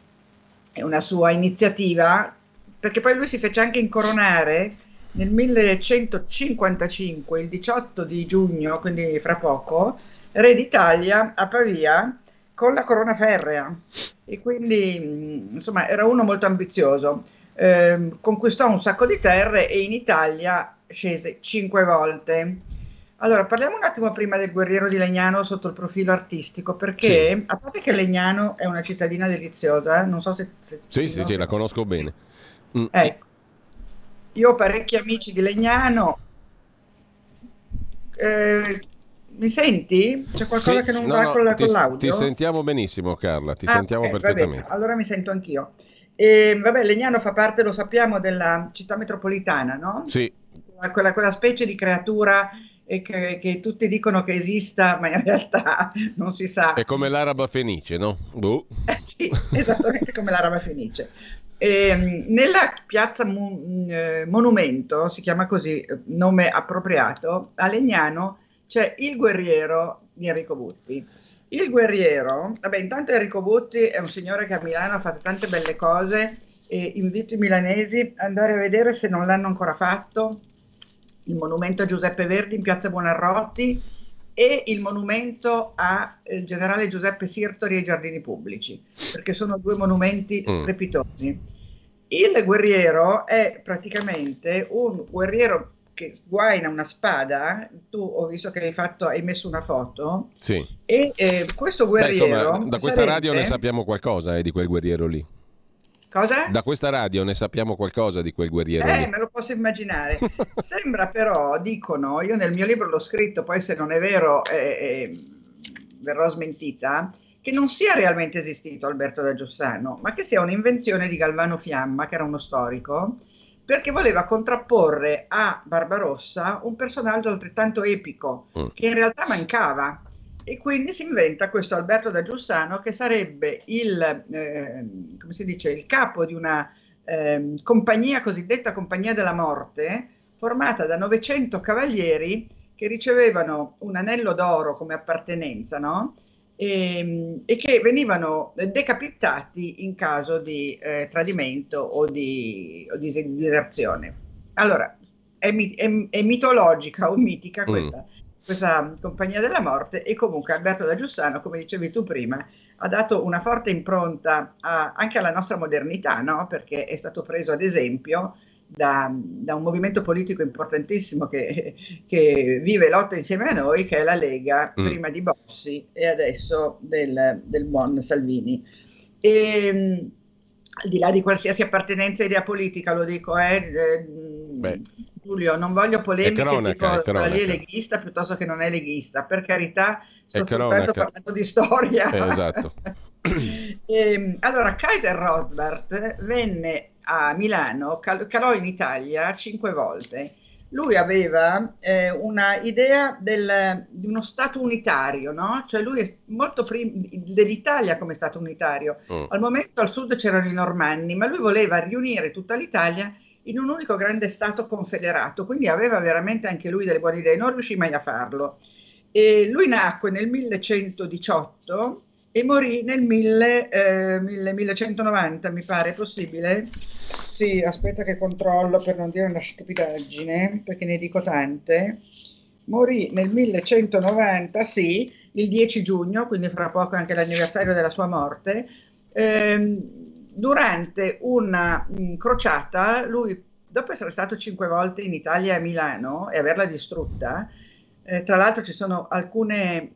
iniziativa, perché poi lui si fece anche incoronare nel 1155, il 18 di giugno, quindi fra poco, re d'Italia a Pavia, con la corona ferrea e quindi insomma era uno molto ambizioso. Conquistò un sacco di terre e in Italia scese 5 volte. Allora, parliamo un attimo prima del guerriero di Legnano sotto il profilo artistico, perché a parte che Legnano è una cittadina deliziosa, non so se Sì, la conosco bene. Ecco, io ho parecchi amici di Legnano. Mi senti? C'è qualcosa che non va con l'audio? Ti sentiamo benissimo, Carla, sentiamo okay, perfettamente. Allora mi sento anch'io. Legnano fa parte, lo sappiamo, della città metropolitana, no? Sì. Quella specie di creatura che tutti dicono che esista, ma in realtà non si sa. È come l'araba fenice, no? Sì, esattamente come l'araba fenice. Nella piazza Monumento, si chiama così, nome appropriato, a Legnano c'è il guerriero di Enrico Butti. Il guerriero, intanto Enrico Butti è un signore che a Milano ha fatto tante belle cose e invito i milanesi ad andare a vedere, se non l'hanno ancora fatto, il monumento a Giuseppe Verdi in piazza Buonarroti e il monumento al generale Giuseppe Sirtori ai Giardini Pubblici, perché sono 2 monumenti strepitosi. Il guerriero è praticamente un guerriero che sguaina una spada. Tu ho visto che hai messo una foto. Sì. E questo guerriero da questa radio ne sappiamo qualcosa di quel guerriero lì. Cosa? Da questa radio ne sappiamo qualcosa di quel guerriero lì. Me lo posso immaginare. Sembra però, dicono, io nel mio libro l'ho scritto, poi se non è vero verrò smentita, che non sia realmente esistito Alberto da Giussano, ma che sia un'invenzione di Galvano Fiamma, che era uno storico, perché voleva contrapporre a Barbarossa un personaggio altrettanto epico, che in realtà mancava. E quindi si inventa questo Alberto da Giussano, che sarebbe il capo di una compagnia, cosiddetta Compagnia della Morte, formata da 900 cavalieri che ricevevano un anello d'oro come appartenenza, no? E che venivano decapitati in caso di tradimento o di diserzione. Allora, è mitologica o mitica questa Compagnia della Morte, e comunque Alberto da Giussano, come dicevi tu prima, ha dato una forte impronta anche alla nostra modernità, no? Perché è stato preso ad esempio da un movimento politico importantissimo che vive e lotta insieme a noi, che è la Lega, prima di Bossi e adesso del buon Salvini. E al di là di qualsiasi appartenenza e idea politica, lo dico, Giulio, non voglio polemiche tipo lì è leghista piuttosto che non è leghista, per carità, sto soltanto parlando di storia. Esatto. Allora, Kaiser Robert venne a Milano, calò in Italia 5 volte. Lui aveva una idea di uno Stato unitario, no? Cioè lui è molto prima dell'Italia come Stato unitario. Al momento al sud c'erano i Normanni, ma lui voleva riunire tutta l'Italia in un unico grande Stato confederato, quindi aveva veramente anche lui delle buone idee, non riuscì mai a farlo. E lui nacque nel 1118 e morì nel 1190, mi pare, possibile? Sì, aspetta che controllo per non dire una stupidaggine, perché ne dico tante. Morì nel 1190, sì, il 10 giugno, quindi fra poco anche l'anniversario della sua morte. Durante una crociata, lui, dopo essere stato 5 volte in Italia e a Milano e averla distrutta, tra l'altro ci sono alcune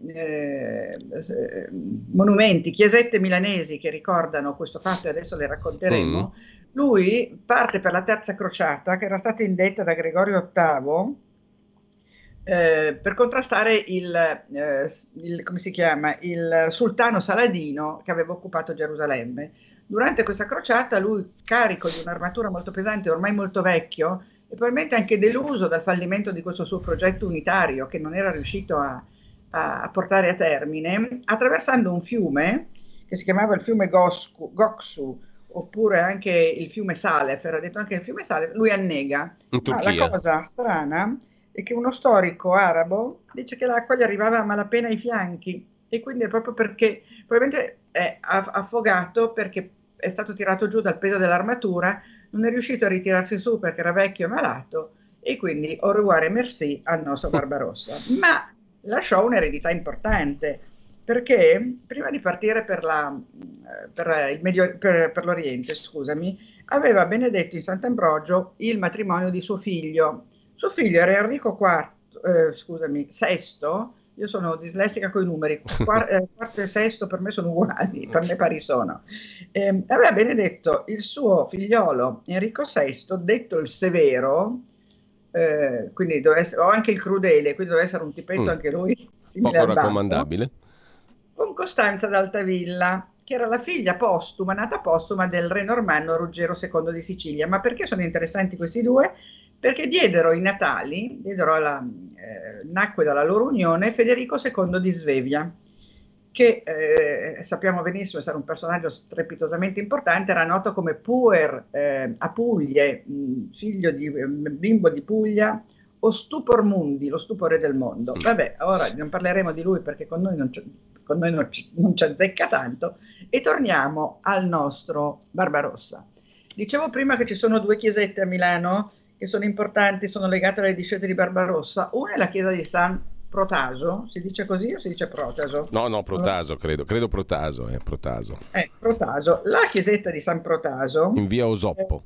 monumenti, chiesette milanesi che ricordano questo fatto e adesso le racconteremo. Lui parte per la terza crociata, che era stata indetta da Gregorio VIII per contrastare come si chiama, il sultano Saladino che aveva occupato Gerusalemme. Durante questa crociata lui, carico di un'armatura molto pesante, ormai molto vecchio, e probabilmente anche deluso dal fallimento di questo suo progetto unitario che non era riuscito a portare a termine, attraversando un fiume che si chiamava il fiume Goksu, oppure anche il fiume Salef, era detto anche il fiume Salef, lui annega. Ma la cosa strana è che uno storico arabo dice che l'acqua gli arrivava a malapena ai fianchi, e quindi è proprio perché probabilmente è affogato perché è stato tirato giù dal peso dell'armatura, non è riuscito a ritirarsi su perché era vecchio e malato, e quindi au revoir et merci al nostro Barbarossa. Ma lasciò un'eredità importante, perché prima di partire per l'Oriente, scusami, aveva benedetto in Sant'Ambrogio il matrimonio di suo figlio. Suo figlio era Enrico VI, io sono dislessica con i numeri, quarto e sesto per me sono uguali, per me pari sono. Aveva benedetto il suo figliolo Enrico VI, detto il Severo, quindi doveva essere, o anche il Crudele, quindi doveva essere un tipetto anche lui simile poco al Babbo, raccomandabile, con Costanza d'Altavilla, che era la figlia postuma, nata postuma del re normanno Ruggero II di Sicilia. Ma perché sono interessanti questi due? Perché diedero i natali, nacque dalla loro unione Federico II di Svevia, che sappiamo benissimo essere un personaggio strepitosamente importante, era noto come Puer Apuglie, figlio di bimbo di Puglia, o Stupor Mundi, lo stupore del mondo. Vabbè, ora non parleremo di lui perché con noi non ci azzecca tanto, e torniamo al nostro Barbarossa. Dicevo prima che ci sono due chiesette a Milano che sono importanti, sono legate alle discese di Barbarossa. Una è la chiesa di San Protaso, si dice così o si dice Protaso? No, Protaso, credo Protaso, Protaso. Protaso. La chiesetta di San Protaso in via Osoppo.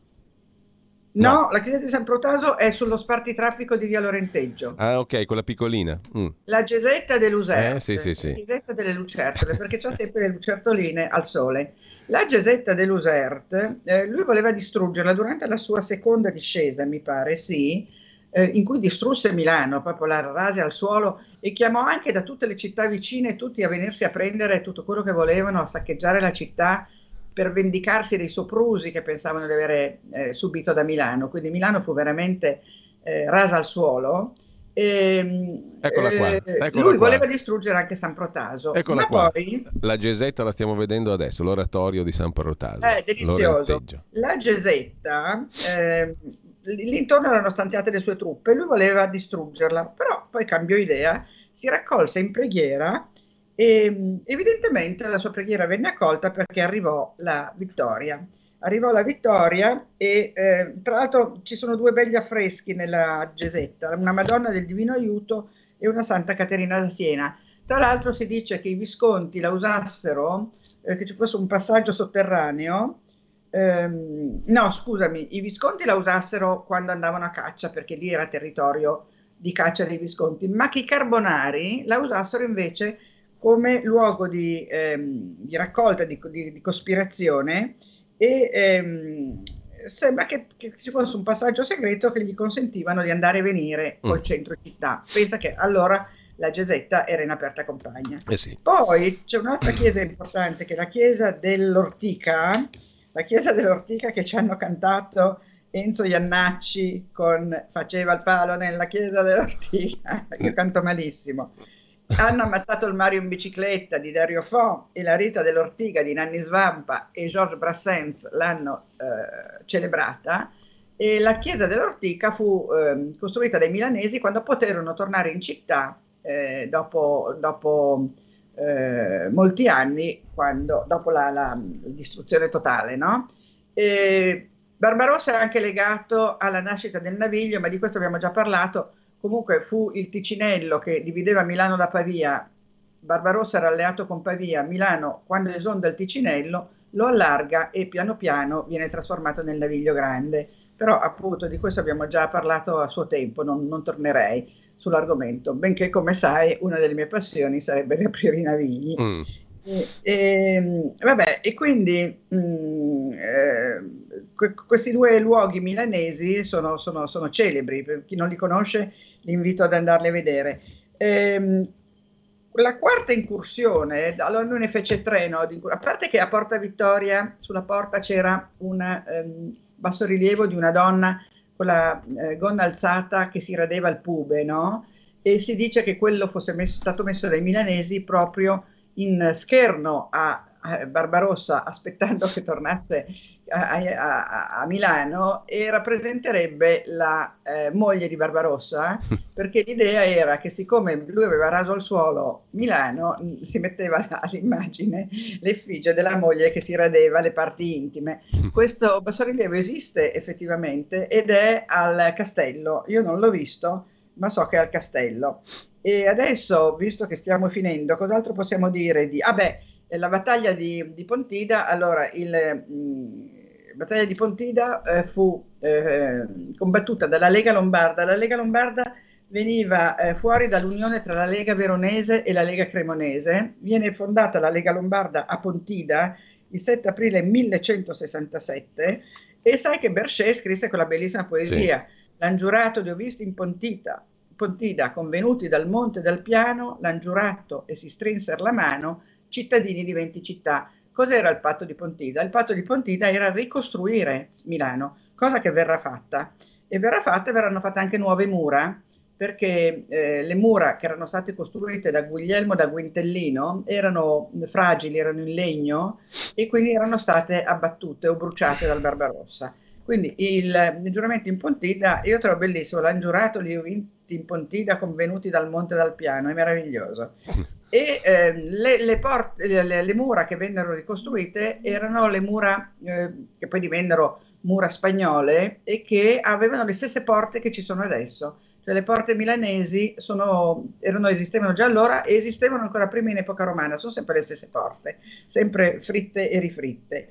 No, la chiesa di San Protaso è sullo spartitraffico di via Lorenteggio. Ah, ok, quella piccolina. La chiesetta delle Lucerte. Sì. La chiesetta delle Lucertole, perché c'ha sempre le lucertoline al sole. La chiesetta delle Lucerte, lui voleva distruggerla durante la sua seconda discesa, mi pare, sì, in cui distrusse Milano, proprio la rase al suolo, e chiamò anche da tutte le città vicine tutti a venirsi a prendere tutto quello che volevano, a saccheggiare la città, per vendicarsi dei soprusi che pensavano di avere subito da Milano. Quindi Milano fu veramente rasa al suolo. Eccola qua. Lui voleva distruggere anche San Protaso. Eccola ma qua. Poi la Gesetta la stiamo vedendo adesso, l'oratorio di San Protaso. È delizioso. La Gesetta, l'intorno erano stanziate le sue truppe, lui voleva distruggerla, però poi cambiò idea, si raccolse in preghiera e evidentemente la sua preghiera venne accolta perché arrivò la vittoria. E tra l'altro ci sono due begli affreschi nella Gesetta, una Madonna del Divino Aiuto e una Santa Caterina da Siena. Tra l'altro si dice che i Visconti la usassero, che ci fosse un passaggio sotterraneo. I Visconti la usassero quando andavano a caccia, perché lì era territorio di caccia dei Visconti, ma che i Carbonari la usassero invece come luogo di raccolta, di cospirazione, e sembra che ci fosse un passaggio segreto che gli consentivano di andare e venire col centro città. Pensa che allora la Gesetta era in aperta campagna. Sì. Poi c'è un'altra chiesa importante, che è la chiesa dell'Ortica, che ci hanno cantato Enzo Iannacci con Faceva il palo nella chiesa dell'Ortica. Io canto malissimo. Hanno ammazzato il Mario in bicicletta di Dario Fo e la Rita dell'Ortiga di Nanni Svampa e Georges Brassens l'hanno celebrata, e la chiesa dell'Ortica fu costruita dai milanesi quando poterono tornare in città dopo molti anni, dopo la distruzione totale, no? Barbarossa è anche legato alla nascita del Naviglio, ma di questo abbiamo già parlato. Comunque fu il Ticinello che divideva Milano da Pavia. Barbarossa era alleato con Pavia. Milano, quando esonda il Ticinello, lo allarga e piano piano viene trasformato nel Naviglio Grande. Però appunto di questo abbiamo già parlato a suo tempo, non tornerei sull'argomento, benché, come sai, una delle mie passioni sarebbe riaprire i navigli. E quindi questi due luoghi milanesi sono celebri. Per chi non li conosce li invito ad andarli a vedere. La quarta incursione, allora lui ne fece tre, no? A parte che a Porta Vittoria sulla porta c'era un bassorilievo di una donna con la gonna alzata che si radeva il pube, no? E si dice che quello fosse stato messo dai milanesi proprio in scherno a Barbarossa, aspettando che tornasse a Milano, e rappresenterebbe la moglie di Barbarossa, perché l'idea era che siccome lui aveva raso al suolo Milano, si metteva all'immagine l'effigie della moglie che si radeva le parti intime. Questo bassorilievo esiste effettivamente ed è al castello, io non l'ho visto, ma so che è al castello. E adesso, visto che stiamo finendo, cos'altro possiamo dire di... la battaglia di Pontida. Allora, la battaglia di Pontida fu combattuta dalla Lega Lombarda. La Lega Lombarda veniva fuori dall'unione tra la Lega Veronese e la Lega Cremonese. Viene fondata la Lega Lombarda a Pontida il 7 aprile 1167 e sai che Berchet scrisse quella bellissima poesia: sì. L'han giurato di ho visto in Pontida, convenuti dal monte dal piano, l'han giurato e si strinser la mano, cittadini di 20 città. Cos'era il patto di Pontida? Il patto di Pontida era ricostruire Milano, cosa che verrà fatta. E verranno fatte anche nuove mura, perché le mura che erano state costruite da Guglielmo da Guintellino erano fragili, erano in legno e quindi erano state abbattute o bruciate dal Barbarossa. Quindi il giuramento in Pontida, io trovo bellissimo, l'hanno giurato li ho vinti in Pontida convenuti dal monte dal piano, è meraviglioso. E le mura che vennero ricostruite erano le mura che poi divennero mura spagnole e che avevano le stesse porte che ci sono adesso. Cioè le porte milanesi esistevano già allora e esistevano ancora prima in epoca romana, sono sempre le stesse porte, sempre fritte e rifritte.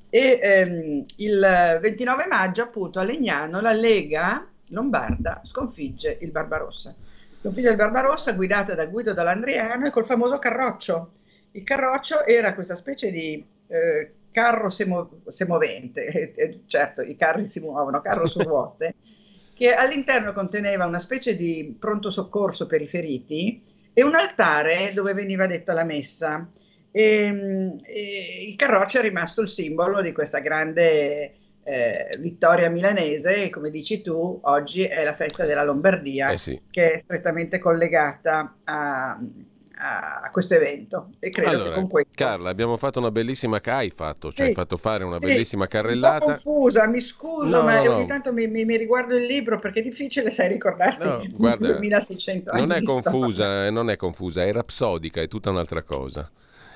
E il 29 maggio appunto a Legnano la Lega Lombarda sconfigge il Barbarossa. Sconfigge il Barbarossa guidata da Guido Dall'Andriano e col famoso carroccio. Il carroccio era questa specie di carro semovente, certo i carri si muovono, carro su ruote, che all'interno conteneva una specie di pronto soccorso per i feriti e un altare dove veniva detta la messa. E il carroccio è rimasto il simbolo di questa grande vittoria milanese e, come dici tu, oggi è la festa della Lombardia, sì, che è strettamente collegata a questo evento e credo che con questo... Carla, abbiamo fatto una bellissima hai fatto fare una bellissima carrellata. Un po' confusa, mi scuso, ma ogni tanto mi riguardo il libro perché è difficile, sai, ricordarsi guarda, 2600 anni. Non è confusa, è rapsodica, è tutta un'altra cosa.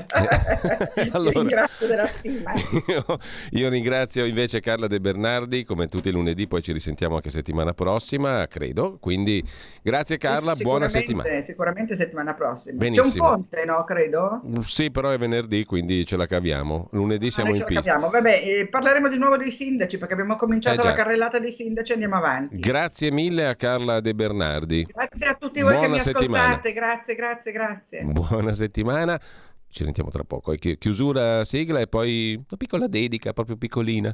Allora, ringrazio della stima. Io ringrazio invece Carla De Bernardi, come tutti i lunedì, poi ci risentiamo anche settimana prossima, credo. Quindi grazie Carla, buona settimana. Sicuramente settimana prossima. Benissimo. C'è un ponte, no? Credo? Sì, però è venerdì, quindi ce la caviamo. Lunedì siamo in pista. Vabbè, parleremo di nuovo dei sindaci perché abbiamo cominciato la carrellata dei sindaci, andiamo avanti. Grazie mille a Carla De Bernardi. Grazie a tutti voi che mi ascoltate, grazie. Buona settimana. Ci sentiamo tra poco. Chiusura, sigla e poi una piccola dedica, proprio piccolina.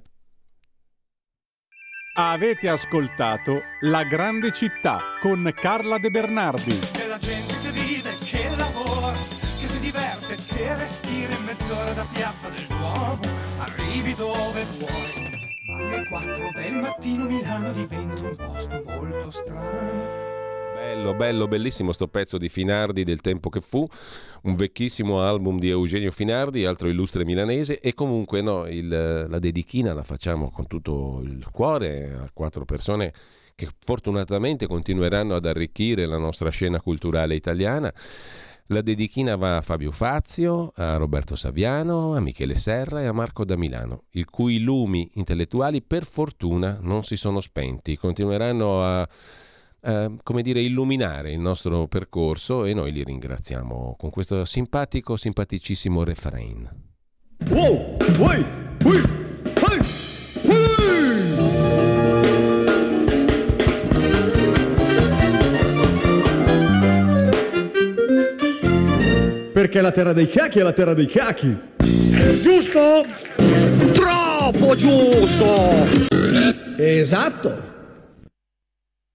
Avete ascoltato La Grande Città con Carla De Bernardi. Che la gente che vive, che lavora, che si diverte, che respira in mezz'ora da Piazza del Duomo, arrivi dove vuoi. Alle 4 del mattino Milano diventa un posto molto strano. Bello, bellissimo sto pezzo di Finardi del tempo che fu, un vecchissimo album di Eugenio Finardi, altro illustre milanese, e comunque la dedichina la facciamo con tutto il cuore a 4 persone che fortunatamente continueranno ad arricchire la nostra scena culturale italiana. La dedichina va a Fabio Fazio, a Roberto Saviano, a Michele Serra e a Marco da Milano, il cui lumi intellettuali per fortuna non si sono spenti, continueranno a illuminare il nostro percorso e noi li ringraziamo con questo simpaticissimo refrain. Wow, hey, hey, perché la terra dei cacchi è la terra dei cacchi. È giusto? Troppo giusto! Esatto!